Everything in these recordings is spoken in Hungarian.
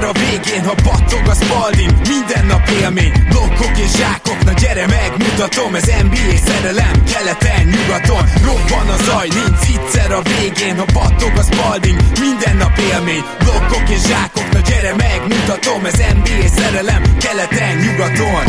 a végén, ha battog a Spalding. Minden nap élmény, blokkok és zsákok. Na gyere megmutatom, ez NBA szerelem. Keleten, nyugaton, robban a zaj. Nincs egyszer a végén, ha battog a Spalding. Minden nap élmény, blokkok és zsákok. Na gyere megmutatom, ez NBA szerelem. Keleten, nyugaton.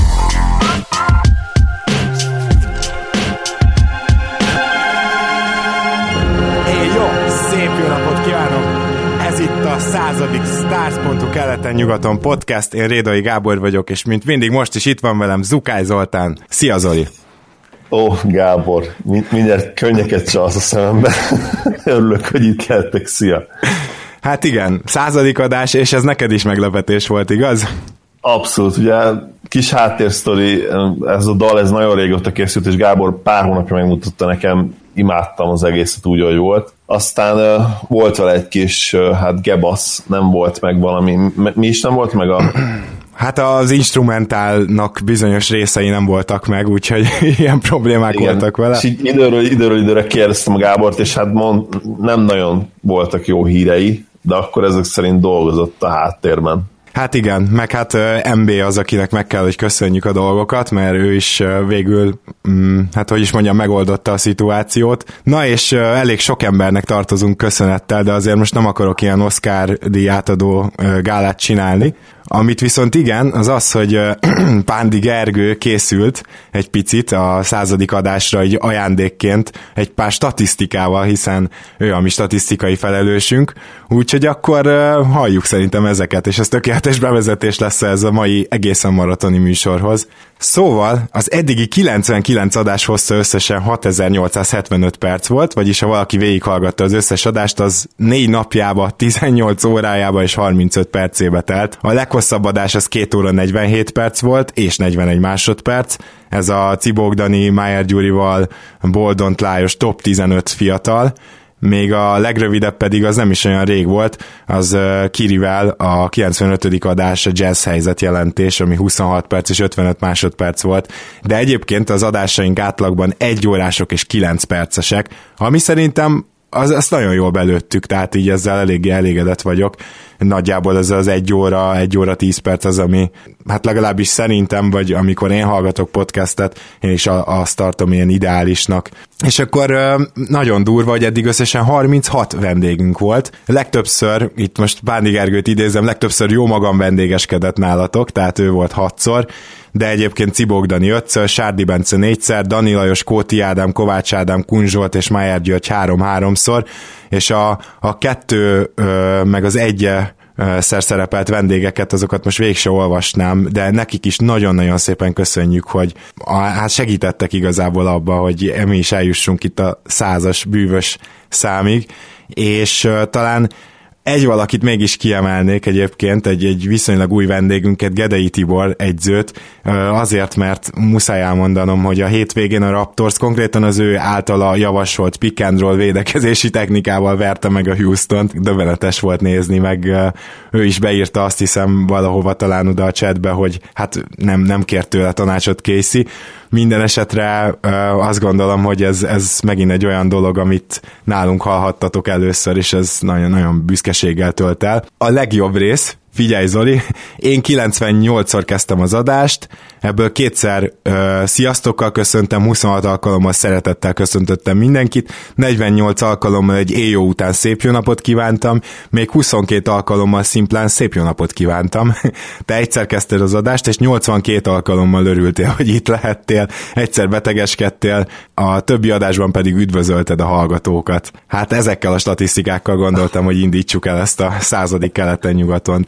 Jó, szép jó napot kívánok! Ez itt a 100. Stars.hu keleten-nyugaton podcast. Én Rédai Gábor vagyok, és mint mindig most is itt van velem Zukály Zoltán. Szia Zoli! Ó, Gábor, mindjárt könnyeket csalsz a szemembe. Örülök, hogy itt keltek, szia! Hát igen, 100. adás, és ez neked is meglepetés volt, igaz? Abszolút, ugye kis háttérsztori, ez a dal, ez nagyon régóta készült, és Gábor pár hónapja megmutatta nekem, imádtam az egészet úgy, ahogy volt. Aztán volt vele egy kis, gebasz, nem volt meg valami, mi is nem volt meg a... Hát az instrumentálnak bizonyos részei nem voltak meg, úgyhogy ilyen problémák voltak vele. És időről időre kérdeztem a Gábort, és hát nem nagyon voltak jó hírei, de akkor ezek szerint dolgozott a háttérben. Hát igen, meg hát MB az, akinek meg kell, hogy köszönjük a dolgokat, mert ő is végül, megoldotta a szituációt. Na és elég sok embernek tartozunk köszönettel, de azért most nem akarok ilyen Oscar-díj átadó gálát csinálni. Amit viszont igen, az az, hogy Pándi Gergő készült egy picit a 100. adásra egy ajándékként egy pár statisztikával, hiszen ő a mi statisztikai felelősünk, úgyhogy akkor halljuk szerintem ezeket, és ez tökéletes bevezetés lesz ez a mai egészen maratoni műsorhoz. Szóval az eddigi 99 adás hossza összesen 6875 perc volt, vagyis ha valaki végighallgatta az összes adást, az 4 napjába, 18 órájába és 35 percébe telt. A leghosszabb adás az 2 óra 47 perc volt, és 41 másodperc. Ez a Cibók Dani, Májer Gyurival, Boldont Lajos top 15 fiatal. Még a legrövidebb pedig az nem is olyan rég volt, az Kirivel a 95. adás, a Jazz helyzet jelentés, ami 26 perc és 55 másodperc volt, de egyébként az adásaink átlagban 1 órások és 9 percesek, ami szerintem azt nagyon jól belőttük, tehát így ezzel eléggé elégedett vagyok. Nagyjából ez az 1 óra 10 perc az, ami hát legalábbis szerintem, vagy amikor én hallgatok podcastet, én is azt tartom ilyen ideálisnak. És akkor nagyon durva, hogy eddig összesen 36 vendégünk volt. Legtöbbször, itt most Pándi Gergőt idézem, legtöbbször jó magam vendégeskedett nálatok, tehát ő volt 6-szor, de egyébként Cibók Dani 5-ször, Sárdi Bence 4-szer, Dani Lajos, Kóti Ádám, Kovács Ádám, Kun Zsolt és Májer György 3-3-szor, és a 2 meg az 1 szerepelt vendégeket, azokat most végig se olvasnám, de nekik is nagyon-nagyon szépen köszönjük, hogy hát segítettek igazából abba, hogy mi is eljussunk itt a 100-as bűvös számig, és talán egy valakit mégis kiemelnék egyébként, egy viszonylag új vendégünket, Gedei Tibor egyzőt, azért, mert muszáj elmondanom, hogy a hétvégén a Raptors konkrétan az ő általa javasolt pick and roll védekezési technikával verte meg a Houstont, döbbenetes volt nézni, meg ő is beírta, azt hiszem valahova talán oda a chatbe, hogy hát nem kért tőle tanácsot Casey. Minden esetre azt gondolom, hogy ez megint egy olyan dolog, amit nálunk hallhattatok először, és ez nagyon-nagyon büszkeséggel tölt el. A legjobb rész, figyelj Zoli, én 98-szor kezdtem az adást, ebből 2-szer sziasztokkal köszöntem, 26 alkalommal szeretettel köszöntöttem mindenkit, 48 alkalommal egy éjjó után szép jó napot kívántam, még 22 alkalommal szimplán szép jó napot kívántam. Te egyszer kezdted az adást, és 82 alkalommal örültél, hogy itt lehettél, egyszer betegeskedtél, a többi adásban pedig üdvözölted a hallgatókat. Hát ezekkel a statisztikákkal gondoltam, hogy indítsuk el ezt a 100. keleten-nyugatont.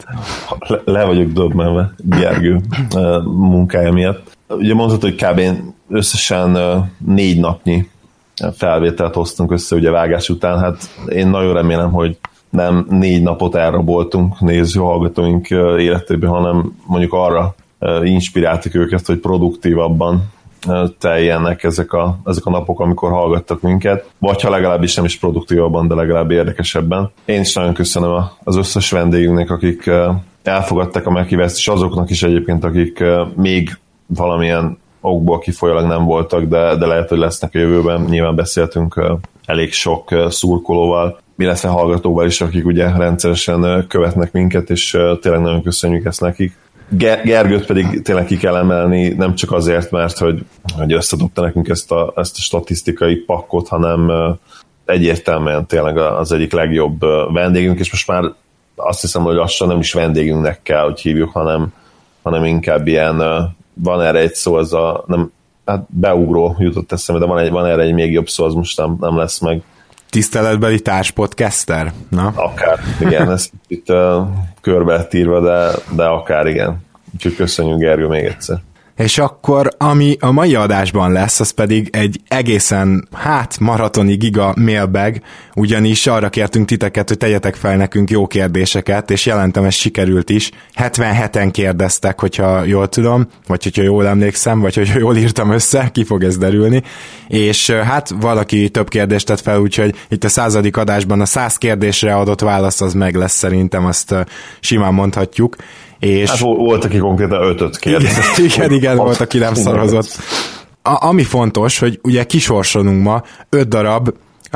Le vagyok döbbenve Gergő munkája miatt. Ugye mondhatod, hogy kb. Összesen 4 napnyi felvételt hoztunk össze ugye vágás után, hát én nagyon remélem, hogy nem 4 napot elraboltunk néző hallgatóink életében, hanem mondjuk arra inspiráltuk őket, hogy produktívabban teljenek ezek a napok, amikor hallgattak minket, vagy ha legalábbis nem is produktívabban, de legalább érdekesebben. Én is nagyon köszönöm az összes vendégünknek, akik elfogadták a meghívást, és azoknak is egyébként, akik még valamilyen okból kifolyólag nem voltak, de lehet, hogy lesznek a jövőben. Nyilván beszéltünk elég sok szurkolóval. illetve hallgatóval is, akik ugye rendszeresen követnek minket, és tényleg nagyon köszönjük ezt nekik. Gergőt pedig tényleg ki kell emelni, nem csak azért, mert hogy összedobta nekünk ezt a statisztikai pakkot, hanem egyértelműen tényleg az egyik legjobb vendégünk, és most már azt hiszem, hogy lassan nem is vendégünknek kell, hogy hívjuk, hanem inkább ilyen, van erre egy szó, ez hát beugró jutott eszembe, de van erre egy még jobb szó, az most nem lesz meg. Tiszteletbeli társpodcaster? Na? Akár, igen, ez itt körbe lett írva, de akár igen. Úgyhogy köszönjük, Gergő, még egyszer. És akkor, ami a mai adásban lesz, az pedig egy egészen, maratoni giga mailbag, ugyanis arra kértünk titeket, hogy tegyetek fel nekünk jó kérdéseket, és jelentem, ez sikerült is. 77-en kérdeztek, hogyha jól tudom, vagy hogyha jól emlékszem, vagy hogyha jól írtam össze, ki fog ez derülni. És valaki több kérdést tett fel, úgyhogy itt a 100. adásban a 100 kérdésre adott válasz az meg lesz, szerintem, azt simán mondhatjuk. És hát volt, aki konkrétan 5-öt kérdezett. Igen, volt, aki nem szarozott. Ami fontos, hogy ugye kisorsolunk ma 5 darab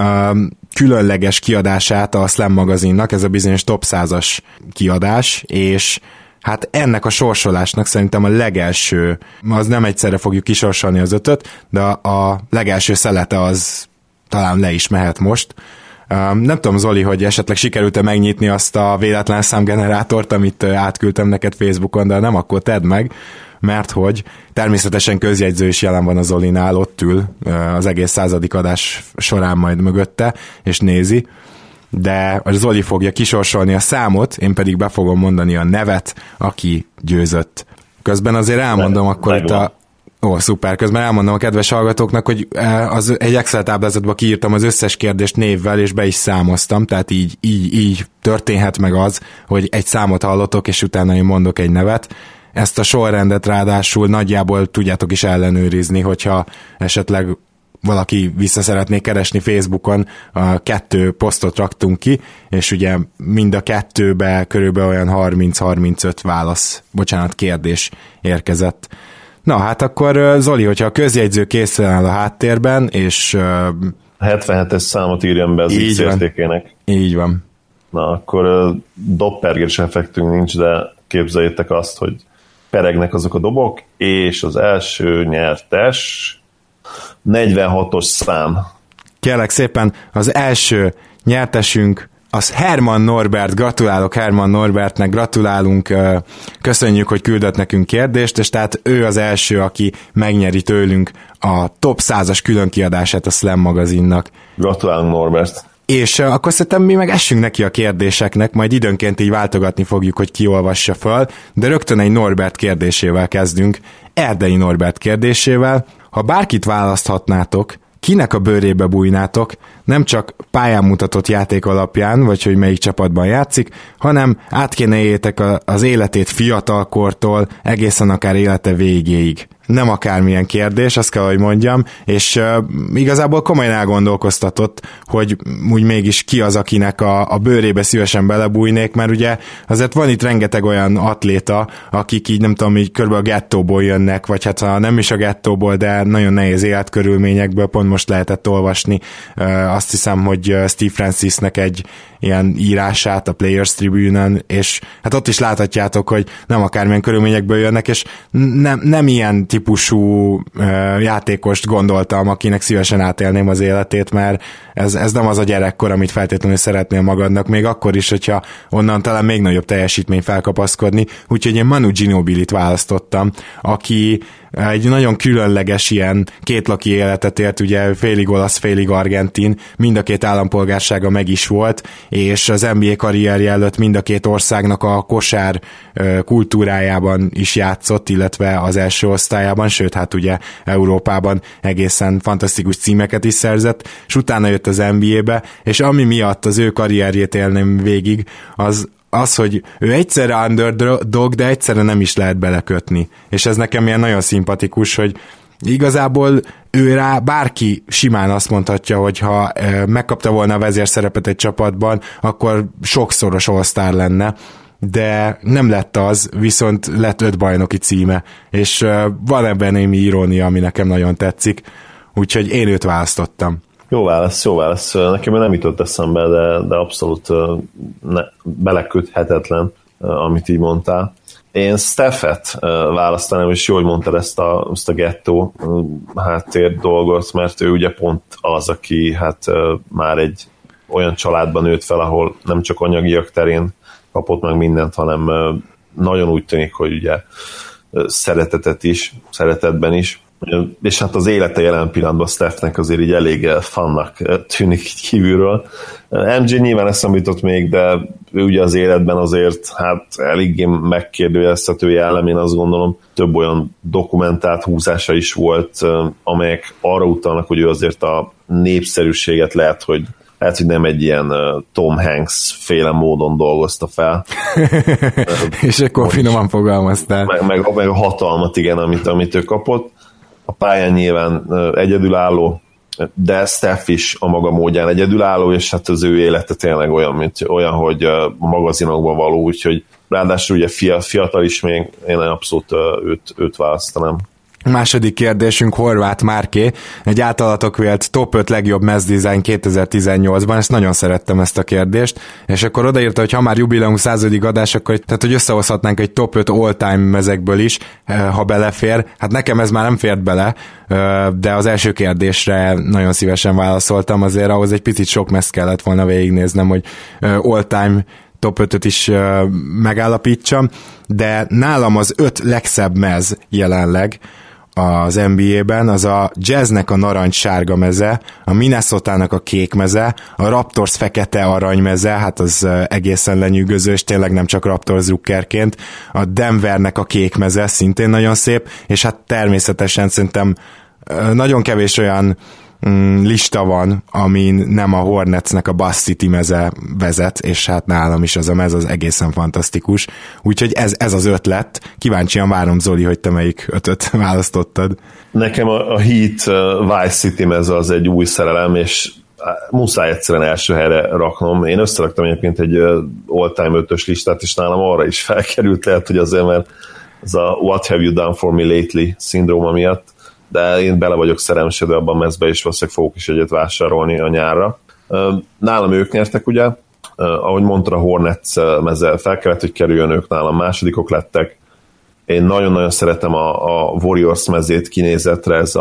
különleges kiadását a Slam magazinnak, ez a bizonyos top 100-as kiadás, és hát ennek a sorsolásnak szerintem a legelső, az nem egyszerre fogjuk kisorsolni az 5-öt, de a legelső szelete az talán le is mehet most. Nem tudom, Zoli, hogy esetleg sikerült-e megnyitni azt a véletlen számgenerátort, amit átküldtem neked Facebookon, de nem, akkor tedd meg, mert hogy természetesen közjegyző is jelen van a Zolinál, ott ül az egész 100. adás során majd mögötte, és nézi, de a Zoli fogja kisorsolni a számot, én pedig be fogom mondani a nevet, aki győzött. Közben azért elmondom akkor itt szuper. Közben elmondom a kedves hallgatóknak, hogy egy Excel táblázatba kiírtam az összes kérdést névvel, és be is számoztam, tehát így történhet meg az, hogy egy számot hallotok, és utána én mondok egy nevet. Ezt a sorrendet ráadásul nagyjából tudjátok is ellenőrizni, hogyha esetleg valaki vissza szeretné keresni Facebookon, 2 posztot raktunk ki, és ugye mind a 2-be körülbelül olyan 30-35 kérdés érkezett. Na, hát akkor Zoli, hogyha a közjegyző készen áll a háttérben, és 77-es számot írjam be az X értékének. Így van. Na, akkor dobpergés effektünk nincs, de képzeljétek azt, hogy peregnek azok a dobok, és az első nyertes 46-os szám. Kérlek szépen, az első nyertesünk az Herman Norbert, gratulálok Herman Norbertnek, gratulálunk, köszönjük, hogy küldött nekünk kérdést, és tehát ő az első, aki megnyeri tőlünk a top 100-as különkiadását a Slam magazinnak. Gratulálunk, Norbert! És akkor szerintem mi meg essünk neki a kérdéseknek, majd időnként így váltogatni fogjuk, hogy ki olvassa föl, de rögtön egy Norbert kérdésével kezdünk, Erdei Norbert kérdésével. Ha bárkit választhatnátok, kinek a bőrébe bújnátok, nem csak pályán mutatott játék alapján, vagy hogy melyik csapatban játszik, hanem át kéne éljétek az életét fiatalkortól egészen akár élete végéig. Nem akármilyen kérdés, azt kell, hogy mondjam, és igazából komolyan elgondolkoztatott, hogy úgy mégis ki az, akinek a bőrébe szívesen belebújnék, mert ugye azért van itt rengeteg olyan atléta, akik így nem tudom, így körülbelül a gettóból jönnek, vagy hát ha nem is a gettóból, de nagyon nehéz életkörülményekből, pont most lehetett olvasni, azt hiszem, hogy Steve Francisnek egy ilyen írását a Players Tribune-en, és hát ott is láthatjátok, hogy nem akármilyen körülményekből jönnek, és nem ilyen típusú játékost gondoltam, akinek szívesen átélném az életét, mert ez nem az a gyerekkor, amit feltétlenül szeretnél magadnak, még akkor is, hogyha onnan talán még nagyobb teljesítmény felkapaszkodni, úgyhogy én Manu Ginobilit választottam, aki egy nagyon különleges ilyen kétlaki életet élt, ugye félig olasz, félig argentin, mind a két állampolgársága meg is volt, és az NBA karrierje előtt mind a két országnak a kosár kultúrájában is játszott, illetve az első osztályában, sőt, hát ugye Európában egészen fantasztikus címeket is szerzett, és utána jött az NBA-be, és ami miatt az ő karrierjét élném végig, az, hogy ő egyszerre underdog, de egyszerre nem is lehet belekötni. És ez nekem ilyen nagyon szimpatikus, hogy igazából ő rá bárki simán azt mondhatja, hogy ha megkapta volna a vezérszerepet egy csapatban, akkor sokszoros all-star lenne, de nem lett az, viszont lett 5 bajnoki címe, és van ebben némi irónia, ami nekem nagyon tetszik, úgyhogy én őt választottam. Jó válasz. Nekem nem jutott eszembe, de abszolút beleköthetetlen, amit így mondtál. Én Stephet választanám, és jól mondtad ezt a gettó háttér dolgot, mert ő ugye pont az, aki hát már egy olyan családban nőtt fel, ahol nem csak anyagiak terén kapott meg mindent, hanem nagyon úgy tűnik, hogy ugye szeretetben is, és hát az élete jelen pillanatban Stephnek azért így elég funnak tűnik így kívülről. MJ nyilván eszembe jutott még, de ő ugye az életben azért hát eléggé megkérdőjelezhető jellem, én azt gondolom, több olyan dokumentált húzása is volt, amelyek arra utalnak, hogy ő azért a népszerűséget lehet, hogy nem egy ilyen Tom Hanks féle módon dolgozta fel. És akkor finoman fogalmaztál. Meg a hatalmat, igen, amit ő kapott. A pályán nyilván egyedülálló, de Steph is a maga módján egyedülálló, és hát az ő élete tényleg olyan, hogy a magazinokban való, úgyhogy ráadásul ugye fiatal is még, én abszolút őt választanám. Második kérdésünk Horváth Márké, egy általatok vélt top 5 legjobb mez design 2018-ban, ezt nagyon szerettem ezt a kérdést, és akkor odaírta, hogy ha már jubileum 100. adás, akkor tehát, hogy összehozhatnánk egy top 5 all-time mezekből is, ha belefér. Hát nekem ez már nem fért bele, de az első kérdésre nagyon szívesen válaszoltam, azért ahhoz egy picit sok mez kellett volna végignéznem, hogy all-time top 5-öt is megállapítsam, de nálam az 5 legszebb mez jelenleg az NBA-ben, az a Jazznek a narancssárga meze, a Minnesotának a kék meze, a Raptors fekete arany meze, hát az egészen lenyűgöző, és tényleg nem csak Raptors drukkerként, a Denvernek a kék meze, szintén nagyon szép, és hát természetesen szerintem nagyon kevés olyan lista van, amin nem a Hornetsnek a Bass City meze vezet, és hát nálam is az a mez, az egészen fantasztikus. Úgyhogy ez az 5 lett. Kíváncsian várom, Zoli, hogy te melyik 5-öt választottad. Nekem a Heat Vice City meze az egy új szerelem, és muszáj egyszerűen első helyre raknom. Én összeraktam egyébként egy all-time 5-ös listát, és nálam arra is felkerült, lehet, hogy azért, mert ez a What have you done for me lately szindróma miatt, de én bele vagyok szerelmesedve abban a mezbe, és valószínűleg fogok is egyet vásárolni a nyárra. Nálam ők nyertek, ugye? Ahogy mondta, a Hornets meze fel kellett, hogy kerüljön, ők nálam másodikok lettek. Én nagyon-nagyon szeretem a Warriors mezét kinézetre, ez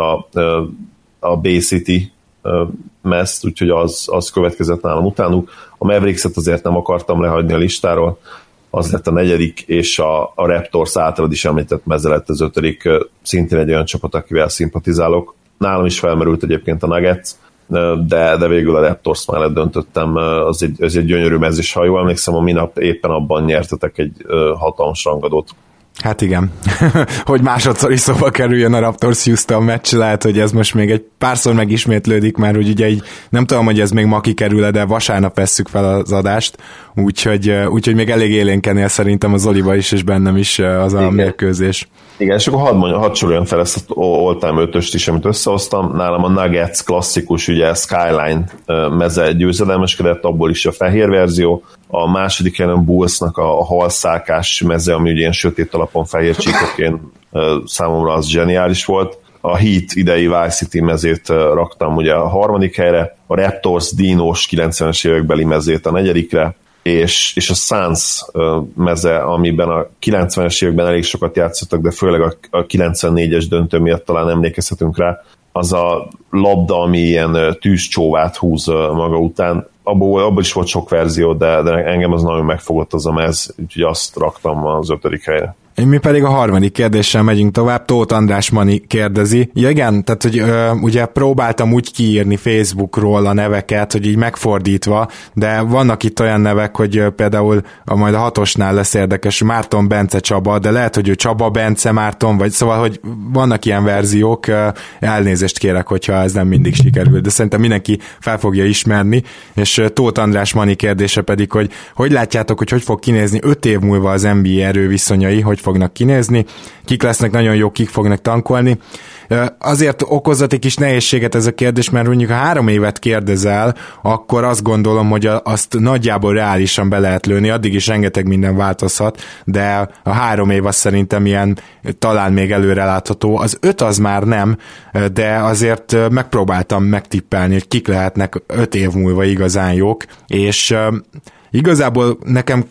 a Bay City mezt, úgyhogy az következett nálam utánuk. A Mavericks-et azért nem akartam lehagyni a listáról, az lett a 4., és a Raptors általad is említett meze lett az 5., szintén egy olyan csapat, akivel szimpatizálok. Nálam is felmerült egyébként a Nuggets, de végül a Raptors mellett döntöttem, ez egy gyönyörű mez, és ha jól emlékszem, a minap éppen abban nyertetek egy hatalmas rangadót. Hát igen, hogy másodszor is szóba kerüljön a Raptors-Houston meccs, lehet, hogy ez most még egy párszor megismétlődik, mert úgy ugye így, nem tudom, hogy ez még ma kikerül, de vasárnap vesszük fel az adást, úgyhogy még elég élénkenél szerintem az Zoliba is, és bennem is az a mérkőzés. Igen, és akkor hadd soroljam fel ezt az all-time 5-öst is, amit összehoztam. Nálam a Nuggets klasszikus, ugye Skyline meze győzedelmeskedett, abból is a fehér verzió. A második helyen Bullsnak a halszálkás meze, ami ugye ilyen sötét alapon fehér csíkoként számomra az zseniális volt. A Heat idei Vice City mezét raktam ugye a 3. helyre, a Raptors Dinos 90-es évekbeli mezét a 4. és a Suns meze, amiben a 90-es években elég sokat játszottak, de főleg a 94-es döntő miatt talán emlékezhetünk rá, az a labda, ami ilyen tűzcsóvát húz maga után. Abból is volt sok verzió, de engem az nagyon megfogott az a mez, úgyhogy azt raktam az 5. helyre. Mi pedig a 3. kérdéssel megyünk tovább. Tóth András Mani kérdezi. Ja, igen, tehát hogy ugye próbáltam úgy kiírni Facebookról a neveket, hogy így megfordítva, de vannak itt olyan nevek, hogy például majd a 6-osnál lesz érdekes, Márton Bence Csaba, de lehet, hogy ő Csaba Bence Márton, vagy szóval, hogy vannak ilyen verziók, elnézést kérek, hogyha ez nem mindig sikerül, de szerintem mindenki fel fogja ismerni, és Tóth András Mani kérdése pedig, hogy látjátok, hogy fog kinézni 5 év múlva az NBA erőviszonyai, hogy fognak kinézni, kik lesznek nagyon jók, kik fognak tankolni. Azért okozott egy kis nehézséget ez a kérdés, mert mondjuk ha 3 évet kérdezel, akkor azt gondolom, hogy azt nagyjából reálisan be lehet lőni, addig is rengeteg minden változhat, de a 3 év az szerintem ilyen talán még előrelátható. Az 5 az már nem, de azért megpróbáltam megtippelni, hogy kik lehetnek 5 év múlva igazán jók, és igazából nekem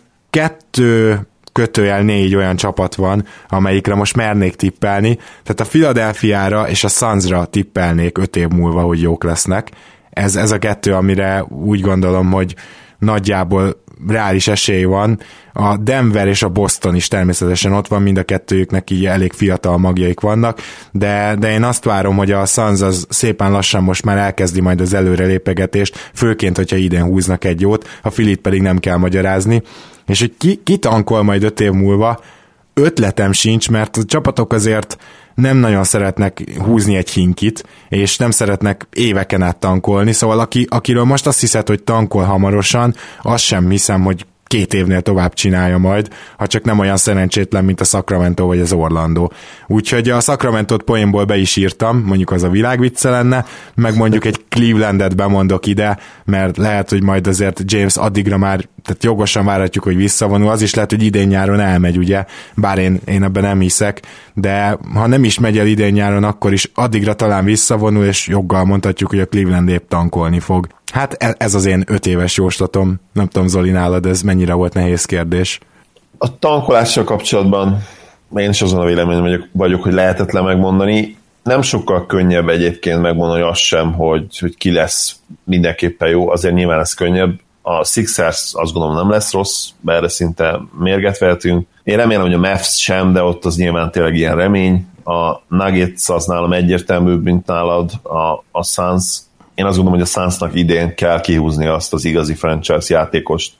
2/4 olyan csapat van, amelyikre most mernék tippelni, tehát a Philadelphiára és a Sunsra tippelnék 5 év múlva, hogy jók lesznek. Ez a 2, amire úgy gondolom, hogy nagyjából reális esély van. A Denver és a Boston is természetesen ott van, mind a kettőjüknek így elég fiatal magjaik vannak, de én azt várom, hogy a Suns az szépen lassan most már elkezdi majd az előrelépegetést, főként, hogyha idén húznak egy jót, a Philit pedig nem kell magyarázni, és hogy ki tankol majd 5 év múlva, ötletem sincs, mert a csapatok azért nem nagyon szeretnek húzni egy hinkit, és nem szeretnek éveken át tankolni, szóval akiről most azt hiszed, hogy tankol hamarosan, azt sem hiszem, hogy 2 évnél tovább csinálja majd, ha csak nem olyan szerencsétlen, mint a Sacramento vagy az Orlando. Úgyhogy a Sacramento-t poénból be is írtam, mondjuk az a világvicce lenne, meg mondjuk egy Clevelandet bemondok ide, mert lehet, hogy majd azért James addigra már, tehát jogosan várhatjuk, hogy visszavonul, az is lehet, hogy idén-nyáron elmegy, ugye, bár én ebben nem hiszek, de ha nem is megy el idén-nyáron, akkor is addigra talán visszavonul, és joggal mondhatjuk, hogy a Cleveland épp tankolni fog. Hát ez az én 5 éves jóslatom. Nem tudom, Zoli, nálad ez mennyire volt nehéz kérdés? A tankolással kapcsolatban én is azon a vélemény vagyok, hogy lehetetlen megmondani. Nem sokkal könnyebb egyébként megmondani azt sem, hogy ki lesz mindenképpen jó, azért nyilván ez könnyebb. A Sixers azt gondolom nem lesz rossz, mert erre szinte mérget vehetünk. Én remélem, hogy a Mavs sem, de ott az nyilván tényleg ilyen remény. A Nuggets az nálam egyértelműbb, mint nálad, a Suns. Én azt gondolom, hogy a Sunsnak idén kell kihúzni azt az igazi franchise játékost,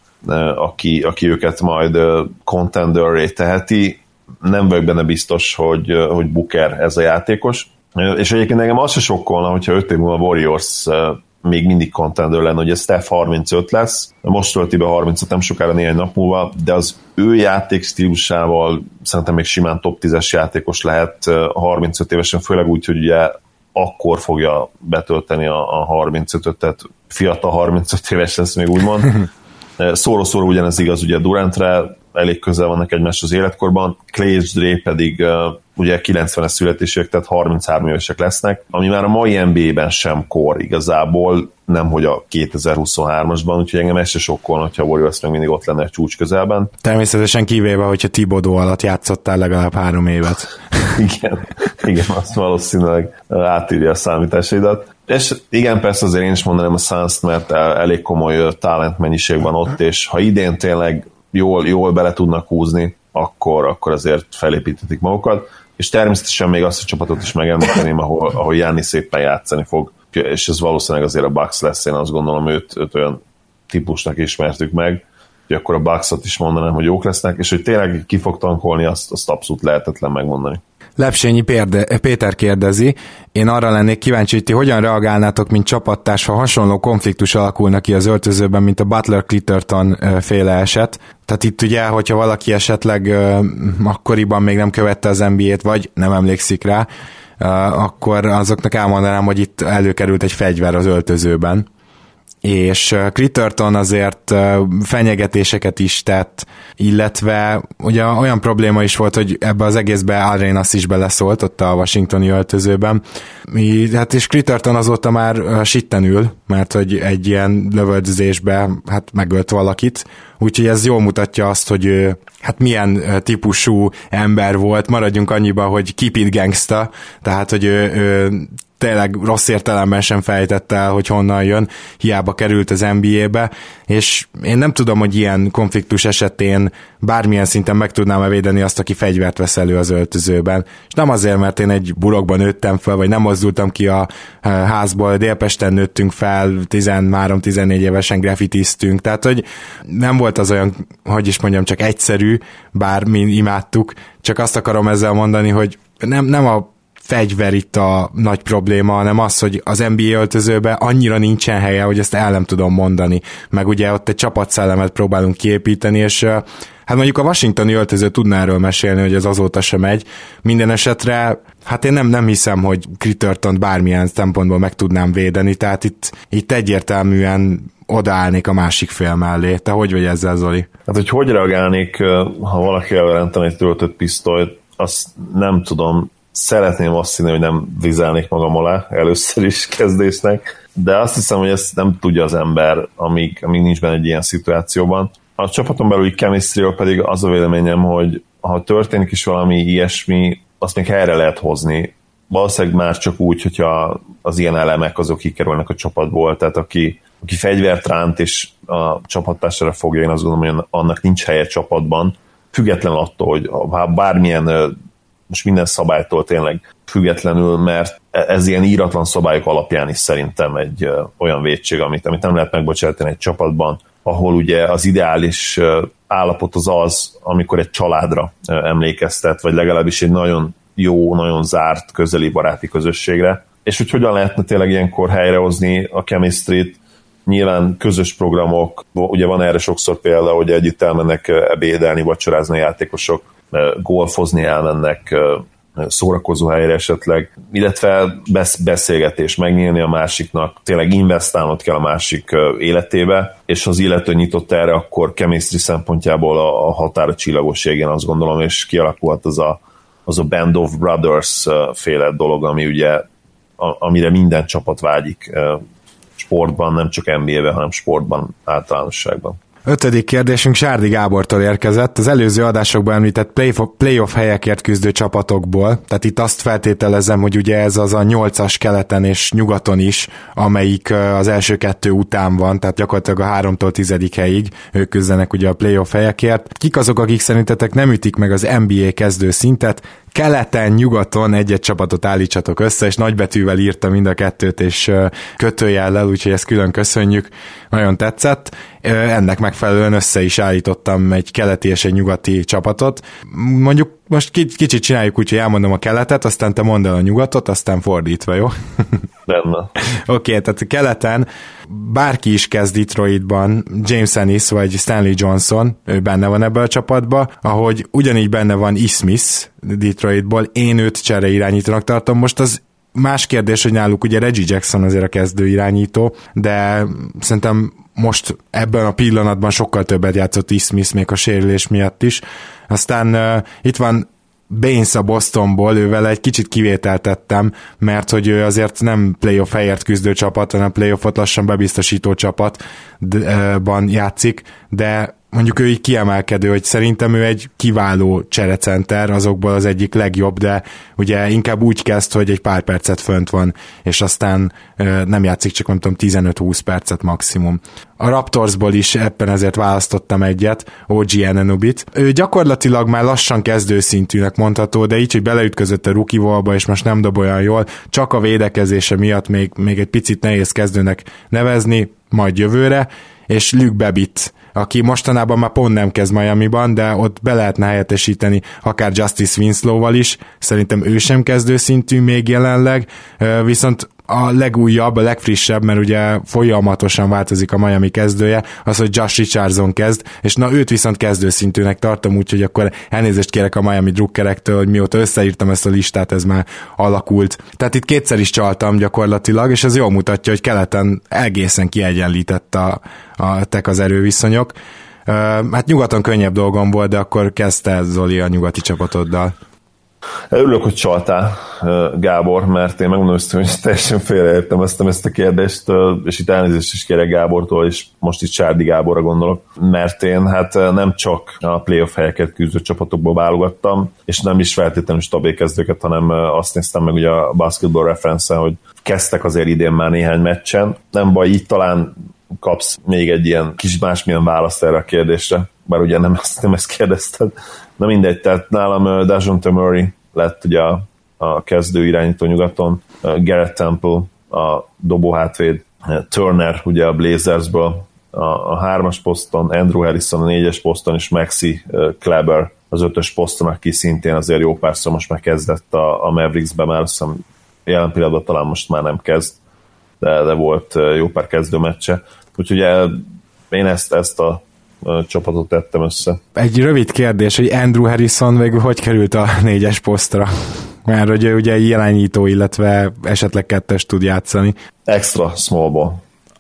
aki őket majd contenderré teheti. Nem vagyok benne biztos, hogy Booker ez a játékos. És egyébként engem az se sokkolna, hogyha 5 év múlva a Warriors még mindig contender lenne, hogy Steph 35 lesz, most tölti be 30-at nem sokára, néhány nap múlva, de az ő játék stílusával szerintem még simán top 10-es játékos lehet 35 évesen, főleg úgy, hogy ugye akkor fogja betölteni a 35-öt, tehát fiatal 35 éves lesz még úgymond. Szóról ugyanez igaz ugye Durantre, elég közel vannak egymáshoz életkorban, Clay és Dre pedig ugye 90-es születésűek, tehát 33 évesek lesznek, ami már a mai NBA-ben sem kor igazából, nemhogy a 2023-asban, úgyhogy engem ez se sokkolna, hogyha a Warriors meg mindig ott lenne egy csúcs közelben. Természetesen kivéve, hogyha Thibodeau alatt játszottál legalább 3 évet. igen, azt valószínűleg átírja a számításaidat. És igen, persze azért én is mondanám a Suns-t, mert elég komoly talent mennyiség van ott, és ha idén tényleg jól bele tudnak húzni, akkor azért felépíthetik magukat, és természetesen még azt a csapatot is megemlíteném, ahol Giannis szépen játszani fog, és ez valószínűleg azért a Bucks lesz, én azt gondolom, őt olyan típusnak ismertük meg, hogy akkor a Bucksot is mondanám, hogy jók lesznek, és hogy tényleg ki fog tankolni, azt abszolút lehetetlen megmondani. Lepsényi Péter kérdezi, én arra lennék kíváncsi, hogy ti hogyan reagálnátok, mint csapattárs, ha hasonló konfliktus alakulna ki az öltözőben, mint a Butler-Clitterton féle eset. Tehát itt ugye, hogyha valaki esetleg akkoriban még nem követte az NBA-t, vagy nem emlékszik rá, akkor azoknak elmondanám, hogy itt előkerült egy fegyver az öltözőben. És Clitterton azért fenyegetéseket is tett, illetve ugye olyan probléma is volt, hogy ebbe az egészbe Arenas is beleszólt ott a washingtoni öltözőben. Hát és Clitterton azóta már sitten ül, mert hogy egy ilyen lövöldözésbe hát megölt valakit, úgyhogy ez jól mutatja azt, hogy ő hát milyen típusú ember volt, maradjunk annyiba, hogy keep it gangsta, tehát hogy ő tényleg rossz értelemben sem fejtette el, hogy honnan jön, hiába került az NBA-be, és én nem tudom, hogy ilyen konfliktus esetén bármilyen szinten meg tudnám védeni azt, aki fegyvert vesz elő az öltözőben. És nem azért, mert én egy burokban nőttem fel, vagy nem mozdultam ki a házból, Délpesten nőttünk fel, 13-14 évesen graffitiztünk, tehát hogy nem volt az olyan, hogy is mondjam, csak egyszerű, bár mi imádtuk, csak azt akarom ezzel mondani, hogy nem a fegyver itt a nagy probléma, hanem az, hogy az NBA öltözőben annyira nincsen helye, hogy ezt el nem tudom mondani. Meg ugye ott egy csapatszellemet próbálunk kiépíteni, és hát mondjuk a washingtoni öltöző tudná erről mesélni, hogy ez azóta sem megy. Minden esetre, hát én nem hiszem, hogy Crittertont bármilyen szempontból meg tudnám védeni, tehát itt egyértelműen odaállnék a másik fél mellé. Te hogy vagy ezzel, Zoli? Hát, hogy reagálnék, ha valaki eljelentene egy töltött pisztolyt, azt nem tudom. Szeretném azt hinni, hogy nem vizelnék magam alá először is kezdésnek, de azt hiszem, hogy ezt nem tudja az ember, amíg nincs benne egy ilyen szituációban. A csapaton belüli chemistryről pedig az a véleményem, hogy ha történik is valami ilyesmi, azt még helyre lehet hozni. Valószínűleg már csak úgy, hogyha az ilyen elemek azok kikerülnek a csapatból, tehát aki fegyvert ránt és a csapattársára fogja, én azt gondolom, hogy annak nincs helye csapatban, független attól, hogy bármilyen, most minden szabálytól tényleg függetlenül, mert ez ilyen íratlan szabályok alapján is szerintem egy olyan vétség, amit nem lehet megbocsátani egy csapatban, ahol ugye az ideális állapot az, amikor egy családra emlékeztet, vagy legalábbis egy nagyon jó, nagyon zárt, közeli baráti közösségre. És hogy hogyan lehetne tényleg ilyenkor helyrehozni a chemistryt, nyilván közös programok, ugye van erre sokszor példa, hogy együtt elmennek ebédelni, vacsorázni a játékosok, golfozni elmennek, szórakozó helyre esetleg, illetve beszélgetés, megnyílni a másiknak, tényleg investálnod kell a másik életébe, és az illető nyitott erre, akkor chemistry szempontjából a határa csillagos égén, azt gondolom, és kialakult az a Band of Brothers féle dolog, ami ugye, amire minden csapat vágyik sportban, nem csak NBA-ben, hanem sportban általánosságban. 5. kérdésünk Sárdi Gábortól érkezett. Az előző adásokban említett playoff helyekért küzdő csapatokból, tehát itt azt feltételezem, hogy ugye ez az a 8-as keleten és nyugaton is, amelyik az első 2 után van, tehát gyakorlatilag a 3-tól 10. helyig ők küzdenek ugye a playoff helyekért. Kik azok, akik szerintetek nem ütik meg az NBA kezdő szintet? Keleten, nyugaton egy-egy csapatot állítsatok össze, és nagybetűvel írta mind a kettőt, és kötőjellel, úgyhogy ezt külön köszönjük, nagyon tetszett. Ennek megfelelően össze is állítottam egy keleti és egy nyugati csapatot. Mondjuk most kicsit csináljuk úgy, hogy elmondom a keletet, aztán te mondd el a nyugatot, aztán fordítva, jó? Oké, tehát keleten bárki is kezd Detroitban, James Ennis vagy Stanley Johnson, ő benne van ebben a csapatban, ahogy ugyanígy benne van Smith Detroitból, én őt csereirányítónak tartom. Most az más kérdés, hogy náluk ugye Reggie Jackson azért a kezdő irányító, de szerintem most ebben a pillanatban sokkal többet játszott Smith még a sérülés miatt is. Aztán itt van Baines a Bostonból, ővel egy kicsit kivételt tettem, mert hogy ő azért nem playoff helyért küzdő csapat, hanem playoffot lassan bebiztosító csapatban játszik, de mondjuk ő így kiemelkedő, hogy szerintem ő egy kiváló cserecenter, azokból az egyik legjobb, de ugye inkább úgy kezd, hogy egy pár percet fönt van, és aztán nem játszik csak, nem tudom, 15-20 percet maximum. A Raptorsból is ebben ezért választottam egyet, OG Anunobyt. Ő gyakorlatilag már lassan kezdőszintűnek mondható, de így, hogy beleütközött a rookie wallba, és most nem dob olyan jól, csak a védekezése miatt még egy picit nehéz kezdőnek nevezni, majd jövőre, és Luke Babbitt, aki mostanában már pont nem kezd Miamiban, de ott be lehetne helyettesíteni akár Justice Winslow-val is, szerintem ő sem kezdőszintű még jelenleg, viszont a legújabb, a legfrissebb, mert ugye folyamatosan változik a Miami kezdője, az, hogy Josh Richardson kezd, és na őt viszont kezdőszintűnek tartom, úgyhogy akkor elnézést kérek a Miami drukkerektől, hogy mióta összeírtam ezt a listát, ez már alakult. Tehát itt kétszer is csaltam gyakorlatilag, és ez jól mutatja, hogy keleten egészen kiegyenlített az erőviszonyok. Hát nyugaton könnyebb dolgom volt, de akkor kezdte Zoli a nyugati csapatoddal. Örülök, hogy csaltál, Gábor, mert én megmondom hogy teljesen félreértem ezt a kérdést, és itt elnézést is kérek Gábortól, és most itt Sárdi Gáborra gondolok, mert én hát nem csak a playoff helyeket küzdő csapatokból válogattam, és nem is feltétlenül stabil kezdőket, hanem azt néztem meg ugye a Basketball Reference-en, hogy kezdtek azért idén már néhány meccsen. Nem baj, így talán kapsz még egy ilyen kis másmilyen választ erre a kérdésre, bár ugye nem ezt kérdezted. Na mindegy, tehát nálam Dejounte Murray lett ugye a kezdő irányító nyugaton, Garrett Temple a dobó hátvéd, Turner ugye a Blazersből a 3-as poszton, Andrew Harrison a 4-es poszton, és Maxi Kleber az 5-ös poszton, aki szintén azért jó párszor most már kezdett a Mavericksbe, már azt hiszem jelen pillanatban talán most már nem kezd, de volt jó pár kezdőmeccse. Úgyhogy én ezt a csapatot tettem össze. Egy rövid kérdés, hogy Andrew Harrison végül hogy került a 4-es posztra? mert hogy ugye irányító, illetve esetleg kettes tud játszani. Extra small ball.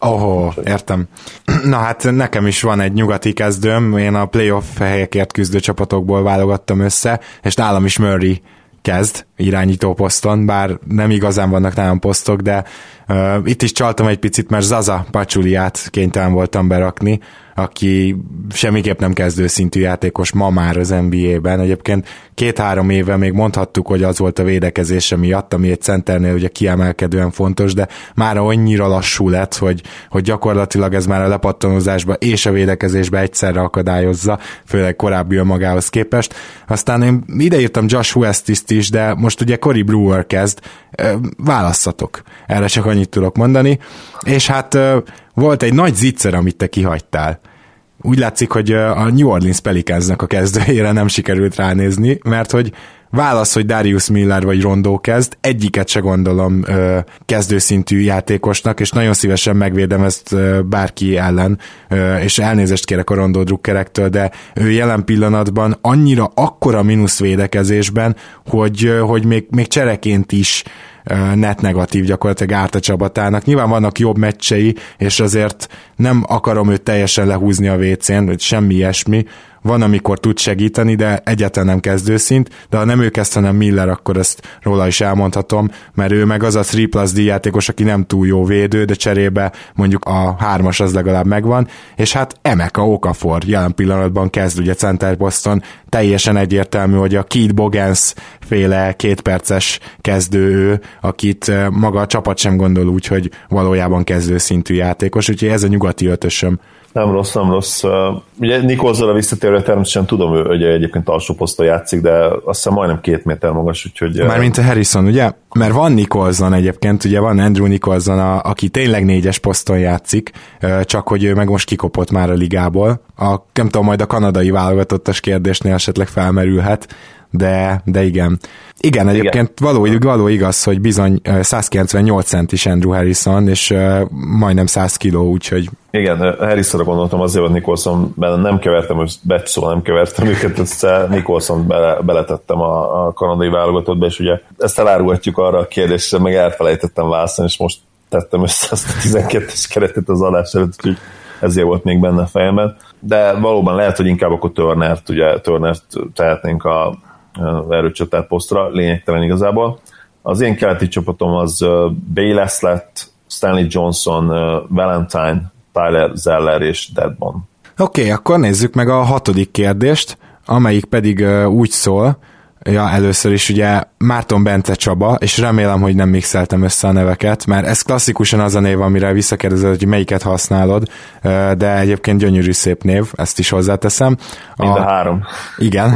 Értem. Na hát nekem is van egy nyugati kezdőm, én a playoff helyekért küzdő csapatokból válogattam össze, és nálam is Murray kezd irányító poszton, bár nem igazán vannak nálam posztok, de itt is csaltam egy picit, mert Zaza Pachuliát kénytelen voltam berakni, aki semmiképp nem kezdőszintű játékos ma már az NBA-ben. Egyébként 2-3 éve még mondhattuk, hogy az volt a védekezése miatt, ami egy centernél ugye kiemelkedően fontos, de már annyira lassú lett, hogy gyakorlatilag ez már a lepattanozásba és a védekezésbe egyszerre akadályozza, főleg korábbi önmagához képest. Aztán én ideírtam Josh Huestiszt is, de most ugye Corey Brewer kezd, válasszatok. Erre csak annyit tudok mondani. És hát volt egy nagy zicser, amit te kihagytál. Úgy látszik, hogy a New Orleans Pelicansnak a kezdőjére nem sikerült ránézni, mert hogy válasz, hogy Darius Miller vagy Rondo kezd, egyiket se gondolom kezdőszintű játékosnak, és nagyon szívesen megvédem ezt bárki ellen, és elnézést kérek a Rondo drukkerektől, de ő jelen pillanatban annyira akkora mínusz védekezésben, hogy még csereként is net negatív gyakorlatilag árt a csapatának. Nyilván vannak jobb meccsei, és azért nem akarom őt teljesen lehúzni a WC-n, vagy semmi ilyesmi. Van, amikor tud segíteni, de egyáltalán nem kezdőszint, de ha nem ő kezd, hanem Miller, akkor ezt róla is elmondhatom, mert ő meg az a 3+D játékos, aki nem túl jó védő, de cserébe mondjuk a 3-as az legalább megvan, és hát Emeka Okafor jelen pillanatban kezd ugye center poszton, teljesen egyértelmű, hogy a Keith Bogans féle 2 perces kezdő ő, akit maga a csapat sem gondol úgy, hogy valójában kezdőszintű játékos, úgyhogy ez a nyugati ötösöm. Nem rossz. Ugye Nicholsonra visszatérve természetesen tudom, hogy egyébként alsó poszton játszik, de azt hiszem majdnem 2 méter magas, úgyhogy... Mármint a Harrison, ugye? Mert van Nicholson egyébként, ugye van Andrew Nicholson, aki tényleg 4-es poszton játszik, csak hogy ő meg most kikopott már a ligából. Nem tudom, majd a kanadai válogatottas kérdésnél esetleg felmerülhet, de igen. Igen, egyébként való igaz, hogy bizony 198 centis Andrew Harrison, és majdnem 100 kiló, úgyhogy... Igen, Harrisonra gondoltam, azért, hogy Nicholson nem kevertem, szóval nem kevertem őket, össze Nicholson beletettem a kanadai válogatottba, és ugye ezt elárulhatjuk arra a kérdésre, meg elfelejtettem válaszolni, és most tettem össze ezt a 12-es keretet az adás előtt, úgyhogy ezért volt még benne a fejemben. De valóban lehet, hogy inkább akkor Turnert tehetnénk a erőcsatár posztra, lényegtelen igazából. Az én keleti csapatom az Bayless lett, Stanley Johnson, Valentine, Tyler Zeller és Deadmon. Oké, akkor nézzük meg a 6. kérdést, amelyik pedig úgy szól, először is ugye Márton Bence Csaba, és remélem, hogy nem mixeltem össze a neveket, mert ez klasszikusan az a név, amire visszakérdezed, hogy melyiket használod, de egyébként gyönyörű szép név, ezt is hozzáteszem. Mind a 3. Igen.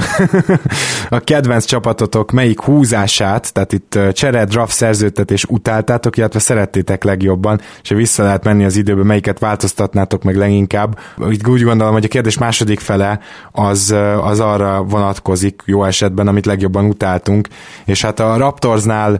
A kedvenc csapatotok melyik húzását, tehát itt csere, draft, szerződtetés utáltátok, illetve szerettétek legjobban, és vissza lehet menni az időbe, melyiket változtatnátok meg leginkább. Úgy gondolom, hogy a kérdés második fele az arra vonatkozik jó esetben, amit legjobban utáltunk, és hát a Raptorsnál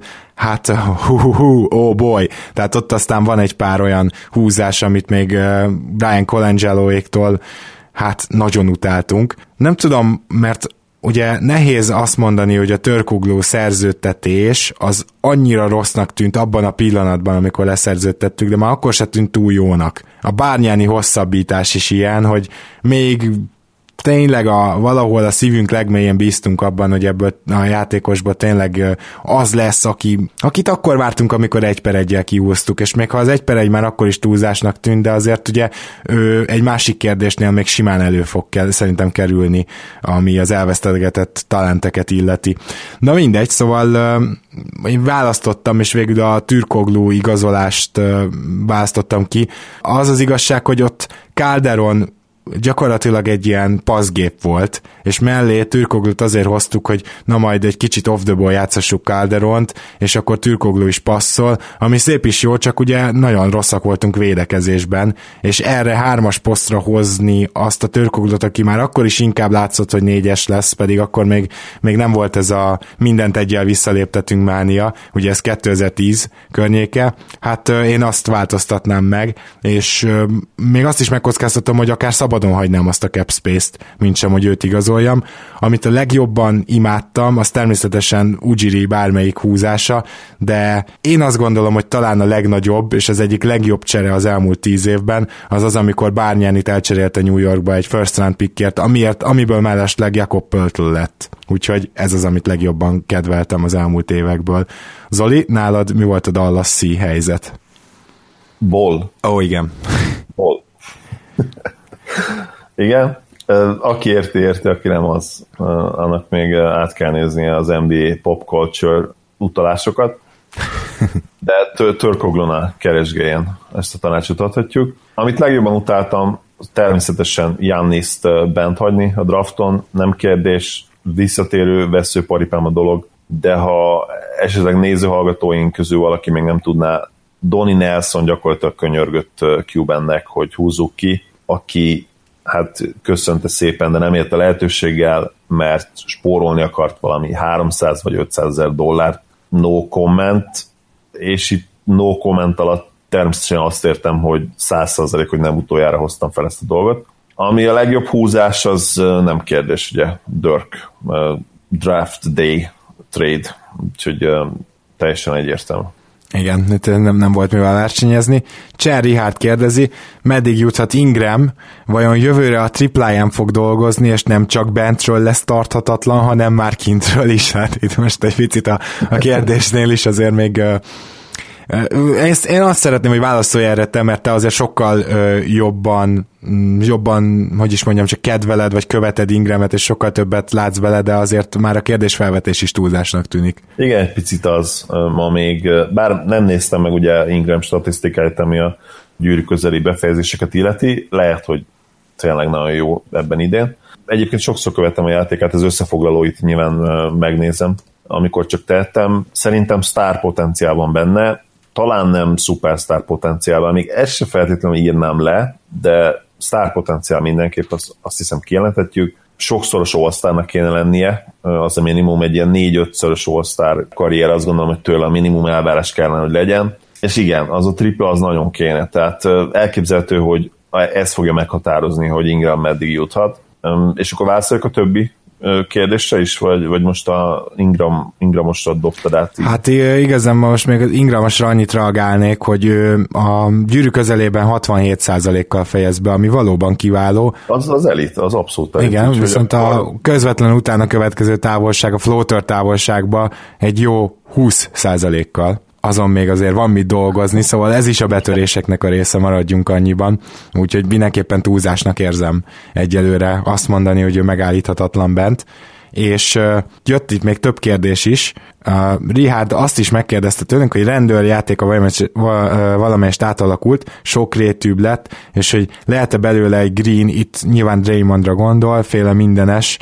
oh boy, tehát ott aztán van egy pár olyan húzás, amit még Brian Colangeloéktól nagyon utáltunk. Nem tudom, mert ugye nehéz azt mondani, hogy a Turkoglu szerződtetés az annyira rossznak tűnt abban a pillanatban, amikor leszerződtettük, de már akkor se tűnt túl jónak. A Bargnani hosszabbítás is ilyen, hogy még tényleg valahol a szívünk legmélyén bíztunk abban, hogy ebből a játékosban tényleg az lesz, akit akkor vártunk, amikor 1/1-jel kihúztuk, és még ha az 1/1 már akkor is túlzásnak tűnt, de azért ugye ő egy másik kérdésnél még simán elő fog szerintem kerülni, ami az elvesztegetett talenteket illeti. Na mindegy, szóval én választottam, és végül a Turkoglu igazolást választottam ki. Az az igazság, hogy ott Calderon gyakorlatilag egy ilyen passzgép volt, és mellé Turkoglut azért hoztuk, hogy na majd egy kicsit off the ball játszassuk Calderont, és akkor Turkoglu is passzol, ami szép is jó, csak ugye nagyon rosszak voltunk védekezésben, és erre 3-as posztra hozni azt a Turkoglut, aki már akkor is inkább látszott, hogy 4-es lesz, pedig akkor még nem volt ez a mindent egyel visszaléptetünk mánia, ugye ez 2010 környéke, én azt változtatnám meg, és még azt is megkockáztatom, hogy akár szabad szabadon hagynám azt a cap space-t, mint sem, hogy őt igazoljam. Amit a legjobban imádtam, az természetesen Ujiri bármelyik húzása, de én azt gondolom, hogy talán a legnagyobb, és az egyik legjobb csere az elmúlt 10 évben, az, amikor Bargnanit elcserélte New Yorkba egy first round pickért, amiből mellesleg Jakob Poeltl lett. Úgyhogy ez az, amit legjobban kedveltem az elmúlt évekből. Zoli, nálad mi volt a Dallas-i helyzet? Ball. Igen. Ball. Igen. Aki érti, aki nem az, annak még át kell néznie az NBA pop culture utalásokat. De Törkoglónál keresgéljen, ezt a tanácsot adhatjuk. Amit legjobban utáltam, természetesen Giannist bent hagyni a drafton, nem kérdés, visszatérő veszőparipám a dolog, de ha esetleg nézőhallgatóink közül valaki még nem tudná, Donnie Nelson gyakorlatilag könyörgött Cubannek, hogy húzzuk ki, aki hát köszönte szépen, de nem ért a lehetőséggel, mert spórolni akart valami 300 vagy 500 ezer dollárt, no comment, és itt no comment alatt természetesen azt értem, hogy 100%, hogy nem utoljára hoztam fel ezt a dolgot. Ami a legjobb húzás, az nem kérdés, ugye, Dirk, draft day trade, úgyhogy teljesen egyértelmű. Igen, itt nem volt mivel versenyezni. Cser Richard kérdezi, meddig juthat Ingram, vajon jövőre a tripláján fog dolgozni, és nem csak bentről lesz tarthatatlan, hanem már kintről is. Hát itt most egy picit a kérdésnél is azért még... Én azt szeretném, hogy válaszolj erre te, mert te azért sokkal jobban, hogy is mondjam, csak kedveled, vagy követed Ingramet, és sokkal többet látsz bele, de azért már a kérdésfelvetés is túlzásnak tűnik. Igen, egy picit az ma még, bár nem néztem meg ugye Ingram statisztikáit, ami a gyűrű közeli befejezéseket illeti, lehet, hogy tényleg nagyon jó ebben idén. Egyébként sokszor követem a játékát, az összefoglalóit nyilván megnézem, amikor csak tehettem. Szerintem sztár potenciál van benne, talán nem szupersztár potenciál, még ezt se feltétlenül írnám le, de sztár potenciál mindenképp, azt hiszem kijelenthetjük. Sokszoros all-sztárnak kéne lennie, az a minimum egy ilyen 4-5-szörös all-sztár karrier, azt gondolom, hogy tőle a minimum elvárás kellene, hogy legyen. És igen, az a tripla az nagyon kéne, tehát elképzelhető, hogy ez fogja meghatározni, hogy Ingram meddig juthat. És akkor válaszoljuk a többi kérdésre is, vagy most a Ingramosra dobtad át? Így? Hát igazán most még az Ingramosra annyit reagálnék, hogy a gyűrű közelében 67%-kal fejez be, ami valóban kiváló. Az elit, az abszolút elit. Igen, viszont a közvetlen utána következő távolság, a floater távolságban egy jó 20%-kal. Azon még azért van mit dolgozni, szóval ez is a betöréseknek a része, maradjunk annyiban, úgyhogy mindenképpen túlzásnak érzem egyelőre azt mondani, hogy ő megállíthatatlan bent, és jött itt még több kérdés is. Richard azt is megkérdezte tőlünk, hogy rendőrjátéka valamelyest átalakult, sokrétűbb lett, és hogy lehet-e belőle egy Green, itt nyilván Draymondra gondol, féle mindenes,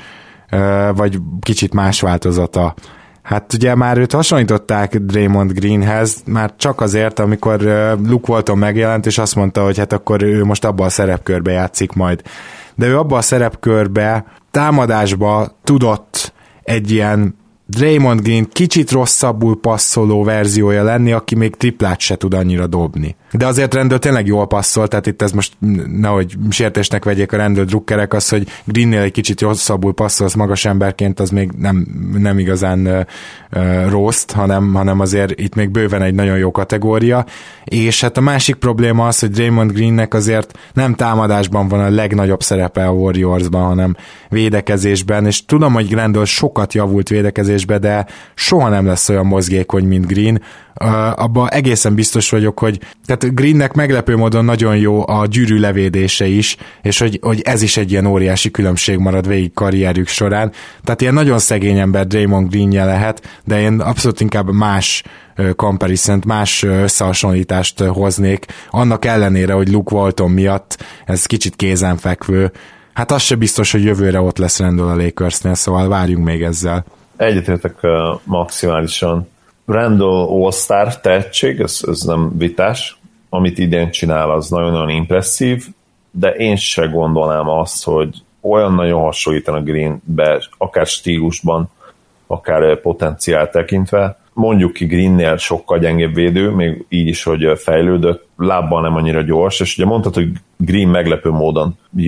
vagy kicsit más változata. Hát ugye már őt hasonlították Draymond Greenhez, már csak azért, amikor Luke Walton megjelent, és azt mondta, hogy hát akkor ő most abban a szerepkörbe játszik majd. De ő abban a szerepkörbe, támadásba tudott egy ilyen Draymond Green kicsit rosszabbul passzoló verziója lenni, aki még triplát se tud annyira dobni. De azért Randall tényleg jól passzol, tehát itt ez most nehogy sértésnek vegyék a Randall drukkerek, az, hogy Greennél egy kicsit rosszabbul passzolsz magas emberként, az még nem igazán rossz, hanem azért itt még bőven egy nagyon jó kategória, és hát a másik probléma az, hogy Draymond Greennek azért nem támadásban van a legnagyobb szerepe a Warriorsban, hanem védekezésben, és tudom, hogy Randall sokat javult védekezésbe, de soha nem lesz olyan mozgékony, mint Green. Abban egészen biztos vagyok, hogy tehát Greennek meglepő módon nagyon jó a gyűrű levédése is, és hogy ez is egy ilyen óriási különbség marad végig karrierjük során. Tehát ilyen nagyon szegény ember Draymond Greenje lehet, de én abszolút inkább más comparison-t, más összehasonlítást hoznék, annak ellenére, hogy Luke Walton miatt ez kicsit kézenfekvő. Hát az se biztos, hogy jövőre ott lesz Randall a Lakersnél, szóval várjunk még ezzel. Egyetértek maximálisan. Randall All-Star tehetség, ez nem vitás. Amit idén csinál, az nagyon-nagyon impresszív, de én se gondolnám azt, hogy olyan nagyon hasonlítanak Greenbe, akár stílusban, akár potenciál tekintve. Mondjuk ki Greennél sokkal gyengébb védő, még így is, hogy fejlődött, lábbal nem annyira gyors, és ugye mondtad, hogy Green meglepő módon jó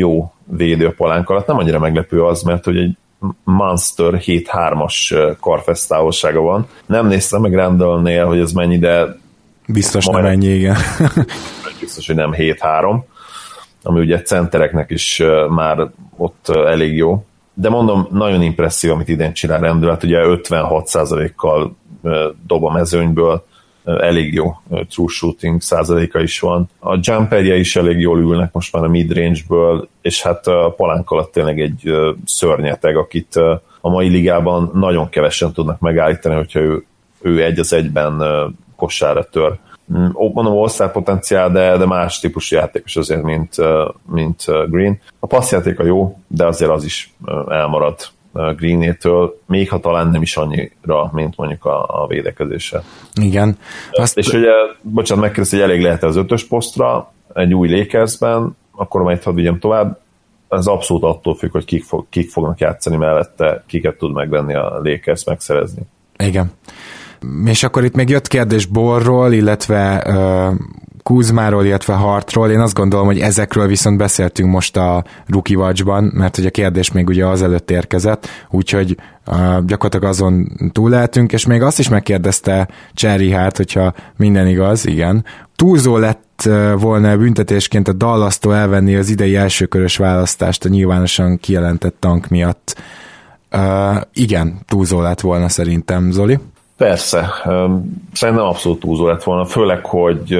védő a palánk alatt. Nem annyira meglepő az, mert hogy egy Monster 7-3-as karfesz távolsága van. Nem néztem meg Randallnél, hogy ez mennyi, de biztos nem ennyi, igen. Biztos, hogy nem 7-3, ami ugye centereknek is már ott elég jó. De mondom, nagyon impresszív, amit idén csinál Randall, hát ugye 56%-kal dob a mezőnyből, elég jó true shooting százaléka is van. A jumperje is elég jól ülnek most már a midrange-ből, és hát a palánk alatt tényleg egy szörnyeteg, akit a mai ligában nagyon kevesen tudnak megállítani, hogyha ő egy az egyben kosárra tör. Mondom, all-star potenciál, de más típusú játékos azért, mint Green. A passzjátéka jó, de azért az is elmarad Greenétől, még ha talán nem is annyira, mint mondjuk a védekezése. Igen. És ugye, bocsánat, megkérdez, hogy elég lehet az 5-ös posztra egy új Lakersben, akkor majd hadd vigyem tovább. Ez abszolút attól függ, hogy kik fognak játszani mellette, kiket tud megvenni a Lakers megszerezni. Igen. És akkor itt még jött kérdés Borról, illetve Kuzmáról, illetve Hartról. Én azt gondolom, hogy ezekről viszont beszéltünk most a Rookie Watch-ban, mert hogy a kérdés még ugye azelőtt érkezett, úgyhogy gyakorlatilag azon túl lehetünk, és még azt is megkérdezte Cherry Hart, hogyha minden igaz, igen. Túlzó lett volna büntetésként a Dallas-tól elvenni az idei elsőkörös választást a nyilvánosan kijelentett tank miatt. Igen, túlzó lett volna szerintem, Zoli. Persze, szerintem abszolút túlzó lett volna, főleg, hogy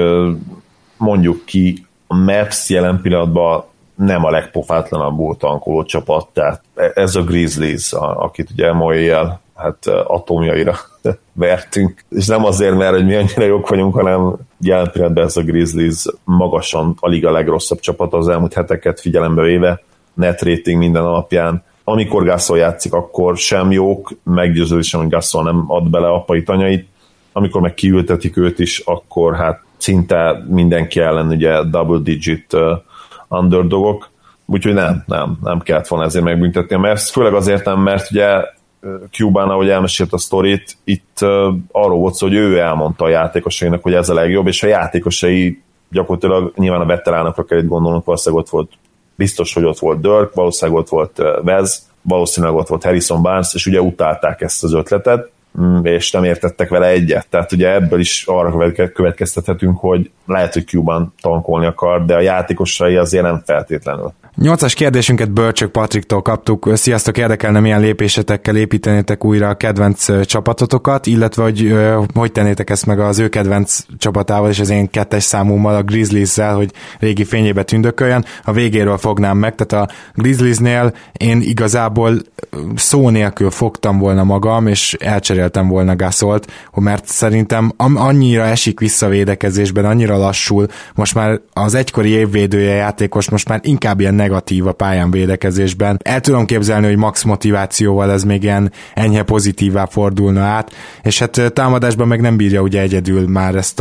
mondjuk ki, a Mavs jelen pillanatban nem a legpofátlanabbul tankoló csapat, tehát ez a Grizzlies, akit ugye Moyel hát atomjaira vertünk, és nem azért, mert hogy mi annyira jók vagyunk, hanem jelen pillanatban ez a Grizzlies magasan a liga legrosszabb csapat az elmúlt heteket figyelembe véve, net rating minden alapján. Amikor Gasol játszik, akkor sem jók, meggyőződésem, hogy Gasol nem ad bele apait anyait, amikor meg kiültetik őt is, akkor hát szinte mindenki ellen ugye double digit underdogok, úgyhogy nem kellett volna ezért megbüntetni, mert főleg azért nem, mert ugye Cuban, ahogy elmesélt a sztorit, itt arról volt szó, hogy ő elmondta a játékosainak, hogy ez a legjobb, és a játékosai gyakorlatilag nyilván a veteránokra kell itt gondolnunk, valószínűleg ott volt, biztos, hogy ott volt Dirk, valószínűleg ott volt Wes, valószínűleg ott volt Harrison Barnes, és ugye utálták ezt az ötletet, és nem értettek vele egyet. Tehát ugye ebből is arra következtethetünk, hogy lehet, hogy Cuban tankolni akar, de a játékosai azért nem feltétlenül. 8-as kérdésünket Bölcsök Patriktól kaptuk. Sziasztok, érdekelne, milyen lépésetekkel építenétek újra a kedvenc csapatotokat, illetve hogy tennétek ezt meg az ő kedvenc csapatával és az én 2-es számúmmal, a Grizzlies-zel, hogy régi fényébe tündököljön. A végéről fognám meg, tehát a Grizzliesnél én igazából szó nélkül fogtam volna magam, és elcseréltem volna Gasolt, mert szerintem annyira esik vissza védekezésben, annyira lassul, most már az egykori évvédője játékos most már inkább ilyen negatív a pályán védekezésben. El tudom képzelni, hogy max motivációval ez még ilyen enyhe pozitívá fordulna át, és hát támadásban meg nem bírja ugye egyedül már ezt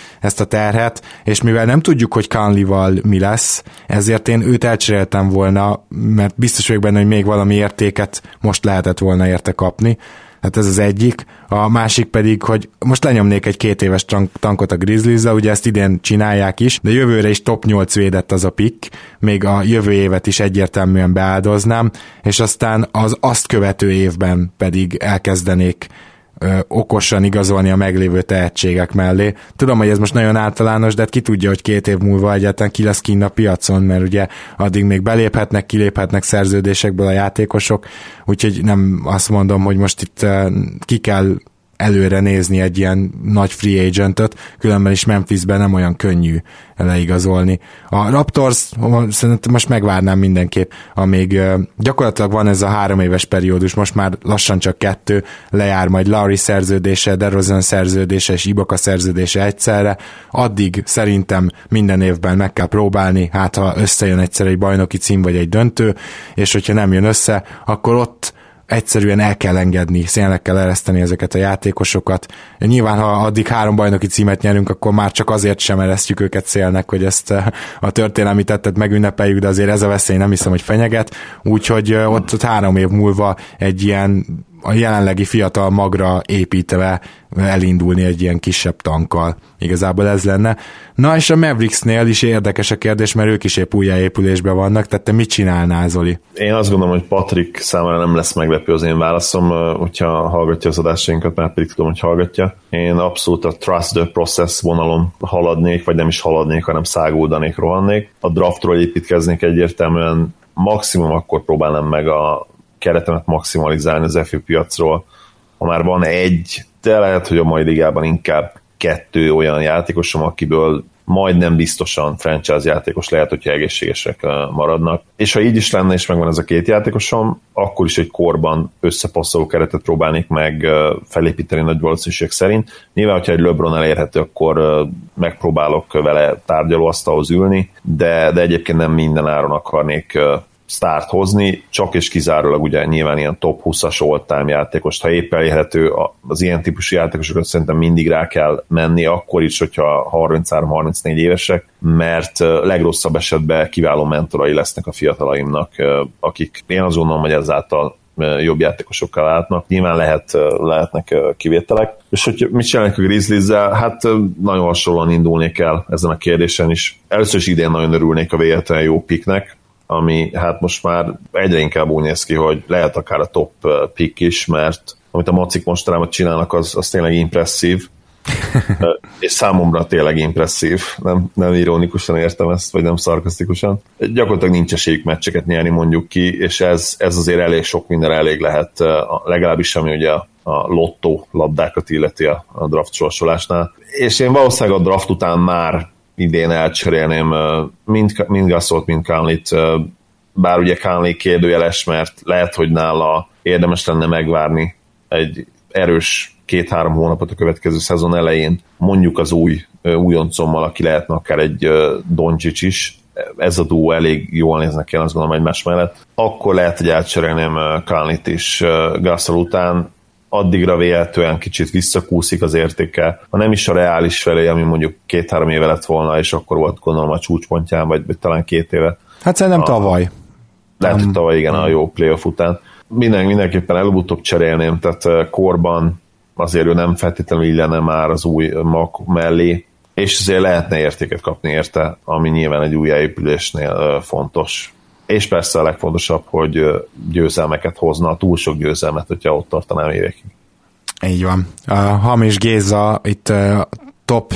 a terhet, és mivel nem tudjuk, hogy Conley-val mi lesz, ezért én őt elcseréltem volna, mert biztos vagyok benne, hogy még valami értéket most lehetett volna érte kapni. Hát ez az egyik. A másik pedig, hogy most lenyomnék egy 2 éves tankot a Grizzlies-zel, ugye ezt idén csinálják is, de jövőre is top 8 védett az a pick, még a jövő évet is egyértelműen beáldoznám, és aztán az azt követő évben pedig elkezdenék okosan igazolni a meglévő tehetségek mellé. Tudom, hogy ez most nagyon általános, de hát ki tudja, hogy 2 év múlva egyáltalán ki lesz kinn a piacon, mert ugye addig még beléphetnek, kiléphetnek szerződésekből a játékosok, úgyhogy nem azt mondom, hogy most itt ki kell előre nézni egy ilyen nagy free agentöt, különben is Memphisben nem olyan könnyű leigazolni. A Raptors szerintem most megvárnám mindenképp, amíg gyakorlatilag van ez a 3 éves periódus, most már lassan csak 2, lejár majd Lowry szerződése, DeRozan szerződése és Ibaka szerződése egyszerre, addig szerintem minden évben meg kell próbálni, hát ha összejön egyszer egy bajnoki cím vagy egy döntő, és hogyha nem jön össze, akkor ott egyszerűen el kell engedni, szénnek kell ereszteni ezeket a játékosokat. Nyilván, ha addig 3 bajnoki címet nyerünk, akkor már csak azért sem eresztjük őket szélnek, hogy ezt a történelmi tettet megünnepeljük, de azért ez a veszély nem hiszem, hogy fenyeget. Úgyhogy ott 3 év múlva egy ilyen a jelenlegi fiatal magra építve elindulni egy ilyen kisebb tankkal. Igazából ez lenne. Na és a Mavericksnél is érdekes a kérdés, mert ők is épp újjáépülésben vannak, tehát te mit csinálnál, Zoli? Én azt gondolom, hogy Patrik számára nem lesz meglepő az én válaszom, hogyha hallgatja az adásainkat, mert pedig tudom, hogy hallgatja. Én abszolút a trust the process vonalon haladnék, vagy nem is haladnék, hanem száguldanék, rohannék. A draftról építkeznék egyértelműen, maximum akkor próbálnám meg a keretemet maximalizálni az FA piacról. Ha már van egy, de lehet, hogy a mai ligában inkább 2 olyan játékosom, akiből majdnem biztosan franchise játékos lehet, hogyha egészségesek maradnak. És ha így is lenne, és megvan ez a 2 játékosom, akkor is egy korban összepasszoló keretet próbálnék meg felépíteni nagy valószínűség szerint. Nyilván, hogyha egy LeBron elérhető, akkor megpróbálok vele tárgyalóasztalhoz ülni, de egyébként nem minden áron akarnék sztárt hozni, csak és kizárólag ugye nyilván ilyen top 20-as all-time játékos, ha épp elérhető, az ilyen típusú játékosokat szerintem mindig rá kell menni, akkor is, hogyha 33-34 évesek, mert legrosszabb esetben kiváló mentorai lesznek a fiatalaimnak, akik én azt gondolom, hogy ezáltal jobb játékosokkal látnak. Nyilván lehetnek kivételek. És hogy mit csinálnak a Grizzlies-zel? Hát nagyon hasonlóan indulnék el ezen a kérdésen is. Először is idén nagyon örülnék a véletlen jó picknek, ami hát most már egyre inkább úgy néz ki, hogy lehet akár a top pick is, mert amit a macik mostanában csinálnak, az tényleg impresszív, és számomra tényleg impresszív, nem ironikusan értem ezt, vagy nem szarkasztikusan. Gyakorlatilag nincs esélyük meccseket nyerni, mondjuk ki, és ez azért elég sok minden elég lehet, legalábbis ami ugye a lottó labdákat illeti a draft sorsolásnál. És én valószínűleg a draft után már idén elcserélném mind Gasolt, mind Conley-t, bár ugye Conley kérdőjeles, mert lehet, hogy nála érdemes lenne megvárni egy erős 2-3 hónapot a következő szezon elején, mondjuk az újoncommal, aki lehetne akár egy Doncic is, ez a duó elég jól néznek ki, azt gondolom egymás mellett, akkor lehet, hogy elcserélném Conley-t is Gasol után, addigra véletlenül kicsit visszakúszik az értéke, ha nem is a reális felé, ami mondjuk 2-3 éve lett volna, és akkor volt gondolom a csúcspontján, vagy talán 2 éve. Hát szerintem tavaly. Lehet, hogy tavaly igen, a jó playoff után. Mindenképpen előbb-utóbb cserélném, tehát korban azért ő nem feltétlenül illene már az új mag mellé, és azért lehetne értéket kapni érte, ami nyilván egy újjáépülésnél fontos. És persze a legfontosabb, hogy győzelmeket hozna, túl sok győzelmet, hogyha ott tartanám évekig. Így van. Hamis Géza itt top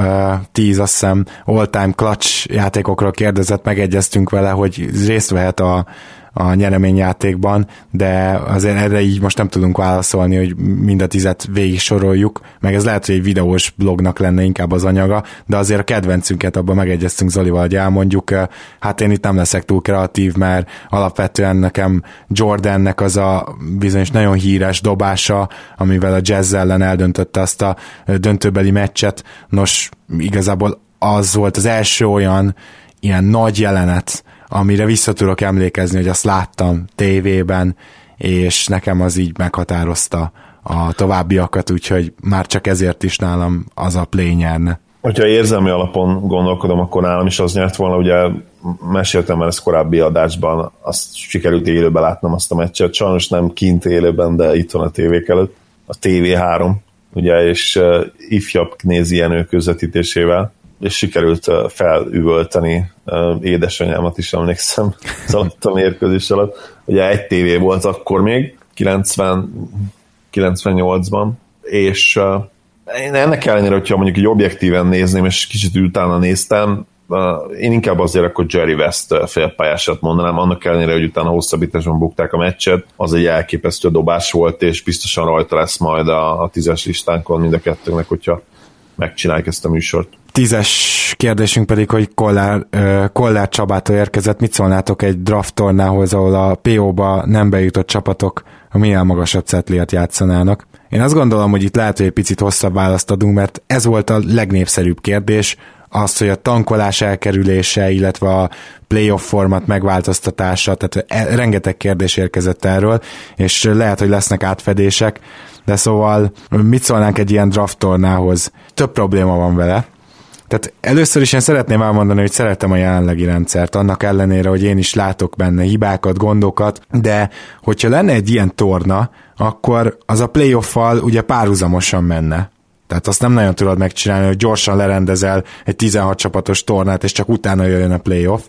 10, azt hiszem, all-time clutch játékokról kérdezett, megegyeztünk vele, hogy részt vehet a nyereményjátékban, de azért erre így most nem tudunk válaszolni, hogy mind a 10-et végig soroljuk, meg ez lehet, hogy egy videós blognak lenne inkább az anyaga, de azért a kedvencünket abban megegyeztünk Zolival, hogy elmondjuk, hát én itt nem leszek túl kreatív, mert alapvetően nekem Jordannek az a bizonyos nagyon híres dobása, amivel a Jazz ellen eldöntötte azt a döntőbeli meccset, nos, igazából az volt az első olyan ilyen nagy jelenet, amire vissza tudok emlékezni, hogy azt láttam tévében, és nekem az így meghatározta a továbbiakat, úgyhogy már csak ezért is nálam az a play nyerne. Hogyha érzelmi alapon gondolkodom, akkor nálam is az nyert volna, ugye meséltem már ezt korábbi adásban, azt sikerült élőben látnom azt a meccset, sajnos nem kint élőben, de itt van a tévék előtt, a TV3, ugye, és ifjabb nézienő közvetítésével, és sikerült felüvölteni édesanyámat is, emlékszem, az alatt a mérkőzés alatt. Ugye egy tévé volt akkor még, 98-ban, és én ennek ellenére, hogyha mondjuk egy objektíven nézném, és kicsit utána néztem, én inkább azért akkor Jerry West félpályását mondanám, annak ellenére, hogy utána hosszabbításban bukták a meccset, az egy elképesztő dobás volt, és biztosan rajta lesz majd a 10-es listánkon mind a kettőnknek, hogyha megcsináljuk ezt a műsort. 10-es kérdésünk pedig, hogy Kollár Csabától érkezett. Mit szólnátok egy draft tornához, ahol a PO-ba nem bejutott csapatok a minél magasabb cetliet játszanának? Én azt gondolom, hogy itt lehet, hogy egy picit hosszabb választ adunk, mert ez volt a legnépszerűbb kérdés, az, hogy a tankolás elkerülése, illetve a playoff format megváltoztatása, tehát rengeteg kérdés érkezett erről, és lehet, hogy lesznek átfedések, de szóval mit szólnánk egy ilyen draft tornához? Több probléma van vele. Tehát először is én szeretném elmondani, hogy szeretem a jelenlegi rendszert, annak ellenére, hogy én is látok benne hibákat, gondokat, de hogyha lenne egy ilyen torna, akkor az a playoff-val ugye párhuzamosan menne. Tehát azt nem nagyon tudod megcsinálni, hogy gyorsan lerendezel egy 16 csapatos tornát, és csak utána jöjjön a playoff,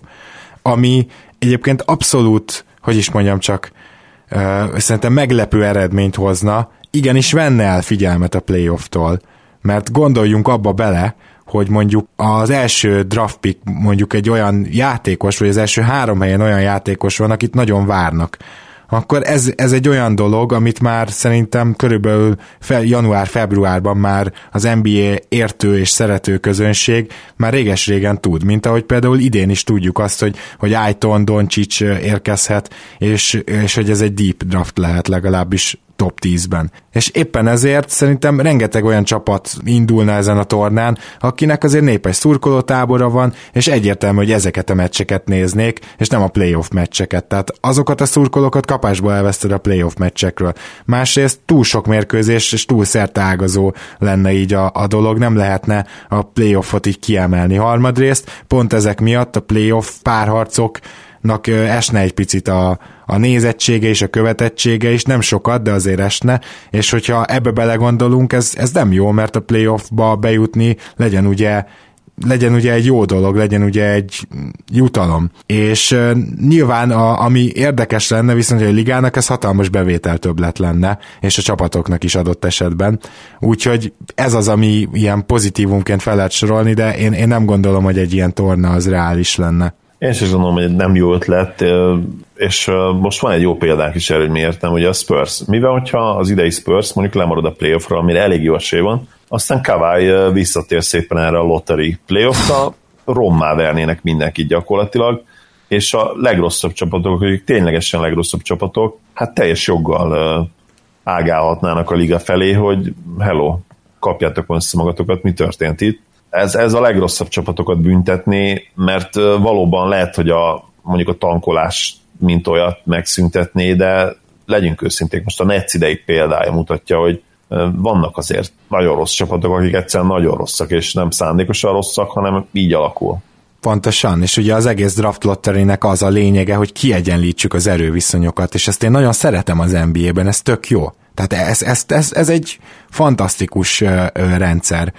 ami egyébként abszolút, hogy is mondjam csak, szerintem meglepő eredményt hozna, igenis venne el figyelmet a playoff-tól, mert gondoljunk abba bele, hogy mondjuk az első draft pick mondjuk egy olyan játékos, vagy az első 3 helyen olyan játékos van, akit nagyon várnak, akkor ez egy olyan dolog, amit már szerintem körülbelül január-februárban már az NBA értő és szerető közönség már réges-régen tud, mint ahogy például idén is tudjuk azt, hogy Aiton, Doncic érkezhet, és hogy ez egy deep draft lehet legalábbis top 10-ben. És éppen ezért szerintem rengeteg olyan csapat indulna ezen a tornán, akinek azért népes szurkolótábora van, és egyértelmű, hogy ezeket a meccseket néznék, és nem a playoff meccseket. Tehát azokat a szurkolókat kapásból elveszted a playoff meccsekről. Másrészt túl sok mérkőzés, és túl szerteágazó lenne így a dolog, nem lehetne a playoffot így kiemelni. Harmadrészt pont ezek miatt a playoff párharcoknak esne egy picit a nézettsége és a követettsége is, nem sokat, de azért esne, és hogyha ebbe belegondolunk, ez nem jó, mert a playoffba bejutni legyen ugye egy jó dolog, legyen ugye egy jutalom. És nyilván ami érdekes lenne, viszont hogy a ligának ez hatalmas bevételtöbblet lenne, és a csapatoknak is adott esetben. Úgyhogy ez az, ami ilyen pozitívumként fel lehet sorolni, de én nem gondolom, hogy egy ilyen torna az reális lenne. Én is gondolom, hogy nem jó ötlet, és most van egy jó példánk is erre, hogy miért nem, ugye a Spurs. Mivel, hogyha az idei Spurs mondjuk lemarad a playoffra, amire elég jó esély van, aztán Kawhi visszatér szépen erre a lottery playoffra, rommá vernének mindenkit gyakorlatilag, és a legrosszabb csapatok, akik ténylegesen legrosszabb csapatok, hát teljes joggal ágálhatnának a liga felé, hogy hello, kapjátok össze magatokat, mi történt itt. Ez a legrosszabb csapatokat büntetné, mert valóban lehet, hogy mondjuk a tankolás mint olyat megszüntetné, de legyünk őszinték, most a Nets idei példája mutatja, hogy vannak azért nagyon rossz csapatok, akik egyszerűen nagyon rosszak, és nem szándékosan rosszak, hanem így alakul. Pontosan, és ugye az egész draft lotterynek az a lényege, hogy kiegyenlítsük az erőviszonyokat, és ezt én nagyon szeretem az NBA-ben, ez tök jó. Tehát ez egy fantasztikus rendszer,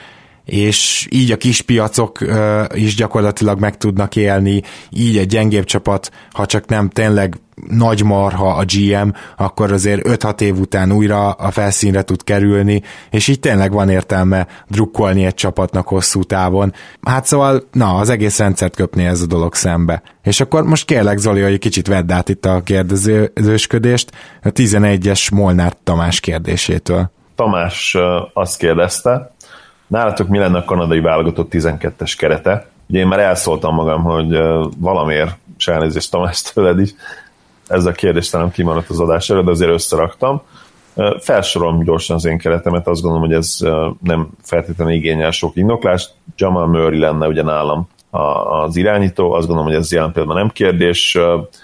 és így a kispiacok is gyakorlatilag meg tudnak élni, így egy gyengébb csapat, ha csak nem tényleg nagy marha a GM, akkor azért 5-6 év után újra a felszínre tud kerülni, és így tényleg van értelme drukkolni egy csapatnak hosszú távon. Hát szóval, az egész rendszert köpné ez a dolog szembe. És akkor most kérlek, Zoli, hogy kicsit vedd át itt a kérdezősködést a 11-es Molnár Tamás kérdésétől. Tamás azt kérdezte, nálatok mi lenne a kanadai válogatott 12-es kerete? Ugye én már elszóltam magam, hogy valamiért, és elnézést Tamás tőled is, ez a kérdés talán kimaradt az adás előtt, de azért összeraktam. Felsorolom gyorsan az én keretemet, azt gondolom, hogy ez nem feltétlenül igényel sok indoklást. Jamal Murray lenne ugye nálam az irányító, azt gondolom, hogy ez jelen pillanatban nem kérdés.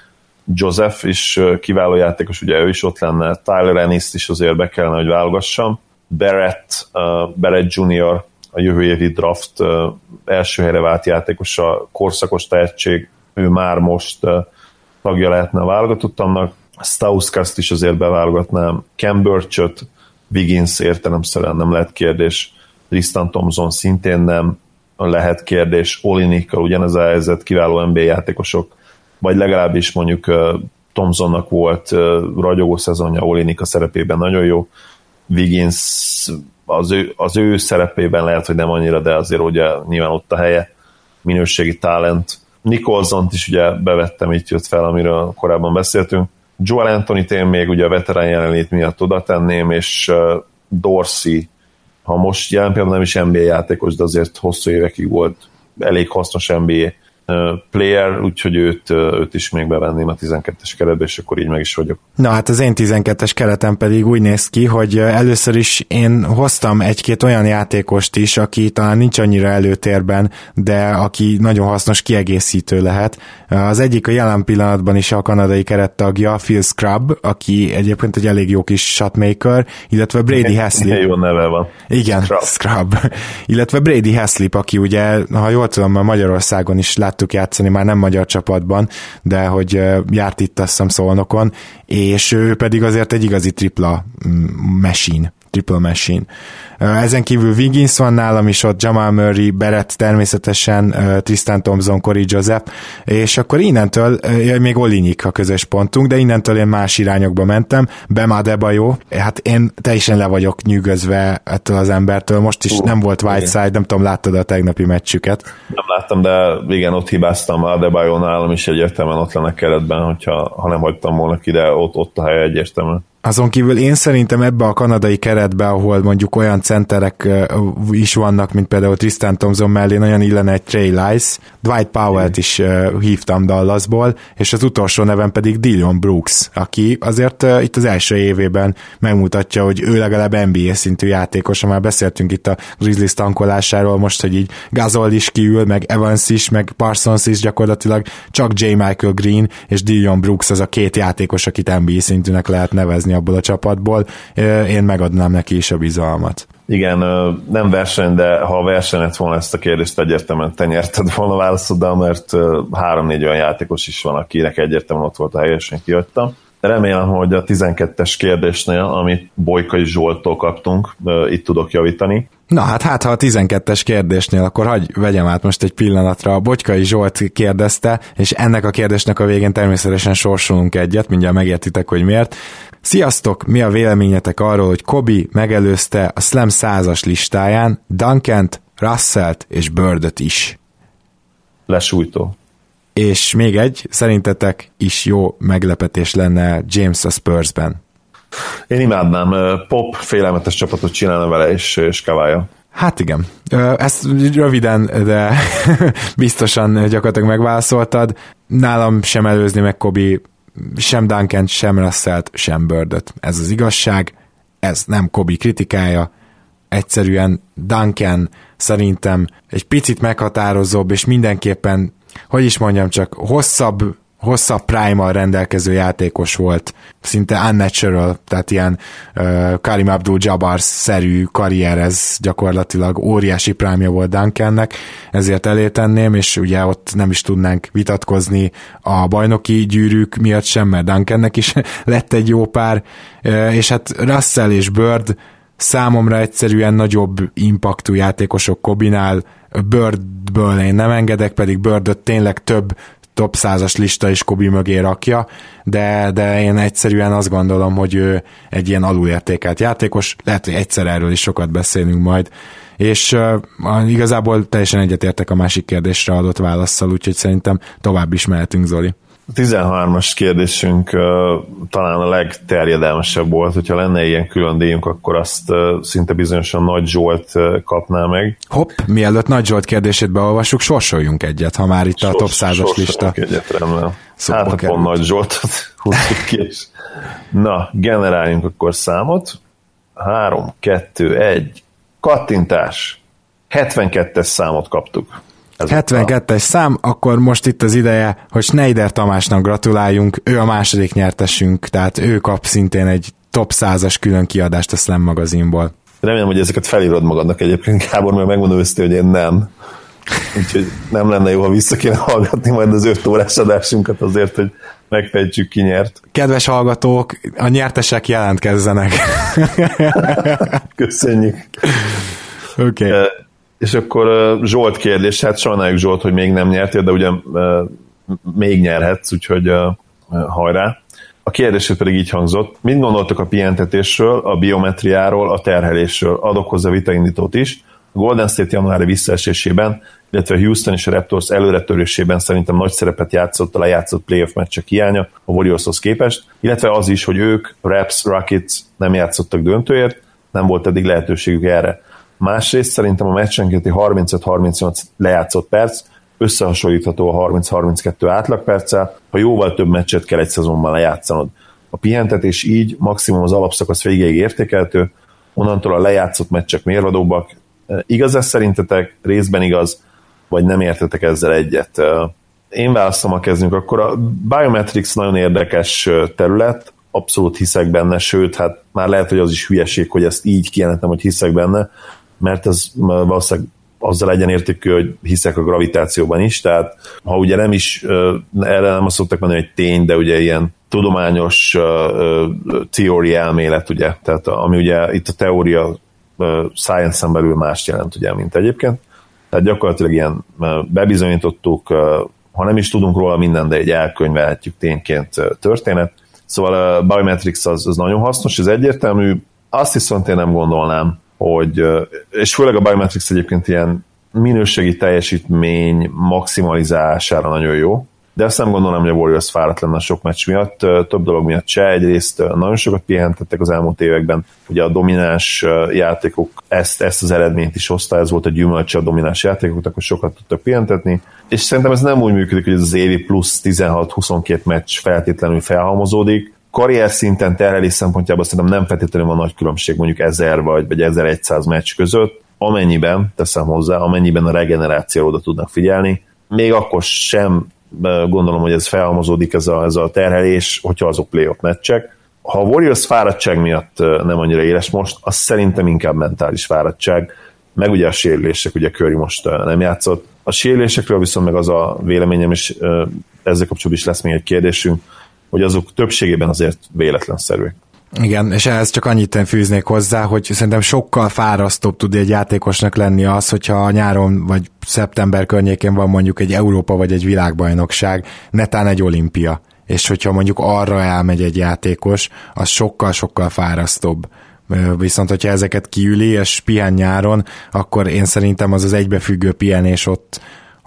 Joseph is kiváló játékos, ugye ő is ott lenne, Tyler Ennis-t is azért be kellene, hogy válogassam. Barrett Junior, a jövő évi draft első helyre vált játékos, a korszakos tehetség, ő már most tagja lehetne a válogatottamnak. Stauskast is azért beválogatnám, Cam Birchot, Wiggins értelemszerűen nem lehet kérdés, Tristan Thompson szintén nem lehet kérdés, Olinikkal ugyanez a helyzet, kiváló NBA játékosok, vagy legalábbis mondjuk Thompsonnak volt ragyogó szezonja, Olinik a szerepében nagyon jó, Wiggins az ő szerepében lehet, hogy nem annyira, de azért ugye nyilván ott a helye, minőségi talent. Nicholsont is ugye bevettem, itt jött fel, amiről korábban beszéltünk. Joel Anthony-t én még ugye a veterán jelenlét miatt oda tenném, és Dorsey, ha most jelen például nem is NBA játékos, de azért hosszú évekig volt elég hasznos NBA player, úgyhogy őt is még bevenném a 12-es keretbe, és akkor így meg is vagyok. Na hát az én 12-es keretem pedig úgy néz ki, hogy először is én hoztam egy-két olyan játékost is, aki talán nincs annyira előtérben, de aki nagyon hasznos kiegészítő lehet. Az egyik a jelen pillanatban is a kanadai kerettagja, Phil Scrubb, aki egyébként egy elég jó kis shotmaker, illetve Brady Haslip. Jó neve van. Igen, Scrubb. Illetve Brady Haslip, aki ugye, ha jól tudom, Magyarországon is láttuk játszani, már nem magyar csapatban, de hogy járt itt azt hiszem Szolnokon, és ő pedig azért egy igazi triple machine. Ezen kívül Wiggins van nálam is, ott Jamal Murray, Barrett természetesen, Tristan Thompson, Corey Joseph, és akkor innentől, még Olinyik a közös pontunk, de innentől én más irányokba mentem, Bam Adebayo, hát én teljesen le vagyok nyűgözve ettől az embertől, most is nem volt Whiteside, nem tudom, láttad a tegnapi meccsüket? Nem láttam, de igen, ott hibáztam, Adebayo nálam is egyértelműen ott lenne keretben, ha nem hagytam volna ki, de ott a helye egyértelműen. Azon kívül én szerintem ebbe a kanadai keretbe, ahol mondjuk olyan centerek is vannak, mint például Tristan Thompson mellé, nagyon illene egy Trey Lyles, Dwight Powell-t is hívtam Dallasból, és az utolsó nevem pedig Dillon Brooks, aki azért itt az első évében megmutatja, hogy ő legalább NBA szintű játékos, már beszéltünk itt a Grizzlies tankolásáról, most, hogy így Gasol is kiül, meg Evans is, meg Parsons is gyakorlatilag, csak J. Michael Green és Dillon Brooks az a két játékos, akit NBA szintűnek lehet nevezni abból a csapatból, én megadnám neki is a bizalmat. Igen, nem verseny, de ha a verseny lett volna, ezt a kérdést egyértelműen te nyerted volna a válaszoddal, mert 3-4 olyan játékos is van, akinek egyértelműen ott volt a helyes, én kihagytam. Remélem, hogy a 12-es kérdésnél, amit Bolykai Zsolttól kaptunk, itt tudok javítani. Na hát ha a 12-es kérdésnél, akkor hagyj vegyem át most egy pillanatra. A Bolykai Zsolt kérdezte, és ennek a kérdésnek a végén természetesen sorsolunk egyet, mindjárt megértitek, hogy miért. Sziasztok! Mi a véleményetek arról, hogy Kobe megelőzte a Slam 100-as listáján Duncant, Russellt és Birdöt is? Lesújtó. És még egy, szerintetek is jó meglepetés lenne James a Spursben? Én imádnám, Pop félelmetes csapatot csinálna vele, és Kawhi-ja. Hát igen, ezt röviden, de biztosan gyakorlatilag megválaszoltad. Nálam sem előzni meg Kobe, sem Duncant, sem Russellt, sem Birdöt. Ez az igazság, ez nem Kobe kritikája, egyszerűen Duncan szerintem egy picit meghatározóbb, és mindenképpen, hogy is mondjam, csak hosszabb prime-mal rendelkező játékos volt, szinte unnatural, tehát ilyen Karim Abdul-Jabbar-szerű karrier, ez gyakorlatilag óriási prime-ja volt Duncannek, ezért elétenném, és ugye ott nem is tudnánk vitatkozni a bajnoki gyűrűk miatt sem, mert Duncannek is lett egy jó pár, és hát Russell és Bird számomra egyszerűen nagyobb impaktú játékosok Kobe-nál, Birdből én nem engedek, pedig Birdöt tényleg több top 100-as lista is Kobe mögé rakja, de én egyszerűen azt gondolom, hogy ő egy ilyen alulértékelt játékos, lehet, hogy egyszer erről is sokat beszélünk majd, és igazából teljesen egyetértek a másik kérdésre adott válasszal, úgyhogy szerintem tovább is mehetünk, Zoli. A 13-as kérdésünk talán a legterjedelmesebb volt, hogyha lenne ilyen külön díjunk, akkor azt szinte bizonyosan Nagy Zsolt kapná meg. Hopp, mielőtt Nagy Zsolt kérdését beolvassuk, sorsoljunk egyet, ha már itt a top 100-as lista. Egyet, remélem. Hát pont Nagy Zsoltot húzzuk ki, és na, generáljunk akkor számot. 3, 2, 1, kattintás. 72-es számot kaptuk. 72-es szám, akkor most itt az ideje, hogy Schneider Tamásnak gratuláljunk, ő a második nyertesünk, tehát ő kap szintén egy top 100-as külön kiadást a Slam magazinból. Remélem, hogy ezeket felírod magadnak egyébként, Gábor, mert megmondom őszintén, hogy én nem. Úgyhogy nem lenne jó, ha vissza kéne hallgatni majd az 5 órás adásunkat azért, hogy megfejtsük, ki nyert. Kedves hallgatók, a nyertesek jelentkezzenek. Köszönjük. Oké. Okay. És akkor Zsolt kérdés, hát sajnáljuk Zsolt, hogy még nem nyertél, de ugye még nyerhetsz, úgyhogy hajrá. A kérdését pedig így hangzott. Mit gondoltok a pihentetésről, a biometriáról, a terhelésről? Adok hozzá vitaindítót is. A Golden State januári visszaesésében, illetve a Houston és a Raptors előretörésében szerintem nagy szerepet játszott a lejátszott playoff meccsek hiánya a Warriorshoz képest, illetve az is, hogy ők, Raps, Rockets nem játszottak döntőért, nem volt eddig lehetőségük erre. Másrészt szerintem a meccsenkénti 35-38 lejátszott perc összehasonlítható a 30-32 átlagperccel, ha jóval több meccset kell egy szezonban lejátszanod. A pihentetés így maximum az alapszakasz végéig értékelhető, onnantól a lejátszott meccsek mérvadóbbak. Igaz ez szerintetek? Részben igaz, vagy nem értetek ezzel egyet? Én választom, kezdünk. Akkor a Biometrics nagyon érdekes terület, abszolút hiszek benne, sőt, hát már lehet, hogy az is hülyeség, hogy ezt így kijelentem, hogy hiszek benne, mert ez valószínűleg azzal egyenértékű, hogy hiszek a gravitációban is, tehát ha ugye nem is, erre nem azt szoktak mondani, hogy tény, de ugye ilyen tudományos teóri elmélet, ugye, tehát ami ugye itt a teória science-en belül mást jelent, ugye, mint egyébként. Tehát gyakorlatilag ilyen bebizonyítottuk, ha nem is tudunk róla minden, de egy elkönyvelhetjük tényként történet. Szóval a Biometrics az nagyon hasznos, ez egyértelmű. Azt viszont én nem gondolnám, hogy, és főleg a Biometrics egyébként ilyen minőségi teljesítmény maximalizálására nagyon jó, de azt nem gondolom, hogy a Warriors fáradt lenne a sok meccs miatt, több dolog miatt se. Egyrészt nagyon sokat pihentettek az elmúlt években, ugye a domináns játékok ezt az eredményt is hozta, ez volt a gyümölcse a domináns játékoknak, akkor sokat tudtak pihentetni, és szerintem ez nem úgy működik, hogy ez az évi plusz 16-22 meccs feltétlenül felhalmozódik. Karrier szinten terhelés szempontjából szerintem nem feltétlenül van nagy különbség mondjuk 1000 vagy 1100 meccs között, amennyiben, teszem hozzá, amennyiben a regenerációra oda tudnak figyelni, még akkor sem gondolom, hogy ez felhalmozódik ez a terhelés, hogyha azok playoff meccsek. Ha a Warriors fáradtság miatt nem annyira éles most, az szerintem inkább mentális fáradtság, meg ugye a sérülések, ugye Curry most nem játszott. A sérülésekről viszont meg az a véleményem, és ezzel kapcsolatban is lesz még egy kérdésünk, hogy azok többségében azért véletlenszerűek. Igen, és ehhez csak annyit fűznék hozzá, hogy szerintem sokkal fárasztóbb tud egy játékosnak lenni az, hogyha nyáron vagy szeptember környékén van mondjuk egy Európa vagy egy világbajnokság, netán egy olimpia, és hogyha mondjuk arra elmegy egy játékos, az sokkal-sokkal fárasztóbb. Viszont, hogyha ezeket kiüli és pihen nyáron, akkor én szerintem az egybefüggő pihenés ott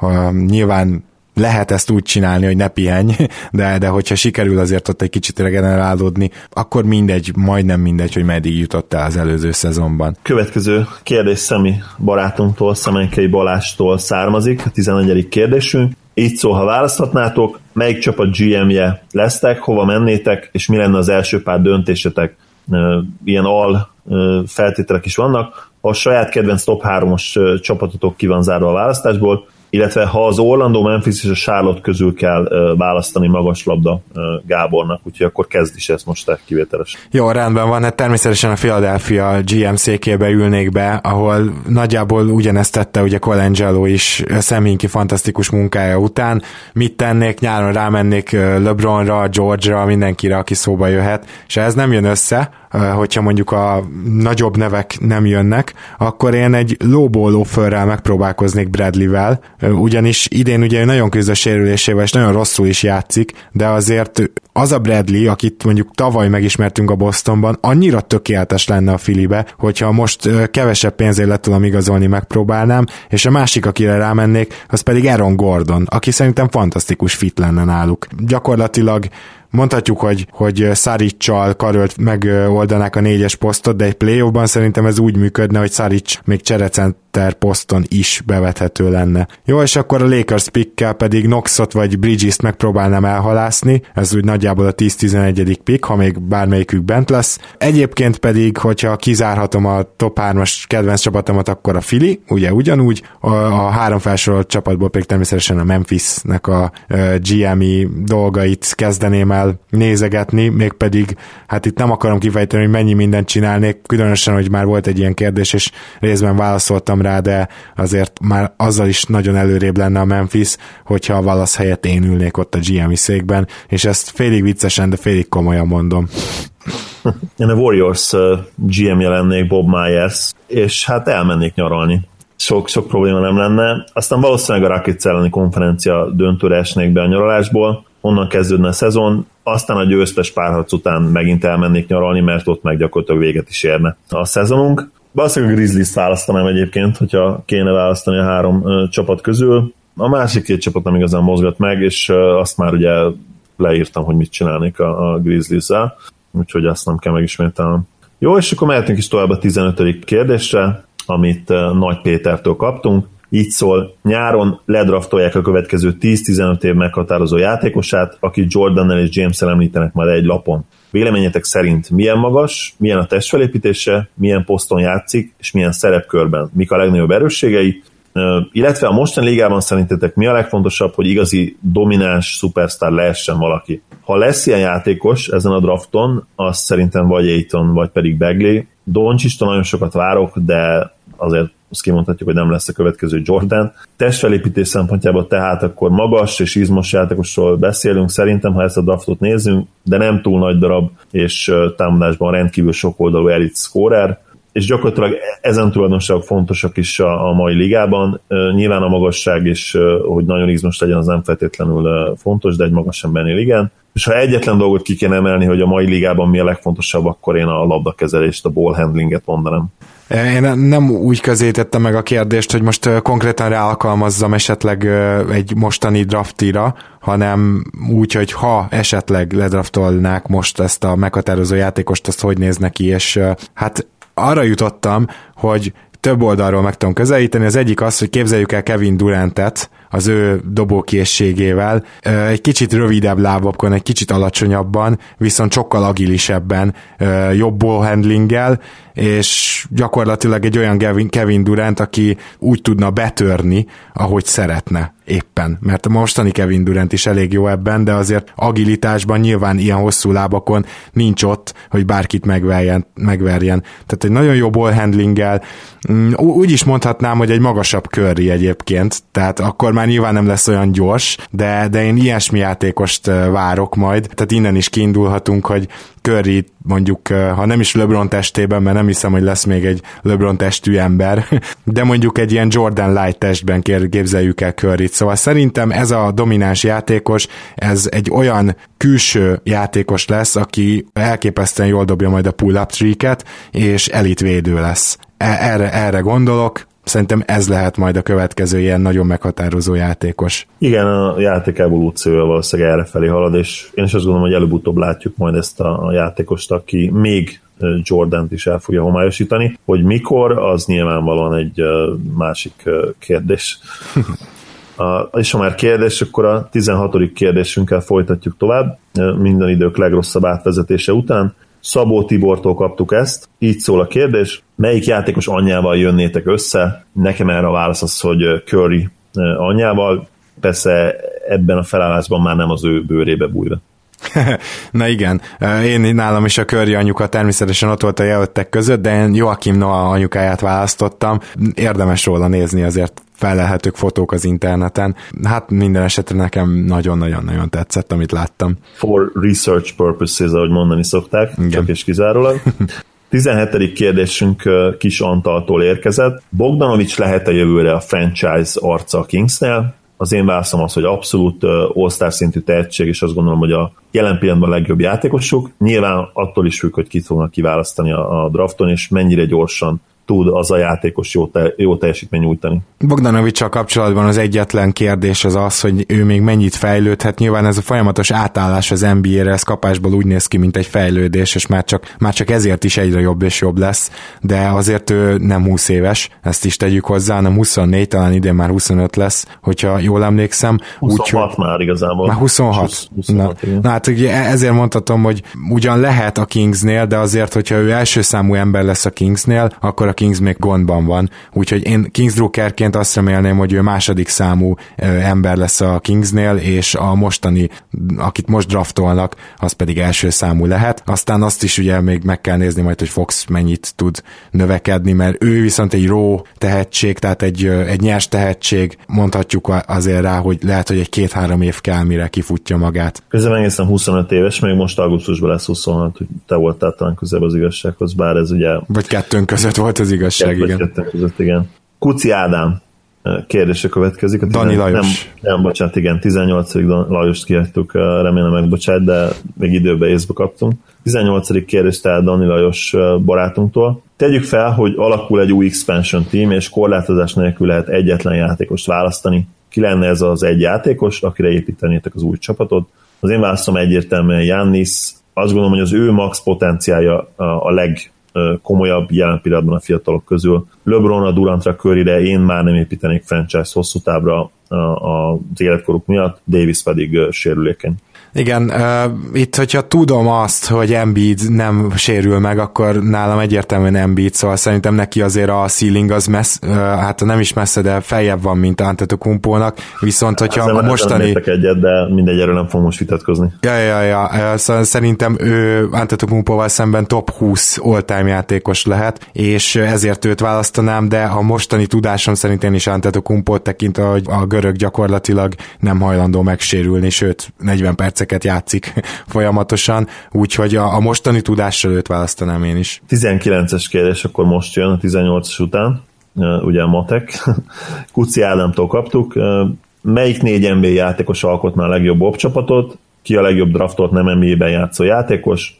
nyilván lehet ezt úgy csinálni, hogy ne pihenj, de hogyha sikerül azért ott egy kicsit regenerálódni, akkor mindegy, majdnem mindegy, hogy meddig jutott el az előző szezonban. Következő kérdés Szemi barátunktól, Szemenkei Balástól származik, a 11. kérdésünk. Így szól, ha választhatnátok, melyik csapat GM-je lesztek, hova mennétek, és mi lenne az első pár döntésetek? Ilyen feltételek is vannak. Ha a saját kedvenc top 3-os csapatotok ki van zárva a választásból, illetve ha az Orlando, Memphis és a Charlotte közül kell választani magaslabda Gábornak, úgyhogy akkor kezd is ezt most kivételes. Jó, rendben van, hát természetesen a Philadelphia GM székébe ülnék be, ahol nagyjából ugyanezt tette ugye Colangelo is Sam Hinkie fantasztikus munkája után. Mit tennék? Nyáron rámennék LeBronra, George-ra, mindenkire, aki szóba jöhet, és ez nem jön össze, hogyha mondjuk a nagyobb nevek nem jönnek, akkor én egy lowball offerrel megpróbálkoznék Bradley-vel, ugyanis idén ugye nagyon küzd a sérülésével, és nagyon rosszul is játszik, de azért az a Bradley, akit mondjuk tavaly megismertünk a Bostonban, annyira tökéletes lenne a Phillybe, hogyha most kevesebb pénzért le tudom igazolni, megpróbálnám, és a másik, akire rámennék, az pedig Aaron Gordon, aki szerintem fantasztikus fit lenne náluk. Gyakorlatilag mondhatjuk, hogy Saric-csal karölt megoldanák a 4-es posztot, de egy play-offban szerintem ez úgy működne, hogy Saric még cserecenter poszton is bevethető lenne. Jó, és akkor a Lakers pickkel pedig Knoxot vagy Bridges-t megpróbálnám elhalászni, ez úgy nagyjából a 10-11. pick, ha még bármelyikük bent lesz. Egyébként pedig, hogyha kizárhatom a top 3-as kedvenc csapatomat, akkor a Philly, ugye ugyanúgy, a 3 felsorolt csapatból pedig természetesen a Memphisnek a GM-i dolgait kezdeném el nézegetni, mégpedig, hát itt nem akarom kifejteni, hogy mennyi mindent csinálnék, különösen, hogy már volt egy ilyen kérdés, és részben válaszoltam rá, de azért már azzal is nagyon előrébb lenne a Memphis, hogyha a Wallace helyett én ülnék ott a GM-i székben, és ezt félig viccesen, de félig komolyan mondom. Én a Warriors GM-je lennék, Bob Myers, és hát elmennék nyaralni. Sok probléma nem lenne. Aztán valószínűleg a Rockets elleni konferencia döntőre esnék be a nyaralásból, onnan kezdődne a szezon, aztán a győztes párharc után megint elmennék nyaralni, mert ott meg gyakorlatilag véget is érne a szezonunk. Valószínűleg a Grizzlies választanám egyébként, hogyha kéne választani a 3 csapat közül. A másik 2 csapat nem igazán mozgat meg, és azt már ugye leírtam, hogy mit csinálnék a Grizzlies-el, úgyhogy azt nem kell megismételnem. Jó, és akkor mehetünk is tovább a 15. kérdésre, amit Nagy Pétertől kaptunk. Így szól: nyáron ledraftolják a következő 10-15 év meghatározó játékosát, akit Jordannel és James-el említenek majd egy lapon. Véleményetek szerint milyen magas, milyen a testfelépítése, milyen poszton játszik, és milyen szerepkörben, mik a legnagyobb erősségei, illetve a mostani ligában szerintetek mi a legfontosabb, hogy igazi domináns szupersztár lehessen valaki. Ha lesz ilyen játékos ezen a drafton, az szerintem vagy Ayton, vagy pedig Bagley. Doncsistól nagyon sokat várok, de azért azt kimondhatjuk, hogy nem lesz a következő Jordan. Testfelépítés szempontjából tehát akkor magas és izmos játékosról beszélünk szerintem, ha ezt a draftot nézzünk, de nem túl nagy darab, és támadásban rendkívül sokoldalú elit scorer, és gyakorlatilag ezen tulajdonságok fontosak is a mai ligában. Nyilván a magasság és hogy nagyon izmos legyen, az nem feltétlenül fontos, de egy magas embernél igen. És ha egyetlen dolgot ki kéne emelni, hogy a mai ligában mi a legfontosabb, akkor én a labdakezelést, a ball handlinget mondanám. Én nem úgy közelítettem meg a kérdést, hogy most konkrétan ráalkalmazzam esetleg egy mostani draftira, hanem úgy, hogy ha esetleg ledraftolnák most ezt a meghatározó játékost, azt hogy néz neki, és hát arra jutottam, hogy több oldalról meg tudom közelíteni. Az egyik az, hogy képzeljük el Kevin Durantet az ő dobókészségével, egy kicsit rövidebb lábokon, egy kicsit alacsonyabban, viszont sokkal agilisebben, jobb ballhandlinggel, és gyakorlatilag egy olyan Kevin Durant, aki úgy tudna betörni, ahogy szeretne éppen. Mert a mostani Kevin Durant is elég jó ebben, de azért agilitásban nyilván ilyen hosszú lábakon nincs ott, hogy bárkit megverjen. Tehát egy nagyon jó ballhandlinggel, úgy is mondhatnám, hogy egy magasabb Curry egyébként, tehát akkor már nyilván nem lesz olyan gyors, de én ilyesmi játékost várok majd, tehát innen is kiindulhatunk, hogy Curry mondjuk, ha nem is LeBron testében, mert nem hiszem, hogy lesz még egy LeBron testű ember, de mondjuk egy ilyen Jordan Light testben képzeljük el Curryt. Szóval szerintem ez a domináns játékos, ez egy olyan külső játékos lesz, aki elképesztően jól dobja majd a pull-up tricket, és elitvédő lesz. Erre gondolok. Szerintem ez lehet majd a következő ilyen nagyon meghatározó játékos. Igen, a játék evolúciója valószínűleg errefelé halad, és én is azt gondolom, hogy előbb-utóbb látjuk majd ezt a játékost, aki még Jordant is el fogja homályosítani. Hogy mikor, az nyilvánvalóan egy másik kérdés. És ha már kérdés, akkor a 16. kérdésünkkel folytatjuk tovább, minden idők legrosszabb átvezetése után. Szabó Tibortól kaptuk ezt, így szól a kérdés: melyik játékos anyjával jönnétek össze? Nekem erre a válasz az, hogy Curry anyjával, persze ebben a felállásban már nem az ő bőrébe bújva. Na igen, én nálam is a Curry anyuka természetesen ott volt a jelöltek között, de én Joakim Noah anyukáját választottam. Érdemes róla nézni, azért felelhetők fotók az interneten. Hát minden esetre nekem nagyon-nagyon-nagyon tetszett, amit láttam. For research purposes, ahogy mondani szokták, igen. Csak és kizárólag. 17. kérdésünk Kis Antaltól érkezett. Bogdanovics lehet-e jövőre a franchise arca a Kingsnél? Az én válaszom az, hogy abszolút all-star szintű tehetség, és azt gondolom, hogy a jelen pillanatban a legjobb játékosuk. Nyilván attól is függ, hogy kit fognak kiválasztani a drafton, és mennyire gyorsan tud az a játékos jó teljesítmény nyújtani. Bogdanovics-sal kapcsolatban az egyetlen kérdés az, hogy ő még mennyit fejlődhet. Nyilván ez a folyamatos átállás az NBA-re, ez kapásból úgy néz ki, mint egy fejlődés, és már csak ezért is egyre jobb és jobb lesz, de azért ő nem 20 éves, ezt is tegyük hozzá, hanem 24, talán idén már 25 lesz, hogyha jól emlékszem. 26 már igazából. Már 26. 26 na hát ugye ezért mondhatom, hogy ugyan lehet a Kingsnél, de azért, hogyha ő első számú ember lesz a Kingsnél, akkor a Kings még gondban van. Úgyhogy én Kings drukkerként azt remélném, hogy ő második számú ember lesz a Kingsnél, és a mostani, akit most draftolnak, az pedig első számú lehet. Aztán azt is ugye még meg kell nézni majd, hogy Fox mennyit tud növekedni, mert ő viszont egy raw tehetség, tehát egy nyers tehetség, mondhatjuk azért rá, hogy lehet, hogy egy 2-3 év kell, mire kifutja magát. Közben egészen 25 éves, még most augusztusban lesz 26, hogy te voltál talán közel az igazsághoz, bár ez ugye... Vagy kettőnk között volt az igazság, igen. Között, igen. Kuci Ádám kérdése következik. Dani Lajos. Nem, bocsánat, igen, 18. Lajost kihagytuk, remélem megbocsát, de még időben észbe kaptunk. 18. kérdés tehát Dani Lajos barátunktól. Tegyük fel, hogy alakul egy új expansion team, és korlátozás nélkül lehet egyetlen játékost választani. Ki lenne ez az egy játékos, akire építenétek az új csapatot? Az én válaszom egyértelműen Giannis. Azt gondolom, hogy az ő max potenciálja a komolyabb jelen pillanatban a fiatalok közül. LeBronra, Durantra, Curryre én már nem építenék franchise hosszú távra az életkoruk miatt, Davis pedig sérülékeny. Igen, itt, hogyha tudom azt, hogy Embiid nem sérül meg, akkor nálam egyértelműen Embiid, szóval szerintem neki azért a ceiling az hát nem is messze, de feljebb van, mint Antetokounmpónak, viszont hogyha a mostani... Nem egyet, de mindegy, erről nem fogom most vitatkozni. Szóval szerintem ő Antetokounmpóval szemben top 20 all-time játékos lehet, és ezért őt választanám, de a mostani tudásom szerint én is Antetokounmpót tekintve, hogy a görög gyakorlatilag nem hajlandó megsérülni, sőt 40 perceket játszik folyamatosan, úgyhogy a mostani tudással őt választanám én is. 19-es kérdés, akkor most jön a 18-as után, ugye a matek. Kuci Ádámtól kaptuk. Melyik 4 NBA játékos alkotná a legjobb Bob csapatot? Ki a legjobb draftolt nem NBA-ben játszó játékos?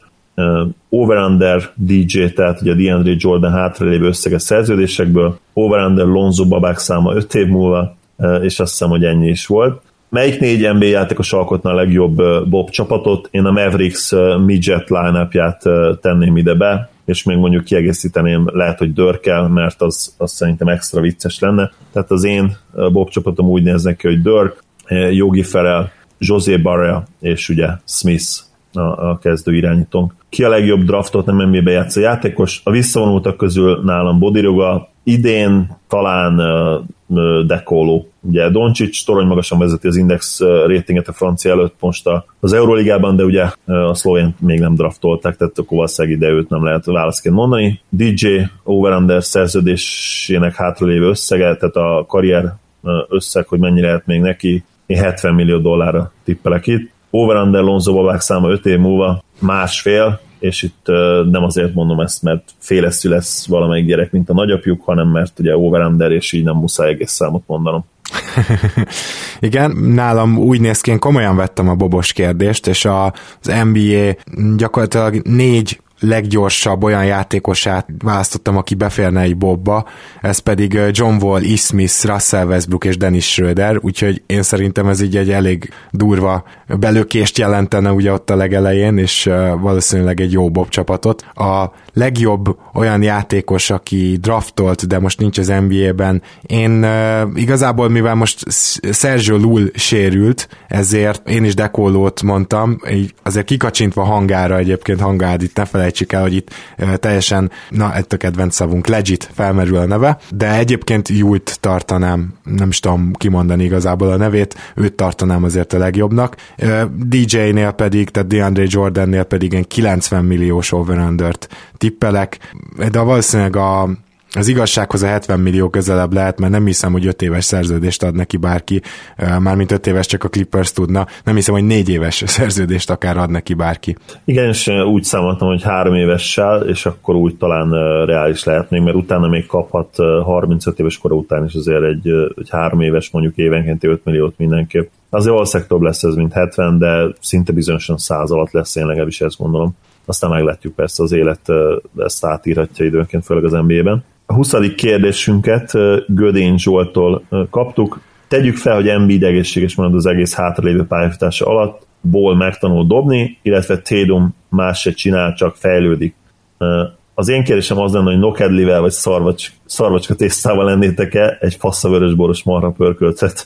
Over-under DJ, tehát ugye a DeAndre Jordan hátralévő összeges szerződésekből, over-under Lonzo babák száma 5 év múlva, és azt hiszem, hogy ennyi is volt. Melyik 4 NBA játékos alkotna a legjobb Bob csapatot? Én a Mavericks midget line-upját tenném ide be, és még mondjuk kiegészíteném, lehet, hogy Dörkkel, mert az szerintem extra vicces lenne. Tehát az én Bob csapatom úgy néznek ki, hogy Dörk, Yogi Ferrell, José Barrea és ugye Smith a kezdő irányítónk. Ki a legjobb draftot nem NBA-be játszó játékos? A visszavonultak közül nálam Bodiroga, idén talán Dekolo. Ugye Doncic torony magasan vezeti az index ratinget a francia előtt most az Euroligában, de ugye a szlovén még nem draftolták, tehát akkor valószínűleg ide őt nem lehet válaszként mondani. DJ over-under szerződésének hátralévő összege, tehát a karrier összeg, hogy mennyire lehet még neki, én $70 millió tippelek itt. Over-under Lonzo babák száma 5 év múlva 1,5, és itt nem azért mondom ezt, mert féleszű lesz valamelyik gyerek, mint a nagyapjuk, hanem mert ugye over-under, és így nem muszáj egész számot mondanom. Igen, nálam úgy néz ki, én komolyan vettem a bobos kérdést, és az NBA gyakorlatilag 4 leggyorsabb olyan játékosát választottam, aki beférne egy bobba, ez pedig John Wall, E. Smith, Russell Westbrook és Dennis Schröder, úgyhogy én szerintem ez így egy elég durva belökést jelentene ugye ott a legelején, és valószínűleg egy jó bob csapatot. A legjobb olyan játékos, aki draftolt, de most nincs az NBA-ben, én igazából, mivel most Sergio Llull sérült, ezért én is Dekolót mondtam, azért kikacsintva Hangára egyébként, Hangád itt ne felejtsük el, hogy itt teljesen, egy kedvenc szavunk, legit felmerül a neve, de egyébként Llull-t tartanám, nem is tudom kimondani igazából a nevét, őt tartanám azért a legjobbnak. DJ-nél pedig, tehát DeAndre Jordannél pedig én 90 milliós over-undert tippelek, de valószínűleg az igazsághoz a 70 millió közelebb lehet, mert nem hiszem, hogy 5 éves szerződést ad neki bárki, mármint 5 éves csak a Clippers tudna, nem hiszem, hogy 4 éves szerződést akár ad neki bárki. Igen, és úgy számoltam, hogy 3 évessel, és akkor úgy talán reális lehet még, mert utána még kaphat 35 éves kora után is azért egy 3 éves, mondjuk évenkénti 5 milliót mindenképp. Azért valószínűleg több lesz ez, mint 70, de szinte bizonyosan 100 alatt lesz, én legalábbis ezt gondolom. Aztán meglátjuk, persze az élet ezt átírhatja időnként, főleg az NBA-ben. A 20. kérdésünket Gödény Zsolttól kaptuk. Tegyük fel, hogy Embiid egészséges marad az egész hátralévő pályafutása alatt, Ball megtanul dobni, illetve Tatum más se csinál, csak fejlődik. Az én kérdésem az lenne, hogy nokedlivel vagy szarvacska tésztával lennétek-e egy faszavörösboros marha pörköltet?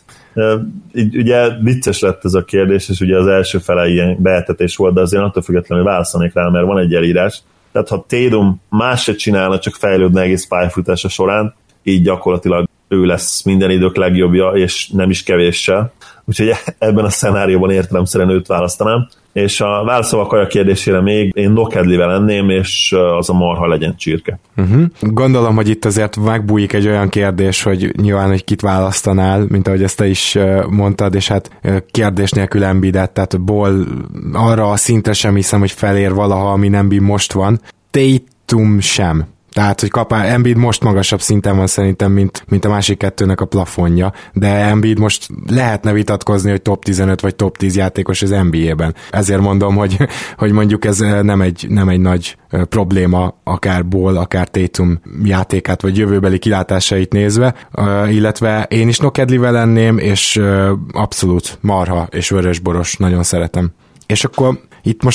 Ugye vicces lett ez a kérdés, és ugye az első fele ilyen beeltetés volt, de azért attól függetlenül válaszolnék rá, mert van egy elírás. Tehát ha Tatum más se csinálna, csak fejlődne egész pályafutása során, így gyakorlatilag ő lesz minden idők legjobbja, és nem is kevéssel. Úgyhogy ebben a szenárióban értelemszerűen őt választanám. És a válaszolva Kaja kérdésére még én nokedlivel lenném, és az a marha legyen csirke. Gondolom, hogy itt azért megbújik egy olyan kérdés, hogy nyilván, hogy kit választanál, mint ahogy ezt te is mondtad, és hát kérdés nélkül Embiidet, tehát Ball arra a szintre sem hiszem, hogy felér valaha, ami Embiid most van. Tatum sem. Tehát, hogy Embiid most magasabb szinten van szerintem, mint a másik kettőnek a plafonja, de Embiid most lehetne vitatkozni, hogy top 15 vagy top 10 játékos az NBA-ben. Ezért mondom, hogy mondjuk ez nem egy nagy probléma, akár Ball, akár Tatum játékát, vagy jövőbeli kilátásait nézve, illetve én is nokedlivel lenném, és abszolút marha és vörösboros, nagyon szeretem. És akkor itt most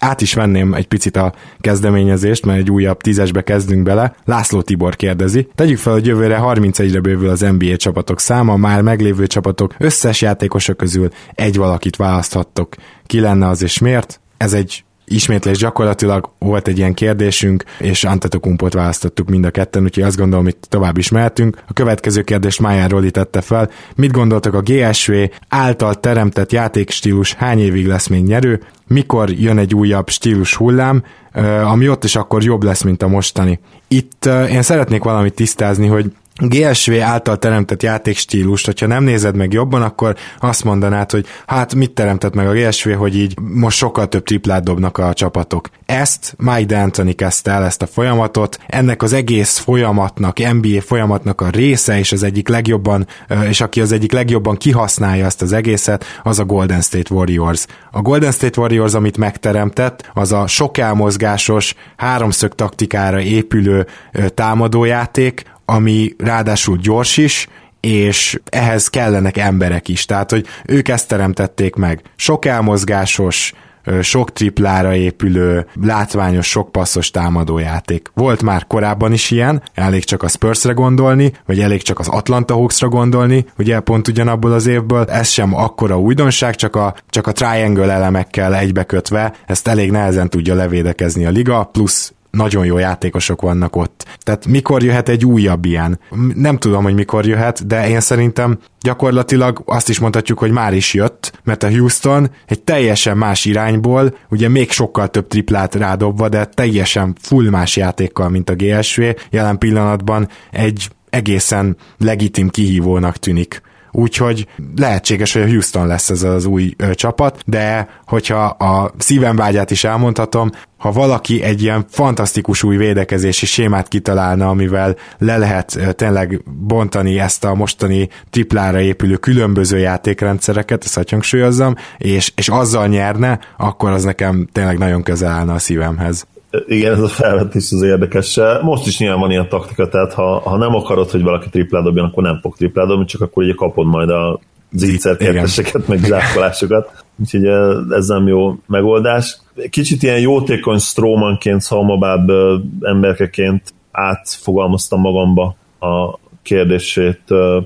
át is venném egy picit a kezdeményezést, mert egy újabb 10-esbe kezdünk bele. László Tibor kérdezi. Tegyük fel, hogy jövőre 31-re bővül az NBA csapatok száma, már meglévő csapatok összes játékosok közül egy valakit választhattok. Ki lenne az és miért? Ez egy ismétlés, gyakorlatilag volt egy ilyen kérdésünk, és Antetokounmpót választottuk mind a ketten, úgyhogy azt gondolom, hogy tovább is mehetünk. A következő kérdést Máján Roli tette fel. Mit gondoltak a GSV által teremtett játékstílus hány évig lesz még nyerő? Mikor jön egy újabb stílus hullám, ami ott is akkor jobb lesz, mint a mostani? Itt én szeretnék valamit tisztázni, hogy GSV által teremtett játékstílust, hogyha nem nézed meg jobban, akkor azt mondanád, hogy hát mit teremtett meg a GSV, hogy így most sokkal több triplát dobnak a csapatok. Ezt Mike D'Antoni kezdte el, ezt a folyamatot, ennek az egész folyamatnak, NBA folyamatnak a része, és az egyik legjobban, és aki az egyik legjobban kihasználja ezt az egészet, az a Golden State Warriors. A Golden State Warriors, amit megteremtett, az a sok elmozgásos, háromszög taktikára épülő támadójáték, ami ráadásul gyors is, és ehhez kellenek emberek is. Tehát, hogy ők ezt teremtették meg. Sok elmozgásos, sok triplára épülő, látványos, sok passzos támadójáték. Volt már korábban is ilyen, elég csak a Spursre gondolni, vagy elég csak az Atlanta Hawksra gondolni, ugye pont ugyanabból az évből, ez sem akkora újdonság, csak a triangle elemekkel egybekötve, ezt elég nehezen tudja levédekezni a liga, plusz nagyon jó játékosok vannak ott. Tehát mikor jöhet egy újabb ilyen? Nem tudom, hogy mikor jöhet, de én szerintem gyakorlatilag azt is mondhatjuk, hogy már is jött, mert a Houston egy teljesen más irányból, ugye még sokkal több triplát rádobva, de teljesen full más játékkal, mint a GSV, jelen pillanatban egy egészen legitim kihívónak tűnik. Úgyhogy lehetséges, hogy a Houston lesz ez az új csapat, de hogyha a szívem vágyát is elmondhatom, ha valaki egy ilyen fantasztikus új védekezési sémát kitalálna, amivel le lehet tényleg bontani ezt a mostani triplára épülő különböző játékrendszereket, ezt hangsúlyozzam, és azzal nyerne, akkor az nekem tényleg nagyon közel állna a szívemhez. Igen, ez a felvetés az érdekes. Most is nyilván van ilyen taktika, tehát ha nem akarod, hogy valaki triplát dobjon, akkor nem fog triplát dobni, csak akkor ugye kapod majd a zicserkerteseket, meg zsákolásokat. Úgyhogy ez nem jó megoldás. Kicsit ilyen jótékony Stromanként, szalmabáb emberkeként átfogalmaztam magamba a kérdését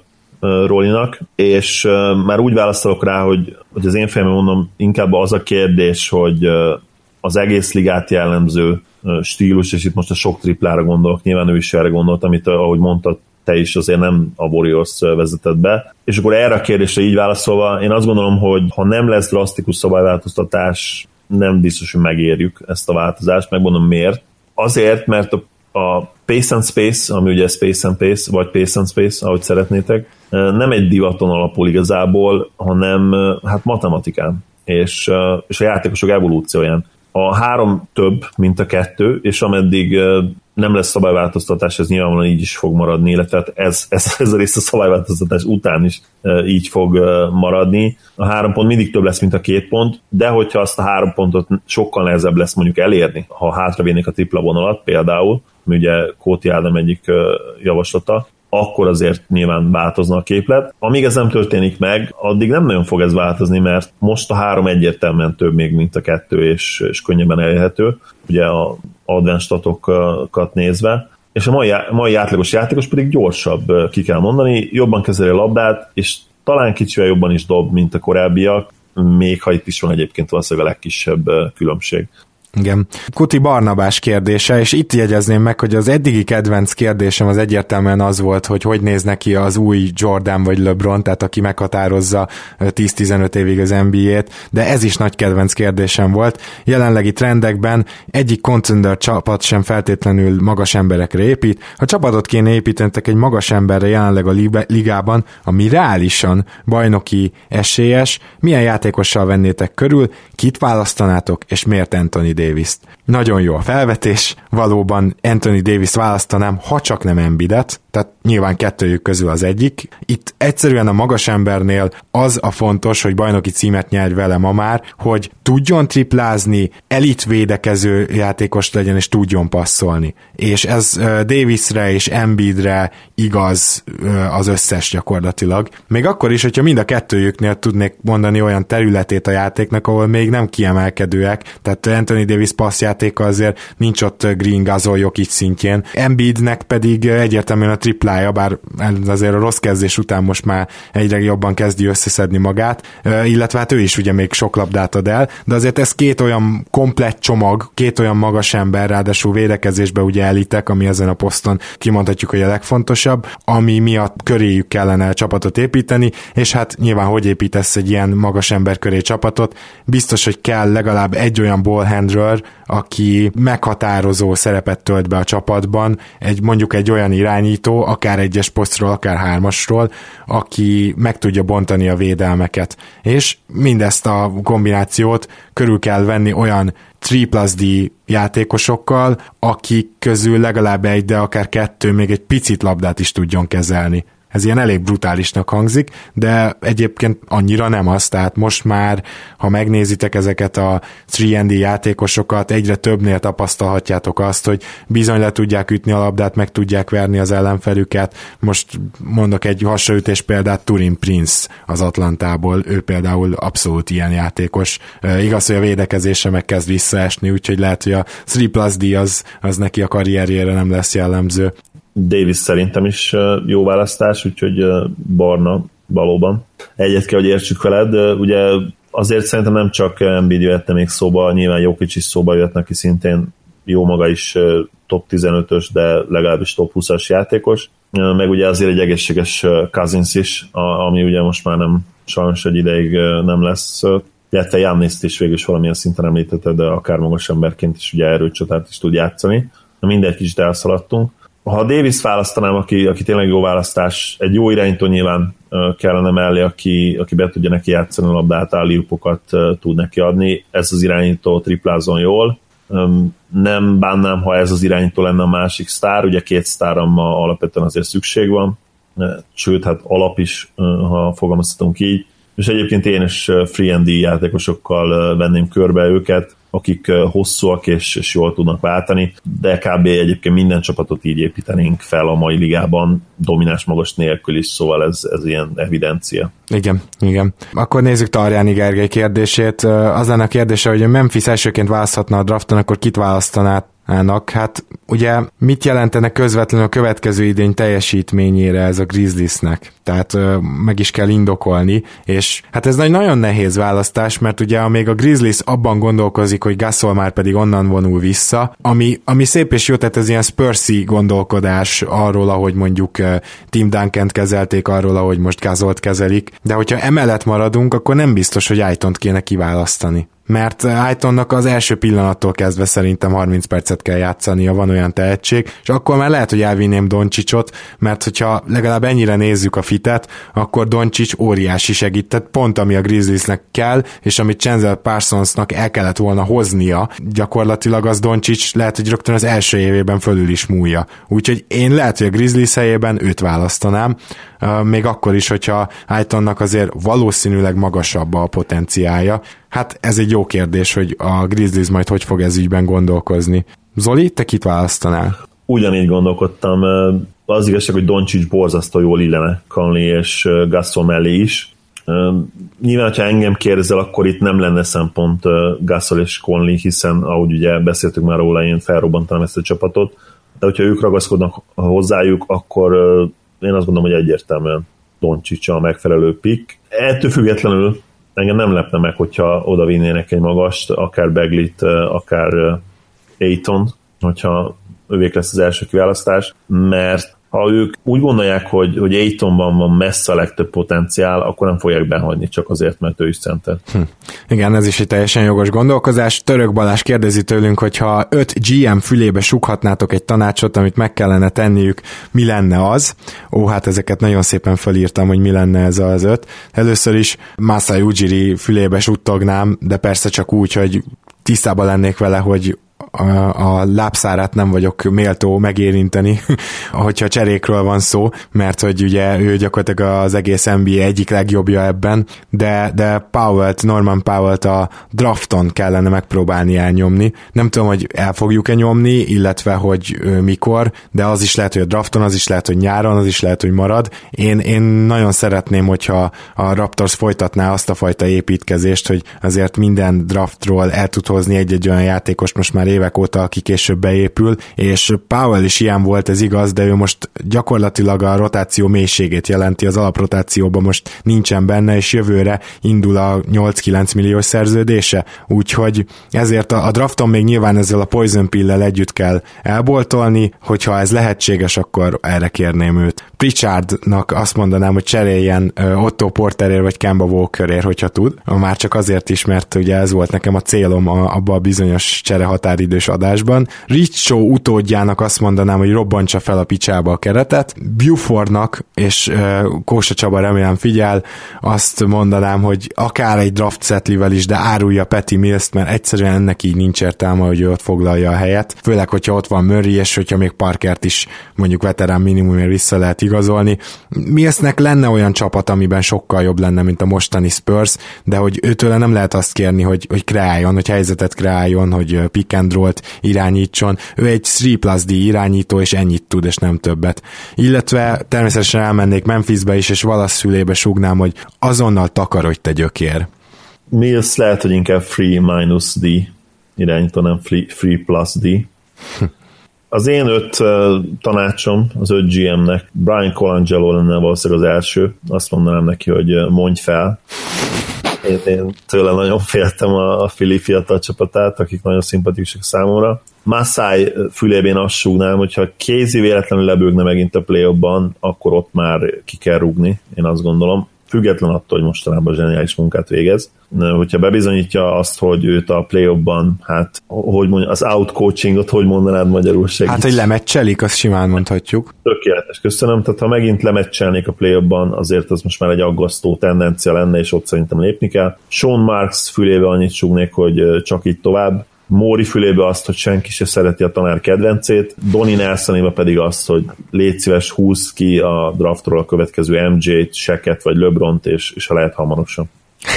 Rolinak, és már úgy válaszolok rá, hogy az én fejemben mondom, inkább az a kérdés, hogy az egész ligát jellemző stílus, és itt most a sok triplára gondolok, nyilván ő is erre gondolt, amit ahogy mondtad, te is azért nem a Warriors vezetett be. És akkor erre a kérdésre így válaszolva, én azt gondolom, hogy ha nem lesz drasztikus szabályváltoztatás, nem biztos, hogy megérjük ezt a változást, megmondom miért. Azért, mert a Pace and Space, ami ugye Space and Pace, vagy Pace and Space, ahogy szeretnétek, nem egy divaton alapul igazából, hanem hát matematikán, és a játékosok evolúcióján. A 3 több, mint a 2, és ameddig nem lesz szabályváltoztatás, ez nyilvánvalóan így is fog maradni, illetve ez a rész a szabályváltoztatás után is így fog maradni. A 3 pont mindig több lesz, mint a 2 pont, de hogyha azt a 3 pontot sokkal nehezebb lesz mondjuk elérni, ha hátravinnék a tripla vonalat például, ami ugye Kóti Ádám egyik javaslata, akkor azért nyilván változna a képlet. Amíg ez nem történik meg, addig nem nagyon fog ez változni, mert most a 3 egyértelműen több még, mint a 2, és könnyebben elérhető, ugye a advanced statokat nézve, és a mai átlagos játékos pedig gyorsabb, ki kell mondani, jobban kezeli a labdát, és talán kicsivel jobban is dob, mint a korábbiak, még ha itt is van egyébként valószínűleg a legkisebb különbség. Igen. Kuti Barnabás kérdése, és itt jegyezném meg, hogy az eddigi kedvenc kérdésem az egyértelműen az volt, hogy néz neki az új Jordan vagy LeBron, tehát aki meghatározza 10-15 évig az NBA-t, de ez is nagy kedvenc kérdésem volt. Jelenlegi trendekben egyik contender csapat sem feltétlenül magas emberekre épít. Ha csapatot kéne építenetek egy magas emberre jelenleg a ligában, ami reálisan bajnoki esélyes, milyen játékossal vennétek körül, kit választanátok, és miért Anthony Davis-t? Nagyon jó a felvetés, valóban Anthony Davis választanám, ha csak nem Embiidet, tehát nyilván kettőjük közül az egyik. Itt egyszerűen a magas embernél az a fontos, hogy bajnoki címet nyerj vele ma már, hogy tudjon triplázni, elit védekező játékos legyen, és tudjon passzolni. És ez Davisre és Embiidre igaz az összes gyakorlatilag. Még akkor is, hogyha mind a kettőjüknél tudnék mondani olyan területét a játéknak, ahol még nem kiemelkedőek, tehát Anthony Davis passzjátéka azért nincs ott Green, Gasol, Jokic szintjén. Embiidnek pedig egyértelműen a triplája, bár azért a rossz kezdés után most már egyre jobban kezdi összeszedni magát, illetve hát ő is ugye még sok labdát ad el, de azért ez két olyan komplett csomag, két olyan magas ember, ráadásul védekezésbe ugye elitek, ami ezen a poszton kimondhatjuk, hogy a legfontosabb, ami miatt köréjük kellene csapatot építeni, és hát nyilván hogy építesz egy ilyen magas ember köré csapatot, biztos, hogy kell legalább egy olyan ballhandler, aki meghatározó szerepet tölt be a csapatban, mondjuk egy olyan irányító, akár egyes posztról, akár hármasról, aki meg tudja bontani a védelmeket. És mindezt a kombinációt körül kell venni olyan 3+D játékosokkal, akik közül legalább egy, de akár kettő még egy picit labdát is tudjon kezelni. Ez ilyen elég brutálisnak hangzik, de egyébként annyira nem az, tehát most már, ha megnézitek ezeket a 3&D játékosokat, egyre többnél tapasztalhatjátok azt, hogy bizony le tudják ütni a labdát, meg tudják verni az ellenfelüket. Most mondok egy hasonlítés példát, Turin Prince az Atlantából, ő például abszolút ilyen játékos. Igaz, hogy a védekezése meg kezd visszaesni, úgyhogy lehet, hogy a 3+D az neki a karrierjére nem lesz jellemző. Davis szerintem is jó választás, úgyhogy Barna valóban. Egyet kell, hogy értsük veled, ugye azért szerintem nem csak Embiid jöhetne még szóba, nyilván Jokic is szóba jöhetne, aki szintén jó maga is top 15-ös, de legalábbis top 20-as játékos, meg ugye azért egy egészséges Cousins is, ami ugye most már nem, sajnos egy ideig nem lesz, illetve Gianniszt is végül is valamilyen szinten említetted, de akár magas emberként is ugye erőcsatát is tud játszani. Mindegy, kicsit elszaladtunk. Ha a Davis választanám, aki tényleg jó választás, egy jó irányító nyilván kellene mellé, aki be tudja neki játszani a labdát, alley-oopokat tud neki adni. Ez az irányító triplázon jól. Nem bánnám, ha ez az irányító lenne a másik sztár, ugye két sztárra ma alapvetően azért szükség van, sőt, hát alap is, ha fogalmazhatunk így. És egyébként én is free and D játékosokkal venném körbe őket, akik hosszúak és jól tudnak váltani, de kb. Egyébként minden csapatot így építenénk fel a mai ligában, domináns magas nélkül is, szóval ez ilyen evidencia. Igen. Akkor nézzük Tarjáni Gergely kérdését. Az lenne a kérdése, hogy a Memphis elsőként választhatna a drafton, akkor kit választanád? Hát ugye mit jelentene közvetlenül a következő idény teljesítményére ez a Grizzliesnek? Tehát meg is kell indokolni, és hát ez egy nagyon nehéz választás, mert ugye még a Grizzlies abban gondolkozik, hogy Gasol már pedig onnan vonul vissza, ami szép és jó, tehát ez ilyen Spurs-i gondolkodás arról, ahogy mondjuk Tim Duncant kezelték, arról, ahogy most Gasolt kezelik, de hogyha emellett maradunk, akkor nem biztos, hogy Aytont kéne kiválasztani. Mert Aytonnak az első pillanattól kezdve szerintem 30 percet kell játszania, van olyan tehetség, és akkor már lehet, hogy elvinném Doncsicsot, mert hogyha legalább ennyire nézzük a fitet, akkor Doncsics óriási segít, tehát pont ami a Grizzliesnek kell, és amit Chandler Parsonsnak el kellett volna hoznia, gyakorlatilag az Doncsics lehet, hogy rögtön az első évében fölül is múlja. Úgyhogy én lehet, hogy a Grizzlies helyében őt választanám, még akkor is, hogyha Aytonnak azért valószínűleg magasabb a potenciálja. Hát ez egy jó kérdés, hogy a Grizzlies majd hogy fog ez ügyben gondolkozni. Zoli, te kit választanál? Ugyanígy gondolkodtam. Az igazság, hogy Doncic borzasztó jól illene Conley és Gasol mellé is. Nyilván, ha engem kérdezel, akkor itt nem lenne szempont Gasol és Conley, hiszen ahogy ugye beszéltük már róla, én felrobbantanám ezt a csapatot, de hogyha ők ragaszkodnak hozzájuk, akkor én azt gondolom, hogy egyértelműen Doncic a megfelelő pick. Ettől függetlenül engem nem lepne meg, hogyha oda vinnének egy magast, akár Beglit, akár Ayton, hogyha ővék lesz az első kiválasztás, mert ha ők úgy gondolják, hogy Aytonban van messze a legtöbb potenciál, akkor nem fogják behagyni csak azért, mert ő is center. Igen, ez is egy teljesen jogos gondolkozás. Török Balázs kérdezi tőlünk, hogyha 5 GM fülébe sughatnátok egy tanácsot, amit meg kellene tenniük, mi lenne az? Hát ezeket nagyon szépen felírtam, hogy mi lenne ez az 5. Először is Masai Ujiri fülébe suttognám, de persze csak úgy, hogy tisztában lennék vele, hogy a lábszárát nem vagyok méltó megérinteni, hogyha cserékről van szó, mert hogy ugye ő gyakorlatilag az egész NBA egyik legjobbja ebben, de Norman Powell-t a drafton kellene megpróbálni elnyomni. Nem tudom, hogy el fogjuk-e nyomni, illetve hogy mikor, de az is lehet, hogy a drafton, az is lehet, hogy nyáron, az is lehet, hogy marad. Én nagyon szeretném, hogyha a Raptors folytatná azt a fajta építkezést, hogy azért minden draftról el tud hozni egy-egy olyan játékost most már évek óta, aki később beépül, és Powell is ilyen volt, ez igaz, de ő most gyakorlatilag a rotáció mélységét jelenti, az alaprotációban most nincsen benne, és jövőre indul a 8-9 milliós szerződése, úgyhogy ezért a drafton még nyilván ezzel a poison pill-lel együtt kell elboltolni, hogyha ez lehetséges, akkor erre kérném őt. Pritchardnak azt mondanám, hogy cseréljen Otto Porterért vagy Kemba Walkerért, hogyha tud. Már csak azért is, mert ugye ez volt nekem a célom abba a bizonyos cserehatáridős adásban. Richo utódjának azt mondanám, hogy robbantsa fel a picsába a keretet. Bufordnak, és Kósa Csaba remélem figyel, azt mondanám, hogy akár egy draft setlivel is, de árulja Patty Mills-t, mert egyszerűen ennek így nincs értelme, hogy ő ott foglalja a helyet. Főleg, hogyha ott van Murray, és hogyha még Parkert is mondjuk veterán minimumért vissza lehet igazolni. Millsnek lenne olyan csapat, amiben sokkal jobb lenne, mint a mostani Spurs, de hogy őtőle nem lehet azt kérni, hogy kreáljon, hogy helyzetet kreáljon, hogy pick and roll-t irányítson. Ő egy 3+D irányító, és ennyit tud, és nem többet. Illetve természetesen elmennék Memphisbe is, és Wallace fülébe súgnám, hogy azonnal takarodj, te gyökér. Mills lehet, hogy inkább 3-D irányító, nem 3+D. Az én 5 tanácsom az 5 GM-nek, Brian Colangelo lenne valószínűleg az első. Azt mondanám neki, hogy mondj fel. Én tőle nagyon féltem a Philly fiatal csapatát, akik nagyon szimpatikusak számomra. Masai fülében azt súgnám, hogyha Casey véletlenül lebőgne megint a play-offban, akkor ott már ki kell rúgni, én azt gondolom. Független attól, hogy mostanában zseniális munkát végez. Hogyha bebizonyítja azt, hogy őt a play-offban, hát, hogy mondja, az out-coachingot, hogy mondanád magyarul segít. Hát, hogy lemeccselik, azt simán mondhatjuk. Tökéletes, köszönöm. Tehát, ha megint lemeccselnék a play-offban, azért az most már egy aggasztó tendencia lenne, és ott szerintem lépni kell. Sean Marks fülébe annyit súgnék, hogy csak így tovább. Móri fülébe azt, hogy senki se szereti a tanár kedvencét, Donnie Nelsonébe pedig azt, hogy légy szíves, húzz ki a draftról a következő MJ-t, Shaq-et vagy LeBront, és ha lehet hamarosan.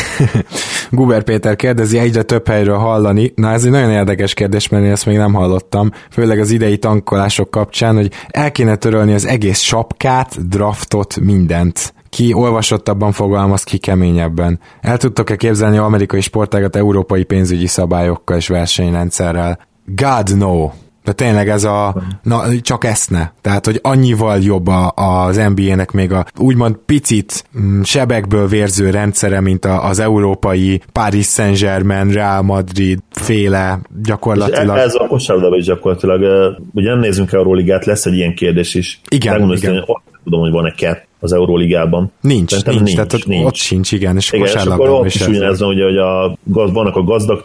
Guber Péter kérdezi, egyre több helyről hallani. Na, ez egy nagyon érdekes kérdés, mert én ezt még nem hallottam, főleg az idei tankolások kapcsán, hogy el kéne törölni az egész sapkát, draftot, mindent. Ki olvasottabban fogalmaz, ki keményebben. El tudtok-e képzelni amerikai sportágat európai pénzügyi szabályokkal és versenyrendszerrel? God no! De tényleg ez csak eszne. Tehát, hogy annyival jobb az NBA-nek még a úgymond picit sebekből vérző rendszere, mint az európai Paris Saint-Germain, Real Madrid féle gyakorlatilag. Ez a kosárlabdában is gyakorlatilag, ugye nem nézzünk Euróligát, lesz egy ilyen kérdés is. Igen. Tudom, hogy van-e kettő az Euróligában. Nincs. Tehát ott sincs, igen, és kosárlabdában is ugyanez van, ugye, hogy vannak a gazdag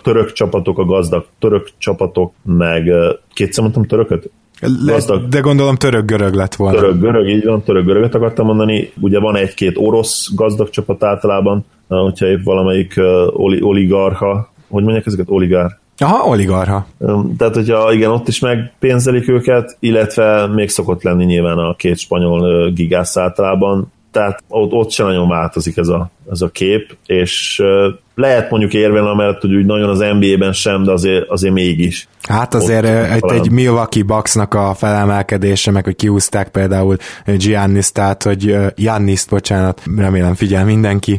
török csapatok, meg kétszer mondtam törököt? De gondolom török-görög lett volna. Török-görög, így van, török-göröget akartam mondani. Ugye van egy-két orosz gazdag csapat általában, hogyha épp valamelyik oligarcha, hogy mondják ezeket, Aha, oligarcha. Tehát, hogyha igen, ott is megpénzelik őket, illetve még szokott lenni nyilván a két spanyol gigász általában, tehát ott sem nagyon változik ez a kép, és lehet mondjuk érvelni amellett, hogy úgy nagyon az NBA-ben sem, de azért mégis. Hát azért egy Milwaukee Bucksnak a felemelkedése, meg hogy kiúzták például Giannis-t, tehát hogy Giannis-t, bocsánat, remélem figyel mindenki,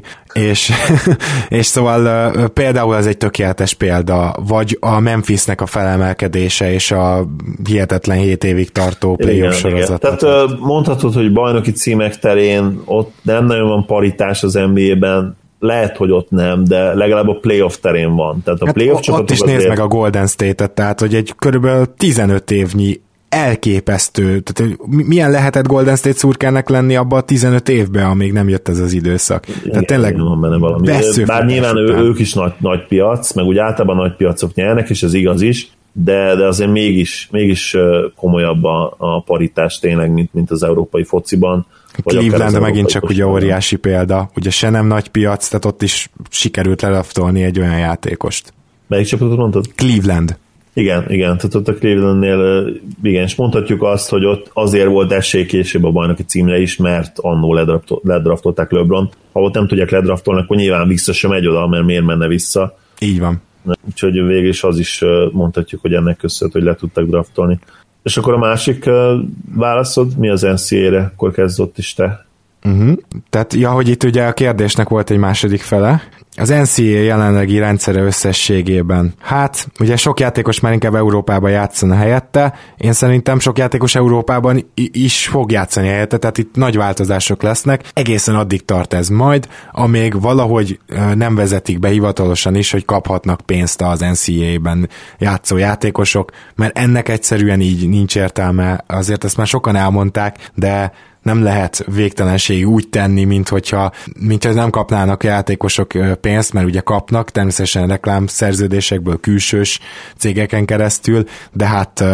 és szóval például ez egy tökéletes példa, vagy a Memphisnek a felemelkedése, és a hihetetlen 7 évig tartó playoff sorozat. Tehát mondhatod, hogy bajnoki címek terén ott nem nagyon van paritás az NBA-ben, lehet, hogy ott nem, de legalább a playoff terén van. Tehát a playoff ott is nézd meg a Golden State-et, tehát hogy egy körülbelül 15 évnyi elképesztő, tehát milyen lehetett Golden State szurkának lenni abban a 15 évben, amíg nem jött ez az időszak. Igen, tehát tényleg van benne valami. Bár nyilván ők is nagy piac, meg úgy általában nagy piacok nyernek, és ez igaz is, de azért mégis komolyabb a paritás tényleg, mint az európai fociban. Cleveland megint csak ugye óriási példa, ugye se nem nagy piac, tehát ott is sikerült leraftolni egy olyan játékost. Melyik csapatot mondtad? Cleveland. Igen, tehát ott a Clevelandnél igen, és mondhatjuk azt, hogy ott azért volt esély később a bajnoki címre is, mert annó ledraftolták LeBron. Ha ott nem tudják ledraftolni, akkor nyilván vissza sem megy oda, mert miért menne vissza. Így van. Úgyhogy végül is az is mondhatjuk, hogy ennek köszönhető, hogy le tudtak draftolni. És akkor a másik válaszod, mi az NCAA-re? Akkor kezd ott is te. Tehát, hogy itt ugye a kérdésnek volt egy második fele. Az NCAA jelenlegi rendszere összességében. Hát, ugye sok játékos már inkább Európában játszana helyette. Én szerintem sok játékos Európában is fog játszani helyette, tehát itt nagy változások lesznek. Egészen addig tart ez majd, amíg valahogy nem vezetik be hivatalosan is, hogy kaphatnak pénzt az NCAA-ben játszó játékosok, mert ennek egyszerűen így nincs értelme. Azért ezt már sokan elmondták, de nem lehet végtelenségig úgy tenni, mintha nem kapnának játékosok pénzt, mert ugye kapnak, természetesen reklámszerződésekből, külsős cégeken keresztül, de hát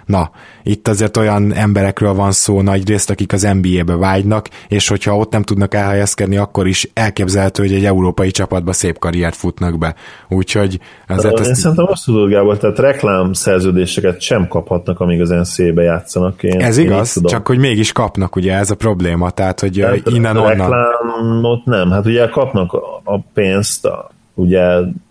itt azért olyan emberekről van szó nagyrészt, akik az NBA-be vágynak, és hogyha ott nem tudnak elhelyezkedni, akkor is elképzelhető, hogy egy európai csapatba szép karriert futnak be. Úgyhogy azért én szerintem azt tudod, Gábor, tehát reklámszerződéseket sem kaphatnak, amíg az NCAA-be játszanak. Ez igaz, csak hogy mégis kapnak, ugye ez a probléma, tehát hogy innen-onnan. Reklámot nem, hát ugye kapnak a pénzt, ugye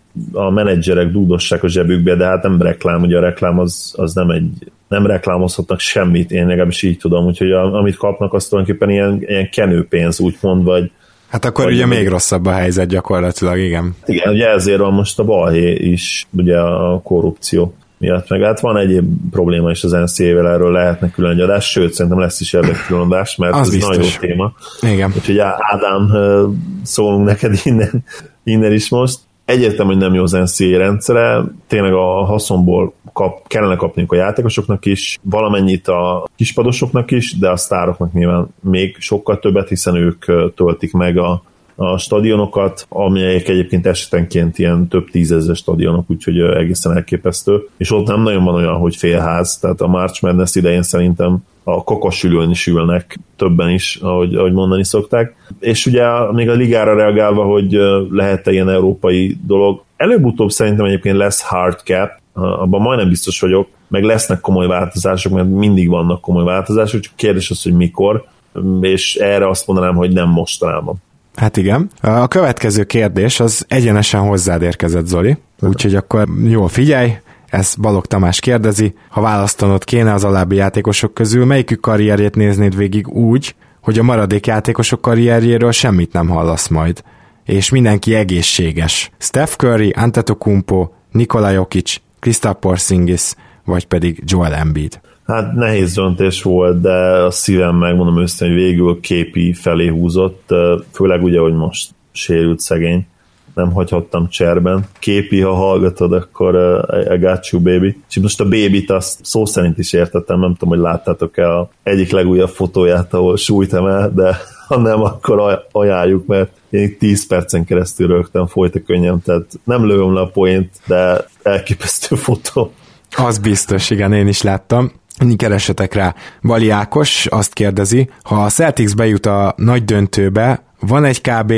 a menedzserek dúdossák a zsebükbe, de hát nem reklám, ugye a reklám az nem reklámozhatnak semmit, én legalábbis így tudom, úgyhogy amit kapnak, az tulajdonképpen ilyen kenőpénz, úgymond, vagy hát akkor ugye még rosszabb a helyzet gyakorlatilag, igen. Igen, ugye ezért van most a balhé is, ugye a korrupció miatt, meg hát van egyéb probléma is az NCAA-vel, erről lehetne külön egy adás, sőt, szerintem lesz is érdekkülönadás, mert az ez biztos. Nagyon jó téma. Igen. Úgyhogy Ádám, szólunk neked innen is most. Egyértelmű, hogy nem jó az NCAA rendszere, tényleg a haszonból kellene kapniuk a játékosoknak is, valamennyit a kispadosoknak is, de a sztároknak nyilván még sokkal többet, hiszen ők töltik meg a stadionokat, amelyek egyébként esetenként ilyen több tízezer stadionok, úgyhogy egészen elképesztő. És ott nem nagyon van olyan, hogy félház, tehát a March Madness idején szerintem a kakasülőn is ülnek, többen is, ahogy mondani szokták. És ugye még a ligára reagálva, hogy lehet-e ilyen európai dolog, előbb-utóbb szerintem egyébként lesz hard cap, abban majdnem biztos vagyok, meg lesznek komoly változások, mert mindig vannak komoly változások, csak kérdés az, hogy mikor, és erre azt mondanám, hogy nem mostanában. Hát igen. A következő kérdés az egyenesen hozzád érkezett, Zoli, úgyhogy akkor jól figyelj, ezt Balogh Tamás kérdezi, ha választanod kéne az alábbi játékosok közül, melyikük karrierjét néznéd végig úgy, hogy a maradék játékosok karrierjéről semmit nem hallasz majd, és mindenki egészséges. Steph Curry, Antetokounmpo, Nikola Jokic, Kristaps Porzingis, vagy pedig Joel Embiid. Hát nehéz döntés volt, de a szívem, megmondom őszintén, hogy végül Képi felé húzott, főleg ugye, hogy most sérült szegény, nem hagyhattam cserben. Képi, ha hallgatod, akkor I got you, baby. És most a babyt azt szó szerint is értettem, nem tudom, hogy láttátok-e a egyik legújabb fotóját, ahol súlyt emel, de ha nem, akkor ajánljuk, mert én 10 percen keresztül rögtön folyt a könnyem, tehát nem lövöm le a poént, de elképesztő fotó. Az biztos, igen, én is láttam. Keressetek rá. Bali Ákos azt kérdezi, ha a Celtics bejut a nagy döntőbe, van egy kb.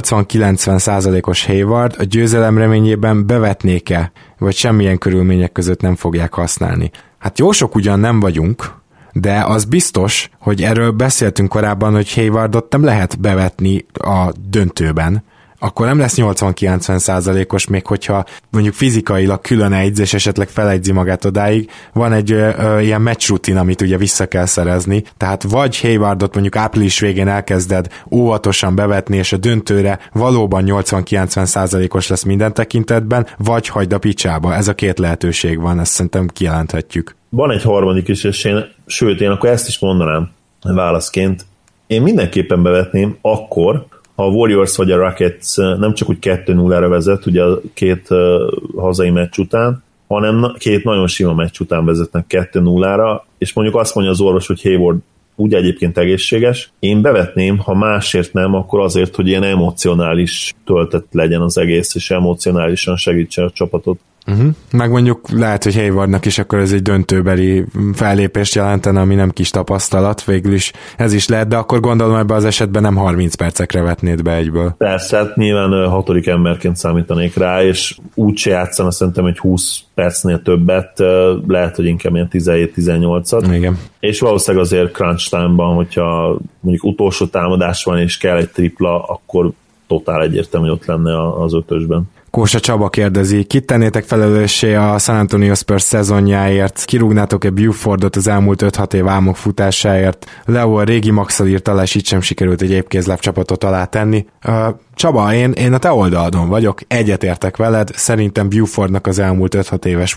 80-90%-os Hayward, a győzelem reményében bevetnék-e, vagy semmilyen körülmények között nem fogják használni. Hát jó sok ugyan nem vagyunk, de az biztos, hogy erről beszéltünk korábban, hogy Haywardot nem lehet bevetni a döntőben, akkor nem lesz 80-90%-os, még hogyha mondjuk fizikailag külön egyz, és esetleg felegyzi magát odáig, van egy ilyen match rutin, amit ugye vissza kell szerezni, tehát vagy Haywardot mondjuk április végén elkezded óvatosan bevetni, és a döntőre valóban 80-90%-os lesz minden tekintetben, vagy hagyd a picsába. Ez a két lehetőség van, ezt szerintem kijelenthetjük. Van egy harmadik is, és én akkor ezt is mondanám válaszként. Én mindenképpen bevetném akkor, ha a Warriors vagy a Rockets nem csak úgy 2-0-ra vezet, ugye a két hazai meccs után, hanem két nagyon sima meccs után vezetnek 2-0-ra, és mondjuk azt mondja az orvos, hogy Hayward ugye egyébként egészséges. Én bevetném, ha másért nem, akkor azért, hogy ilyen emocionális töltet legyen az egész, és emocionálisan segítsen a csapatot. Meg mondjuk lehet, hogy Haywardnak is akkor ez egy döntőbeli fellépést jelentene, ami nem kis tapasztalat, végül is ez is lehet, de akkor gondolom ebben az esetben nem 30 percekre vetnéd be egyből. Persze, hát nyilván 6. emberként számítanék rá, és úgy se játszana szerintem egy 20 percnél többet, lehet, hogy inkább ilyen 17-18-at. Igen. És valószínűleg azért crunch time-ban, hogyha mondjuk utolsó támadás van, és kell egy tripla, akkor totál egyértelmű, hogy ott lenne az 5-ösben. Kósa Csaba kérdezi, kit tennétek felelőssé a San Antonio Spurs szezonjáért? Kirúgnátok-e Bufordot az elmúlt 5-6 év álmok futásáért? Leo a régi Maxal írt alá, és így sem sikerült egy épkézláb csapatot alá tenni. Csaba, én a te oldaldon vagyok, egyetértek veled, szerintem Bufordnak az elmúlt 5-6 éves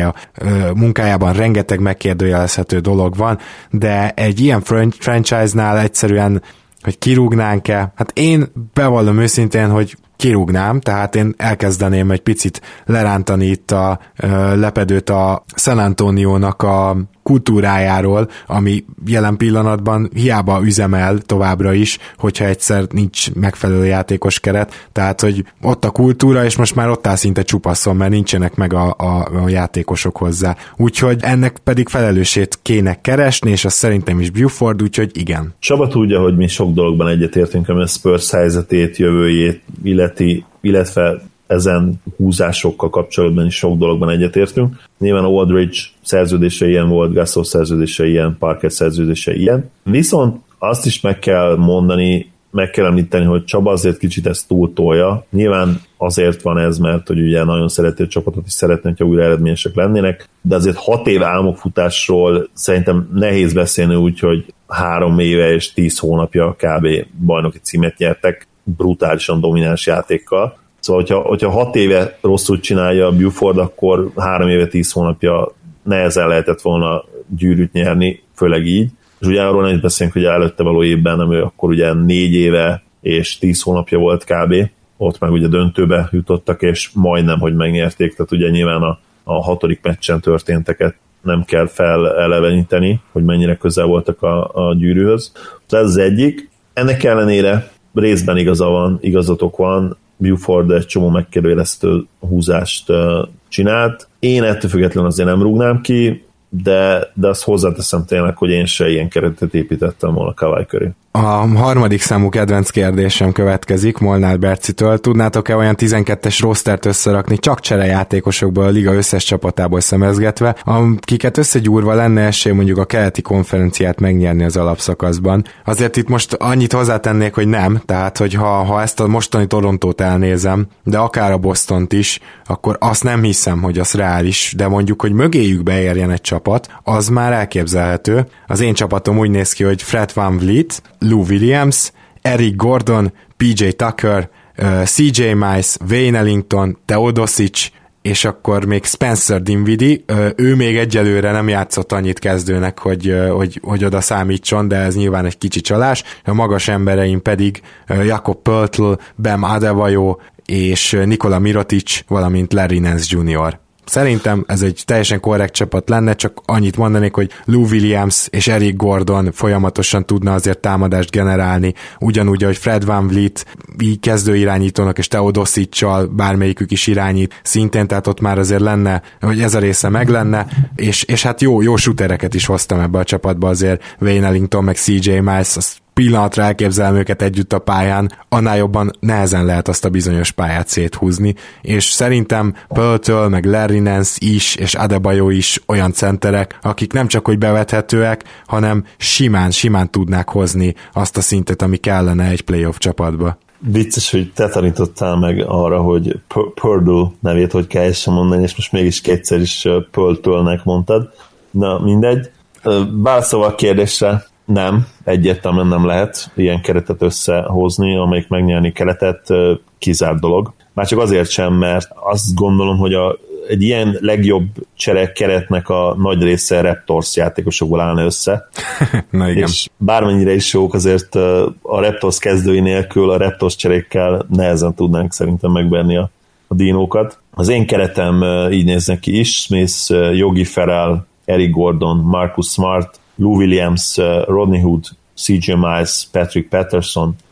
munkájában rengeteg megkérdőjelezhető dolog van, de egy ilyen franchise-nál egyszerűen, hogy kirúgnánk-e, hát én bevallom őszintén, hogy kirúgnám, tehát én elkezdeném egy picit lerántani itt a lepedőt a San Antoniónak a kultúrájáról, ami jelen pillanatban hiába üzemel továbbra is, hogyha egyszer nincs megfelelő játékos keret, tehát hogy ott a kultúra, és most már ott áll szinte csupaszon, mert nincsenek meg a játékosok hozzá. Úgyhogy ennek pedig felelősét kéne keresni, és az szerintem is Buford, úgyhogy igen. Csaba tudja, hogy mi sok dologban egyetértünk, ami a Spurs helyzetét, jövőjét illeti, illetve ezen húzásokkal kapcsolatban is sok dologban egyetértünk. Nyilván a Aldridge szerződése ilyen volt, Gasol szerződése ilyen, Parker szerződése ilyen. Viszont azt is meg kell mondani, meg kell említeni, hogy Csaba azért kicsit ezt túltolja. Nyilván azért van ez, mert hogy ugye nagyon szereti a csapatot, is szeretne, hogyha újra eredményesek lennének, de azért 6 év álmokfutásról szerintem nehéz beszélni úgy, hogy 3 éve és 10 hónapja kb. Bajnoki címet nyertek brutálisan domináns játékkal. Szóval, hogyha 6 éve rosszul csinálja a Buford, akkor 3 éve 10 hónapja nehezen lehetett volna gyűrűt nyerni, főleg így. És ugye arról nem is beszélünk, hogy előtte való évben, ami akkor ugye 4 éve és 10 hónapja volt kb. Ott meg ugye döntőbe jutottak, és majdnem, hogy megnyerték. Tehát ugye nyilván a 6. meccsen történteket nem kell feleleveníteni, hogy mennyire közel voltak a gyűrűhöz. Ez az egyik. Ennek ellenére részben igazatok van, Buford egy csomó megkérdőjelezhető húzást csinált. Én ettől függetlenül azért nem rúgnám ki, de azt hozzáteszem tényleg, hogy én se ilyen keretet építettem volna Kawhi köré. A harmadik számú kedvenc kérdésem következik Molnár Bercitől. Tudnátok-e olyan 12-es rostert összerakni csak cserejátékosokból a liga összes csapatából szemezgetve, akiket összegyúrva lenne esély mondjuk a keleti konferenciát megnyerni az alapszakaszban? Azért itt most annyit hozzátennék, hogy nem, tehát hogy ha ezt a mostani Torontót elnézem, de akár a Bostont is, akkor azt nem hiszem, hogy az reális, de mondjuk, hogy mögéjük beérjen egy csapat, az már elképzelhető. Az én csapatom úgy néz ki, hogy Fred VanVleet, Lou Williams, Eric Gordon, PJ Tucker, CJ Miles, Wayne Ellington, Teodosic, és akkor még Spencer Dinwiddie, ő még egyelőre nem játszott annyit kezdőnek, hogy oda számítson, de ez nyilván egy kicsi csalás. A magas embereim pedig Jakob Poeltl, Bam Adebayo és Nikola Mirotic, valamint Larry Nance Jr. Szerintem ez egy teljesen korrekt csapat lenne, csak annyit mondanék, hogy Lou Williams és Eric Gordon folyamatosan tudna azért támadást generálni, ugyanúgy, hogy Fred VanVleet kezdőirányítónak és Teodosic-csal bármelyikük is irányít szintén, tehát ott már azért lenne, hogy ez a része meg lenne, és hát jó shootereket is hoztam ebbe a csapatba azért, Wayne Ellington meg CJ Miles, az pillanatra elképzelem őket együtt a pályán, annál jobban nehezen lehet azt a bizonyos pályát széthúzni, és szerintem Poeltl, meg Larry Nance is, és Adebayo is olyan centerek, akik nem csak hogy bevethetőek, hanem simán tudnák hozni azt a szintet, ami kellene egy playoff csapatba. Vicces, hogy te tanítottál meg arra, hogy Purdue nevét hogy kell sem mondani, és most mégis kétszer is Poeltlnek mondtad. Na, mindegy. Válaszolva a kérdésre, nem, egyértelműen nem lehet ilyen keretet összehozni, amelyik megnyerni keletet, kizárt dolog. Már csak azért sem, mert azt gondolom, hogy egy ilyen legjobb keretnek a nagy része Raptors játékosokból állna össze. Na igen. És bármennyire is jók, azért a Raptors kezdői nélkül a Raptors cserékkel nehezen tudnánk szerintem megverni a dinókat. Az én keretem így néznek ki is, Smith, Yogi Ferrell, Eric Gordon, Marcus Smart, Lou Williams, Rodney Hood, CJ Miles, Patrick Patterson,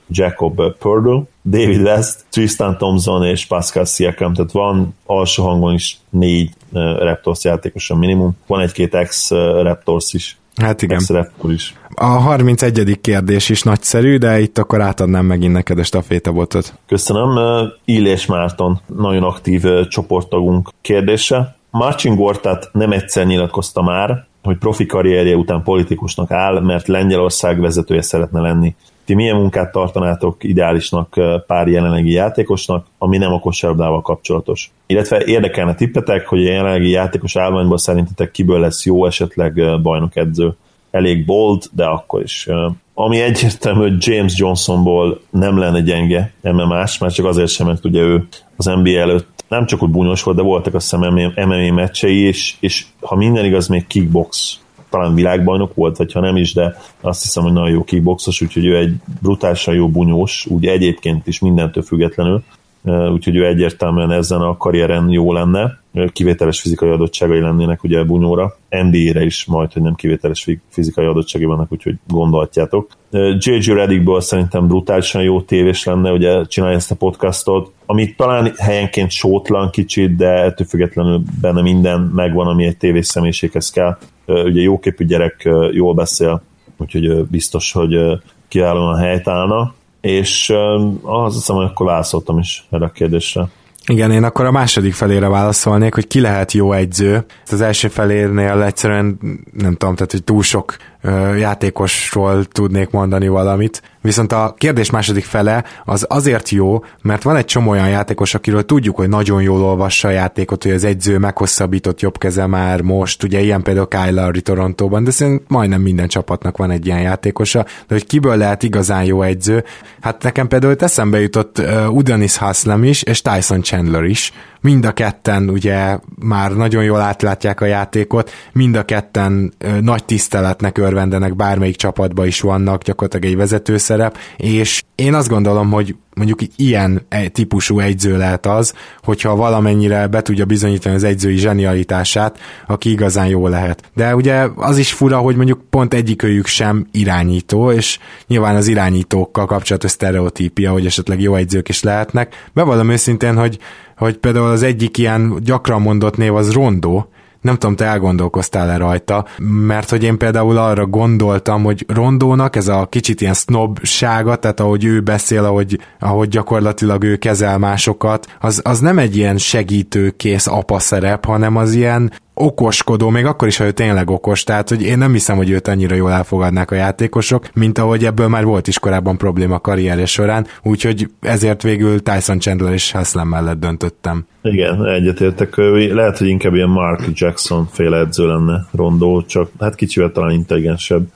Jacob Purdle, David West, Tristan Thompson és Pascal Siakam, tehát van alsó hangon is 4 Raptors játékosan minimum, van egy-két ex-Raptors is. Hát igen. Ex-Raptor is. A 31. kérdés is nagyszerű, de itt akkor átadnám megint neked a stafétabotot. Köszönöm. Illés Márton, nagyon aktív csoporttagunk kérdése. Marcin Gortat nem egyszer nyilatkozta már, hogy profi karrierje után politikusnak áll, mert Lengyelország vezetője szeretne lenni. Ti milyen munkát tartanátok ideálisnak pár jelenlegi játékosnak, ami nem a kosárlabdával kapcsolatos? Illetve érdekelne tippetek, hogy a jelenlegi játékos állványból szerintetek kiből lesz jó, esetleg bajnokedző. Elég bold, de akkor is. Ami egyértelmű, hogy James Johnsonból nem lenne gyenge MMA-s, már csak azért sem, mert ugye ő az NBA előtt nem csak úgy bunyos volt, de voltak azt hiszem MMA meccsei, és ha minden igaz, még kickbox, talán világbajnok volt, vagy ha nem is, de azt hiszem, hogy nagyon jó kickboxos, úgyhogy ő egy brutálisan jó bunyós, úgy egyébként is mindentől függetlenül, úgyhogy ő egyértelműen ezen a karrieren jó lenne, kivételes fizikai adottságai lennének ugye bunyóra, NBA-re is majd, hogy nem kivételes fizikai adottságai vannak, úgyhogy gondolhatjátok. J.J. Redickből szerintem brutálisan jó tévés lenne, ugye csinálja ezt a podcastot, ami talán helyenként sótlan kicsit, de ettől függetlenül benne minden megvan, ami egy tévés személyiséghez kell. Ugye jóképű gyerek, jól beszél, úgyhogy biztos, hogy kiválóan helytállna, és azt hiszem, hogy akkor válaszoltam is erre a kérdésre. Igen, én akkor a második felére válaszolnék, hogy ki lehet jó egyző. Az első felénél egyszerűen nem tudom, tehát hogy túl sok játékosról tudnék mondani valamit. Viszont a kérdés második fele az azért jó, mert van egy csomó olyan játékos, akiről tudjuk, hogy nagyon jól olvassa a játékot, hogy az egyző meghosszabbított jobb keze már most, ugye ilyen például Kyle Lowry Torontóban, de szerintem majdnem minden csapatnak van egy ilyen játékosa, de hogy kiből lehet igazán jó egyző, hát nekem például eszembe jutott Udonis Haslem is, és Tyson Chandler is. Mind a ketten ugye már nagyon jól átlátják a játékot, mind a ketten nagy tiszteletnek örvendenek, bármelyik csapatban is vannak, gyakorlatilag egy vezetőszerep, és én azt gondolom, hogy mondjuk ilyen típusú egyző lehet az, hogyha valamennyire be tudja bizonyítani az egyzői zsenialitását, aki igazán jó lehet. De ugye az is fura, hogy mondjuk pont egyikőjük sem irányító, és nyilván az irányítókkal kapcsolatos sztereotípia, hogy esetleg jó egyzők is lehetnek. Bevallom őszintén, hogy például az egyik ilyen gyakran mondott név az Rondo. Nem tudom, te elgondolkoztál-e rajta, mert hogy én például arra gondoltam, hogy Rondónak ez a kicsit ilyen sznobsága, tehát ahogy ő beszél, ahogy gyakorlatilag ő kezel másokat, az nem egy ilyen segítőkész apa szerep, hanem az ilyen okoskodó, még akkor is, ha ő tényleg okos, tehát hogy én nem hiszem, hogy őt annyira jól elfogadnák a játékosok, mint ahogy ebből már volt is korábban probléma a karrierje során, úgyhogy ezért végül Tyson Chandler és Haslem mellett döntöttem. Igen, egyetértek. Lehet, hogy inkább ilyen Mark Jackson féle edző lenne Rondo, csak hát kicsivel talán intelligensebb.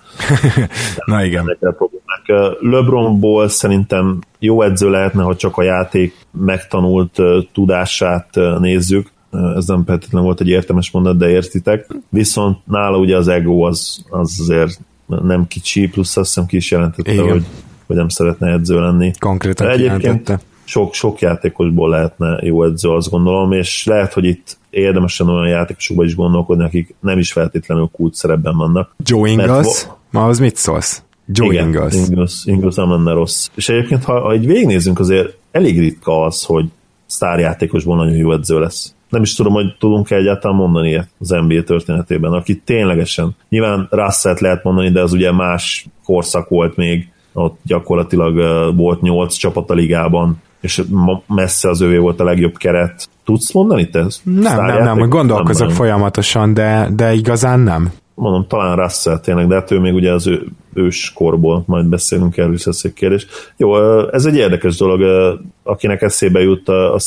Na igen. LeBronból szerintem jó edző lehetne, ha csak a játék megtanult tudását nézzük. Ez nem feltétlenül volt egy értelmes mondat, de értitek. Viszont nála ugye az ego az azért nem kicsi, plusz azt hiszem ki is jelentette, hogy nem szeretne edző lenni. Konkrétan egyébként sok játékosból lehetne jó edző, azt gondolom, és lehet, hogy itt érdemesen olyan játékosokban is gondolkodni, akik nem is feltétlenül kult szerepben vannak. Joe Ingles? Ma az mit szólsz? Joe Ingles nem lenne rossz. És egyébként, ha így végignézzünk, azért elég ritka az, hogy sztárjátékosból nagyon jó edző lesz. Nem is tudom, hogy tudunk-e egyáltalán mondani ilyet az NBA történetében, aki ténylegesen, nyilván Russellt lehet mondani, de az ugye más korszak volt még, ott gyakorlatilag volt 8 csapat a ligában, és messze az övé volt a legjobb keret. Tudsz mondani te? Nem, gondolkozok folyamatosan, de igazán nem. Mondom, talán Russell tényleg, de hát ő még ugye az őskorból, majd beszélünk erről is, ez egy kérdés. Jó, ez egy érdekes dolog, akinek eszébe jut,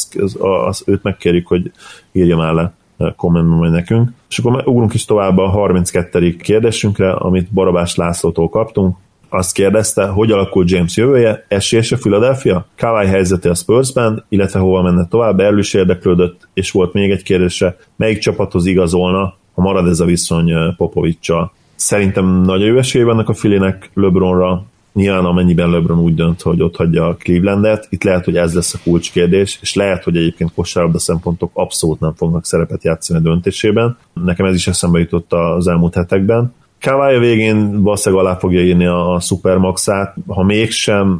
az őt megkérjük, hogy írja már le kommentben majd nekünk. És akkor ugrunk is tovább a 32. kérdésünkre, amit Barabás Lászlótól kaptunk. Azt kérdezte, hogy alakul James jövője, esélyese Philadelphia, Kawhi helyzete a Spursben, illetve hova menne tovább, erről is érdeklődött, és volt még egy kérdése, melyik csapathoz igazolna, ha marad ez a viszony Popovic-sal. Szerintem nagyon jó esélye vannak a Phillynek LeBronra, nyilván amennyiben LeBron úgy dönt, hogy ott hagyja a Clevelandet, itt lehet, hogy ez lesz a kulcskérdés, és lehet, hogy egyébként kosárlabda szempontok abszolút nem fognak szerepet játszani a döntésében. Nekem ez is eszembe jutott az elmúlt hetekben. Kawhi a végén valószínűleg alá fogja írni a Supermaxát, ha mégsem,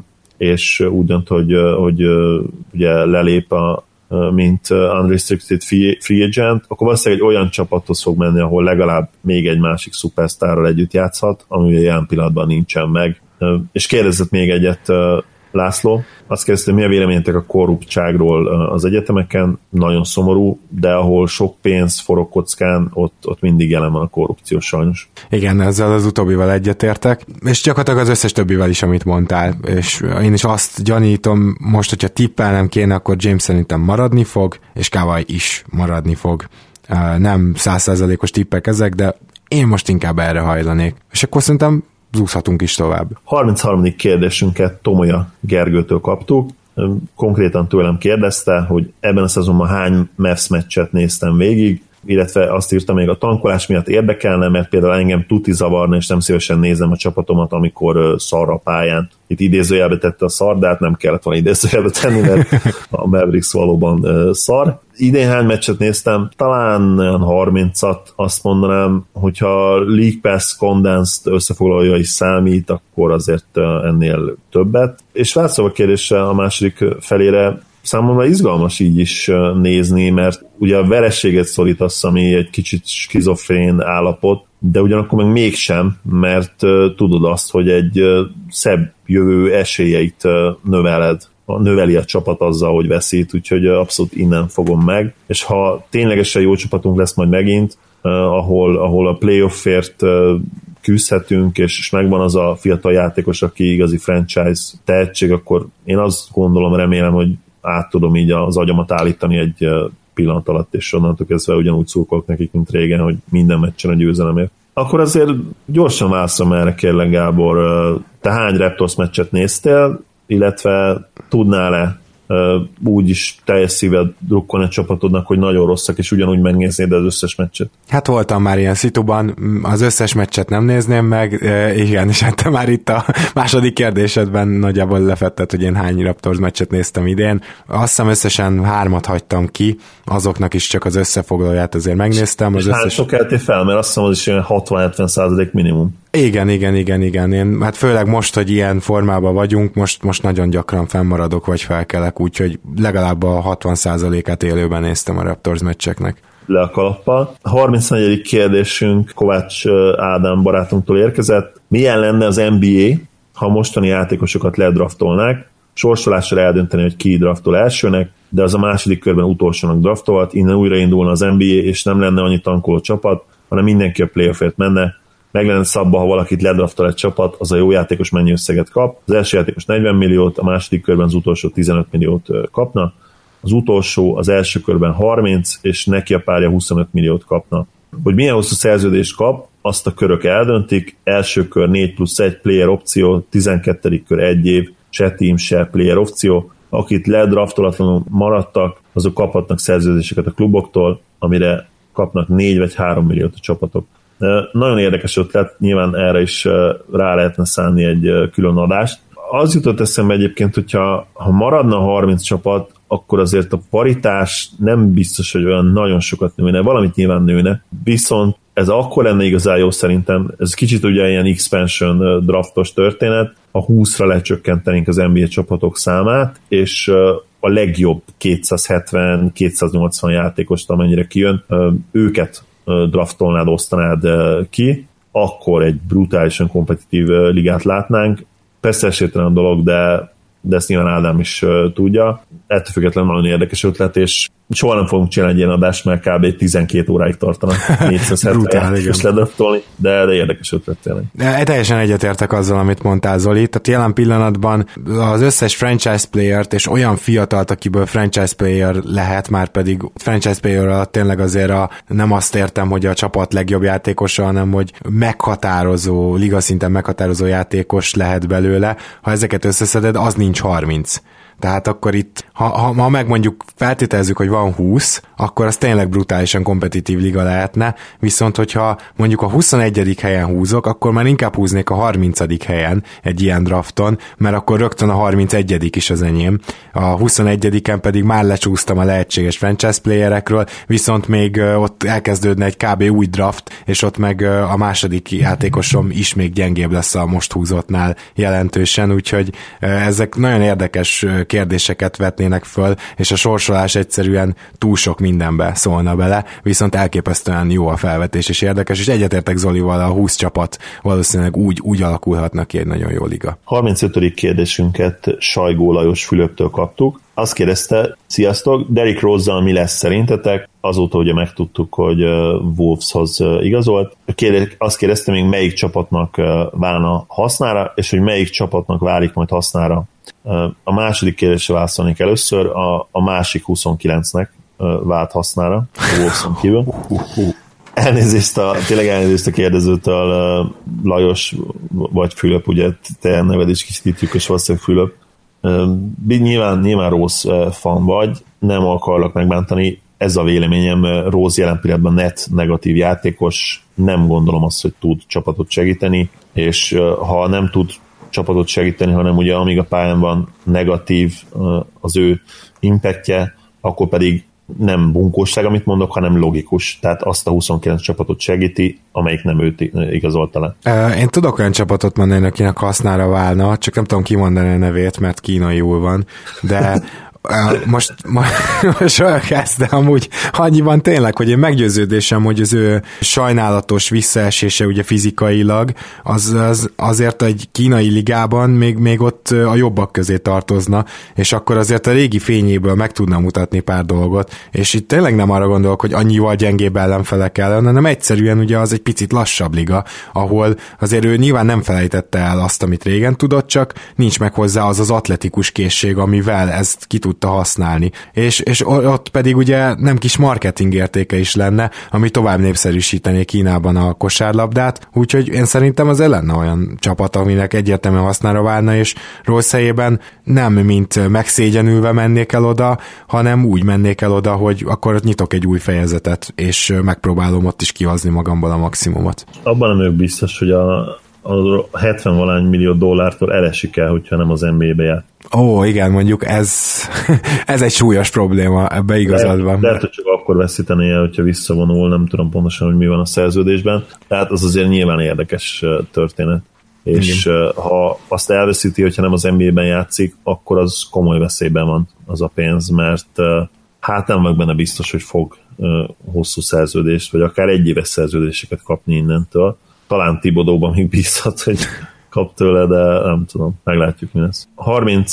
és úgy dönt, hogy ugye lelép mint unrestricted free agent, akkor valószínűleg egy olyan csapathoz fog menni, ahol legalább még egy másik szupersztárral együtt játszhat, ami ilyen pillanatban nincsen meg. És kérdezett még egyet László, azt kérdezte, hogy mi a véleményetek a korruptságról az egyetemeken, nagyon szomorú, de ahol sok pénz forog kockán, ott mindig jelen van a korrupció sajnos. Igen, ezzel az utóbbival egyetértek, és gyakorlatilag az összes többivel is, amit mondtál, és én is azt gyanítom, most, hogyha tippelnem kéne, akkor James szerintem maradni fog, és Kawhi is maradni fog. Nem 100%-os tippek ezek, de én most inkább erre hajlanék. És akkor szerintem zúzhatunk is tovább. 33. kérdésünket Tomolya Gergőtől kaptuk. Konkrétan tőlem kérdezte, hogy ebben a szezonban hány Mavs meccset néztem végig, illetve azt írta még, a tankolás miatt érdekelne, mert például engem tuti zavarna, és nem szívesen nézem a csapatomat, amikor szar a pályán. Itt idézőjelbe tette a szar, de hát nem kellett volna idézőjelbe tenni, mert a Mavericks valóban szar. Idén hány meccset néztem? Talán 30-at, azt mondanám, hogyha League Pass Condensed összefoglalója is számít, akkor azért ennél többet. És válaszolva a kérdésre a második felére, számomra izgalmas így is nézni, mert ugye a vereséget szorítasz, ami egy kicsit skizofrén állapot, de ugyanakkor meg mégsem, mert tudod azt, hogy egy szebb jövő esélyeit növeli a csapat azzal, hogy veszít, úgyhogy abszolút innen fogom meg. És ha ténylegesen jó csapatunk lesz majd megint, ahol a playoffért küzdhetünk, és megvan az a fiatal játékos, aki igazi franchise tehetség, akkor én azt gondolom, remélem, hogy át tudom így az agyamat állítani egy pillanat alatt, és onnantól kezdve ugyanúgy szurkolok nekik, mint régen, hogy minden meccsen a győzelemért. Akkor azért gyorsan válaszolom erre, kérlek Gábor. Te hány Raptors meccset néztél, illetve tudnál-e úgy is teljes szíved drukkolni a csapatodnak, hogy nagyon rosszak, és ugyanúgy megnéznéd az összes meccset? Hát voltam már ilyen szituban, az összes meccset nem nézném meg, igen, és hát te már itt a második kérdésedben nagyjából lefetted, hogy én hány Raptors meccset néztem idén. Azt hiszem összesen 3-at hagytam ki, azoknak is csak az összefoglalóját azért megnéztem. Az hány sok eltél fel, mert azt hiszem, az is ilyen 60-70% minimum. Igen. Én, hát főleg most, hogy ilyen formában vagyunk, most nagyon gyakran fennmaradok, vagy felkelek, úgyhogy legalább a 60%-át élőben néztem a Raptors meccseknek. Le a kalappal. A 34. kérdésünk Kovács Ádám barátunktól érkezett. Milyen lenne az NBA, ha mostani játékosokat ledraftolnák, sorsolásra eldönteni, hogy ki draftol elsőnek, de az a második körben utolsónak draftolt, innen újraindulna az NBA, és nem lenne annyi tankoló csapat, hanem mindenki a playoffért menne. Meg lenne szabva, ha valakit ledraftol egy csapat, az a jó játékos mennyi összeget kap. Az első játékos 40 milliót, a második körben az utolsó 15 milliót kapna. Az utolsó az első körben 30, és neki a párja 25 milliót kapna. Hogy milyen hosszú szerződést kap, azt a körök eldöntik. Első kör 4+1 player opció, 12. kör 1 év, se team, se player opció. Akit ledraftolatlanul maradtak, azok kaphatnak szerződéseket a kluboktól, amire kapnak 4 vagy 3 milliót a csapatok. Nagyon érdekes ötlet, nyilván erre is rá lehetne szánni egy külön adást. Az jutott eszembe egyébként, hogyha maradna 30 csapat, akkor azért a paritás nem biztos, hogy olyan nagyon sokat nőne, valamit nyilván nőne, viszont ez akkor lenne igazán jó szerintem, ez kicsit ugye ilyen expansion draftos történet, a 20-ra lecsökkentenénk az NBA csapatok számát, és a legjobb 270-280 játékost, amennyire kijön, őket draftolnád, osztanád ki, akkor egy brutálisan kompetitív ligát látnánk. Persze esélytelen dolog, de ezt nyilván Ádám is tudja. Ettől függetlenül nagyon érdekes ötlet, és soha nem fogunk csinálni egy ilyen adást, mert kb. 12 óráig tartanak 470 játékos ledraftolni, de érdekes ötlet tényleg. Teljesen egyetértek azzal, amit mondtál, Zoli. Tehát jelen pillanatban az összes franchise playert, és olyan fiatalt, akiből franchise player lehet, már pedig franchise player alatt tényleg azért nem azt értem, hogy a csapat legjobb játékosa, hanem hogy meghatározó, ligaszinten meghatározó játékos lehet belőle. Ha ezeket összeszeded, az nincs 30. Tehát akkor itt, ha meg mondjuk feltételezzük, hogy van 20, akkor az tényleg brutálisan kompetitív liga lehetne, viszont hogyha mondjuk a 21. helyen húzok, akkor már inkább húznék a 30. helyen egy ilyen drafton, mert akkor rögtön a 31. is az enyém. A 21-en pedig már lecsúsztam a lehetséges franchise playerekről, viszont még ott elkezdődne egy kb. Új draft, és ott meg a második játékosom is még gyengébb lesz a most húzottnál jelentősen, úgyhogy ezek nagyon érdekes kérdéseket vetnének föl, és a sorsolás egyszerűen túl sok mindenbe szólna bele, viszont elképesztően jó a felvetés, és érdekes, és egyetértek Zolival, a 20 csapat valószínűleg úgy alakulhatnak ki egy nagyon jó liga. 35. kérdésünket Sajgó Lajos Fülöptől kaptuk. Azt kérdezte, sziasztok, Derrick Rose-zal mi lesz szerintetek? Azóta ugye megtudtuk, hogy Wolveshoz igazolt. Azt kérdezte még, melyik csapatnak válna hasznára, és hogy melyik csapatnak válik majd hasznára. A második kérdésre válaszolnék először, a másik 29-nek vált hasznára, a Wolveson kívül. Tényleg elnézést a kérdezőtől, Lajos vagy Fülöp, ugye te neved is kicsit itt és valószínűleg Fülöp. Nyilván Rose fan vagy, nem akarlak megbántani, ez a véleményem, Rose jelen pillanatban net negatív játékos, nem gondolom azt, hogy tud csapatot segíteni, és ha nem tud csapatot segíteni, hanem ugye amíg a pályán van negatív az ő impactje, akkor pedig nem bunkóság, amit mondok, hanem logikus. Tehát azt a 29 csapatot segíti, amelyik nem őt igazolta le. Én tudok olyan csapatot mondani, akinek hasznára válna, csak nem tudom kimondani a nevét, mert kínaiul van, de most olyan kezd, de amúgy annyiban tényleg, hogy én meggyőződésem, hogy az ő sajnálatos visszaesése ugye fizikailag, azért egy kínai ligában még ott a jobbak közé tartozna, és akkor azért a régi fényéből meg tudna mutatni pár dolgot, és itt tényleg nem arra gondolok, hogy annyival gyengébb ellenfelek ellen, hanem egyszerűen ugye az egy picit lassabb liga, ahol azért ő nyilván nem felejtette el azt, amit régen tudott, csak nincs meg hozzá az atletikus készség, amivel ezt ki tudta használni. És ott pedig ugye nem kis marketing értéke is lenne, ami tovább népszerűsítené Kínában a kosárlabdát, úgyhogy én szerintem az lenne olyan csapat, aminek egyértelműen hasznára válna, és rossz helyében nem mint megszégyenülve mennék el oda, hanem úgy mennék el oda, hogy akkor ott nyitok egy új fejezetet, és megpróbálom ott is kihozni magamból a maximumot. Abban nem vagyok biztos, hogy a 70-valány millió dollártól elesik el, hogyha nem az NBA-be jár. Ó, igen, mondjuk ez egy súlyos probléma, ebbe igazad van. Lehet, hogy csak akkor veszíteni el, hogyha visszavonul, nem tudom pontosan, hogy mi van a szerződésben, tehát az azért nyilván érdekes történet. És ha azt elveszíti, hogyha nem az NBA-ben játszik, akkor az komoly veszélyben van az a pénz, mert hát nem vagyok benne biztos, hogy fog hosszú szerződést, vagy akár egyéves szerződéseket kapni innentől. Talán Thibodeauban még bízhat, hogy kap tőle, de nem tudom, meglátjuk, mi lesz. A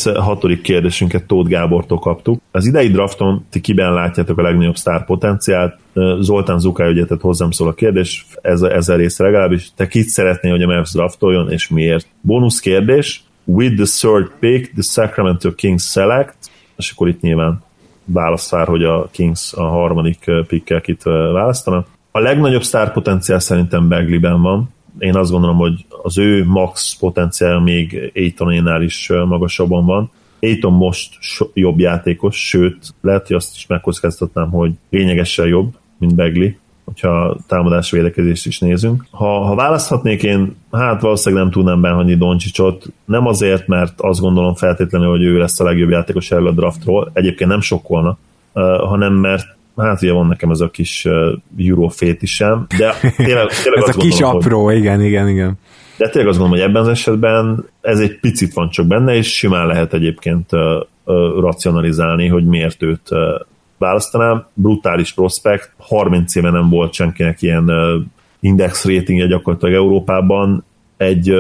36. kérdésünket Tóth Gábortól kaptuk. Az idei drafton ti kiben látjátok a legnagyobb sztár potenciált? Zoltán Zukály ugye tett hozzám szól a kérdés, ezzel része legalábbis. Te kit szeretnél, hogy a Mavs draftoljon, és miért? Bónusz kérdés. With the third pick, the Sacramento Kings select, és akkor itt nyilván válasz vár, hogy a Kings a harmadik pickkel kit választanak. A legnagyobb sztárpotenciál szerintem Bagleyben van. Én azt gondolom, hogy az ő max potenciál még Aytonénál is magasabban van. Ayton most jobb játékos, sőt, lehet, hogy azt is megkockáztatnám, hogy lényegesen jobb, mint Bagley, hogyha támadás védekezést is nézünk. Ha választhatnék, én valószínűleg nem tudnám behagyni Doncsicsot, nem azért, mert azt gondolom feltétlenül, hogy ő lesz a legjobb játékos erről a draftról, egyébként nem sokkolna, hanem mert ugye van nekem ez a kis Eurofétisem, de tényleg ez a kis gondolom, apró, hogy, igen. De tényleg azt gondolom, hogy ebben az esetben ez egy picit van csak benne, és simán lehet egyébként racionalizálni, hogy miért őt választanám. Brutális prospekt, 30 éve nem volt senkinek ilyen index ratingje gyakorlatilag Európában, egy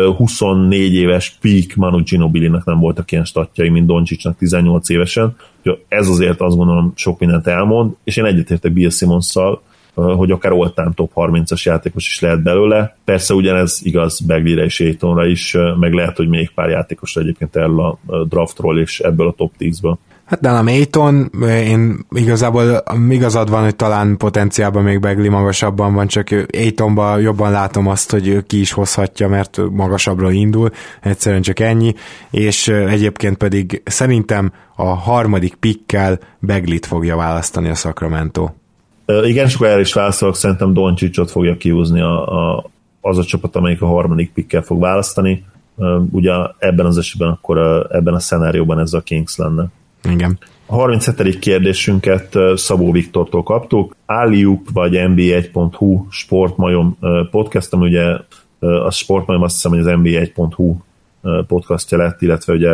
24 éves peak Manu Ginobili-nek nem voltak ilyen statjai, mint Doncsicsnak 18 évesen. Ez azért azt gondolom sok mindent elmond, és én egyetértek Bill Simmons-szal, hogy akár all-time top 30-as játékos is lehet belőle. Persze ugyanez igaz Bagleyre és Aytonra is, meg lehet, hogy még pár játékosra egyébként erről a draftról és ebből a top 10-ből. Hát nálam Ayton, én igazából igazad van, hogy talán potenciálban még Bagley magasabban van, csak Aytonban jobban látom azt, hogy ő ki is hozhatja, mert magasabbra indul, egyszerűen csak ennyi, és egyébként pedig szerintem a harmadik pickkel Bagleyt fogja választani a Sacramento. Igen, és akkor erre is válaszolok, szerintem Doncsicsot fogja kihúzni az a csapat, amelyik a harmadik pickkel fog választani. Ugye ebben az esetben akkor ebben a szenárióban ez a Kings lenne. Igen. A 37. kérdésünket Szabó Viktortól kaptuk. Alley-oop vagy nba1.hu sportmajom podcast, ami ugye a sportmajom azt hiszem, hogy az nba1.hu podcastja lett, illetve ugye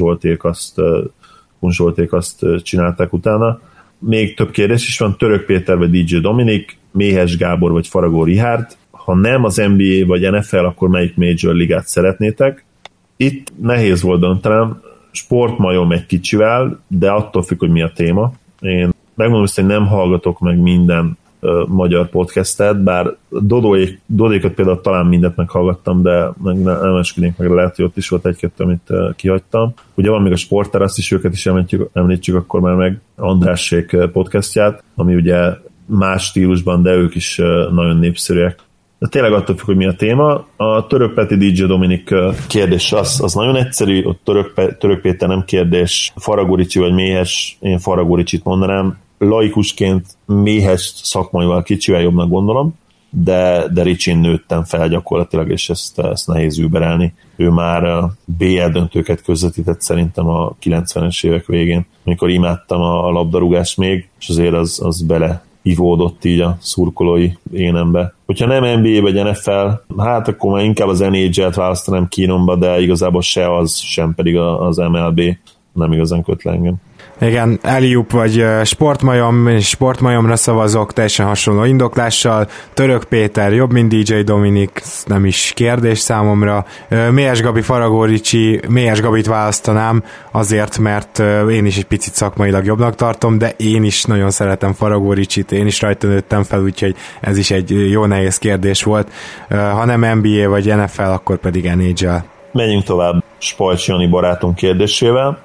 Zsolték azt csinálták utána. Még több kérdés is van, Török Péter vagy DJ Dominik, Méhes Gábor vagy Faragó Richárd. Ha nem az NBA vagy NFL, akkor melyik Major ligát szeretnétek? Itt nehéz volt döntenem, sportmajom egy kicsivel, de attól függ, hogy mi a téma. Én megmondom hogy nem hallgatok meg minden magyar podcastet, bár Dodékat például talán mindent meghallgattam, de nem esküdnénk meg, lehet, hogy ott is volt egy-kettő, amit kihagytam. Ugye van még a Sportteraszt is, őket is említsük akkor már meg Andrássék podcastját, ami ugye más stílusban, de ők is nagyon népszerűek. De tényleg attól függ, hogy mi a téma. A Török Peti DJ Dominik kérdés az nagyon egyszerű, ott Török Péter nem kérdés, Faragó Ricsi vagy Méhes, én Faragó Ricsit mondanám. Laikusként Méhes szakmaival kicsivel jobbnak gondolom, de Ricsin nőttem fel gyakorlatilag, és ezt nehéz überelni. Ő már BL döntőket közvetített szerintem a 90-es évek végén, amikor imádtam a labdarúgást még, és azért az bele ivódott így a szurkolói énembe. Hogyha nem NBA vagy NFL, hát akkor már inkább az NHL-t választanám kínomba, de igazából se az, sem pedig az MLB nem igazán köt le engem. Igen, Alley-oop vagy sportmajom, és sportmajomra szavazok, teljesen hasonló indoklással. Török Péter jobb, mint DJ Dominik, nem is kérdés számomra. Méhes Gabi, Faragó Ricsi, Méhes Gabit választanám azért, mert én is egy picit szakmailag jobbnak tartom, de én is nagyon szeretem Faragó Ricsit, én is rajta nőttem fel, úgyhogy ez is egy jó nehéz kérdés volt. Ha nem NBA vagy NFL, akkor pedig NHL. Menjünk tovább Spajcs Jani barátunk kérdésével.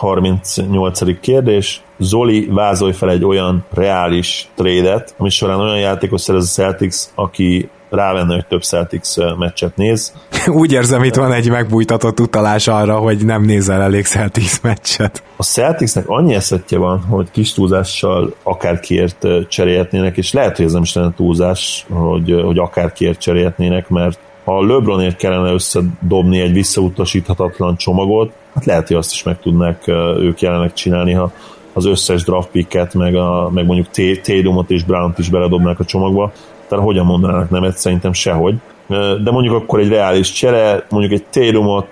38. kérdés. Zoli, vázolj fel egy olyan reális trédet, ami során olyan játékos szerez a Celtics, aki rávenne, hogy több Celtics meccset néz. Úgy érzem, itt van egy megbújtatott utalás arra, hogy nem nézel elég Celtics meccset. A Celticsnek annyi eszetje van, hogy kis túlzással akárkiért cserélhetnének, és lehet, hogy ez nem is lenne túlzás, hogy akárkiért cserélhetnének, mert ha LeBronért kellene összedobni egy visszautasíthatatlan csomagot, hát lehet, hogy azt is meg tudnák ők jelenleg csinálni, ha az összes draft picket, meg mondjuk Tatumot és Brownt is beledobnák a csomagba. Tehát hogyan mondanának nemet? Szerintem sehogy. De mondjuk akkor egy reális csere, mondjuk egy Tatumot,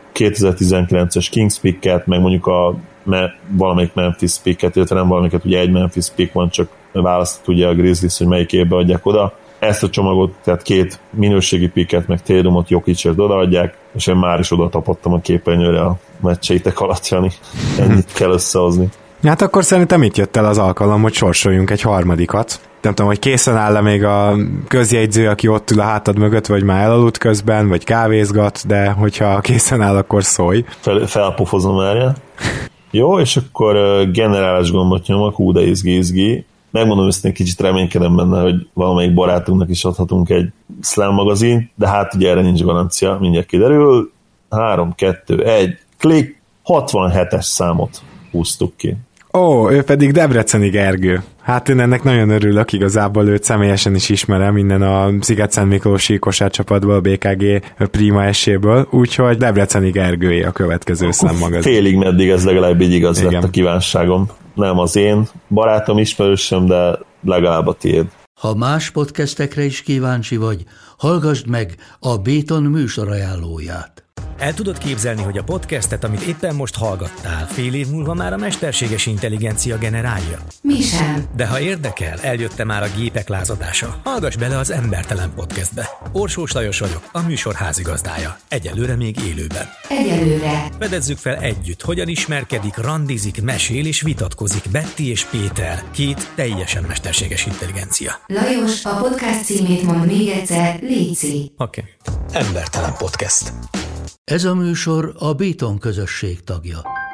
2019-es Kings picket, meg mondjuk valamelyik Memphis picket, illetve nem valamelyiket, ugye egy Memphis pick van, csak választott ugye a Grizzlies, hogy melyik évbe adják oda. Ezt a csomagot, tehát két minőségi picket, meg Tatumot, Jokicért odaadják, és én már is oda tapadtam a képernyőre a meccseitek alatt, Jani. Ennyit kell összehozni. Hát akkor szerintem itt jött el az alkalom, hogy sorsoljunk egy harmadikat. Nem tudom, hogy készen áll-e még a közjegyző, aki ott ül a hátad mögött, vagy már elaludt közben, vagy kávézgat, de hogyha készen áll, akkor szólj. Felpofozom erre. Jó, és akkor generális gombot nyomok, de izgi. Megmondom, hogy egy kicsit reménykedem benne, hogy valamelyik barátunknak is adhatunk egy Slam magazin, de hát ugye erre nincs garancia, mindjárt kiderül. 3, 2, 1, klik, 67-es számot húztuk ki. Ó, ő pedig Debreceni Gergő. Hát én ennek nagyon örülök, igazából őt személyesen is ismerem, innen a Sziget-Szent Miklósi kosárcsapatból, a BKG Prima eséből, úgyhogy Debreceni Gergőé a következő számmagazin. Félig meddig ez legalább így igaz lett a kívánságom. Nem az én barátom, ismerősöm, de legalább a tiéd. Ha más podcastekre is kíváncsi vagy, hallgassd meg a Béton műsor ajánlóját. El tudod képzelni, hogy a podcastet, amit éppen most hallgattál, fél év múlva már a mesterséges intelligencia generálja? Mi sem. De ha érdekel, eljött már a gépek lázadása. Hallgass bele az Embertelen Podcastbe. Orsós Lajos vagyok, a műsor házigazdája. Egyelőre még élőben. Egyelőre. Fedezzük fel együtt, hogyan ismerkedik, randizik, mesél és vitatkozik Betty és Péter, két teljesen mesterséges intelligencia. Lajos, a podcast címét mond még egyszer, léci. Oké. Embertelen Podcast. Ez a műsor a Béton közösség tagja.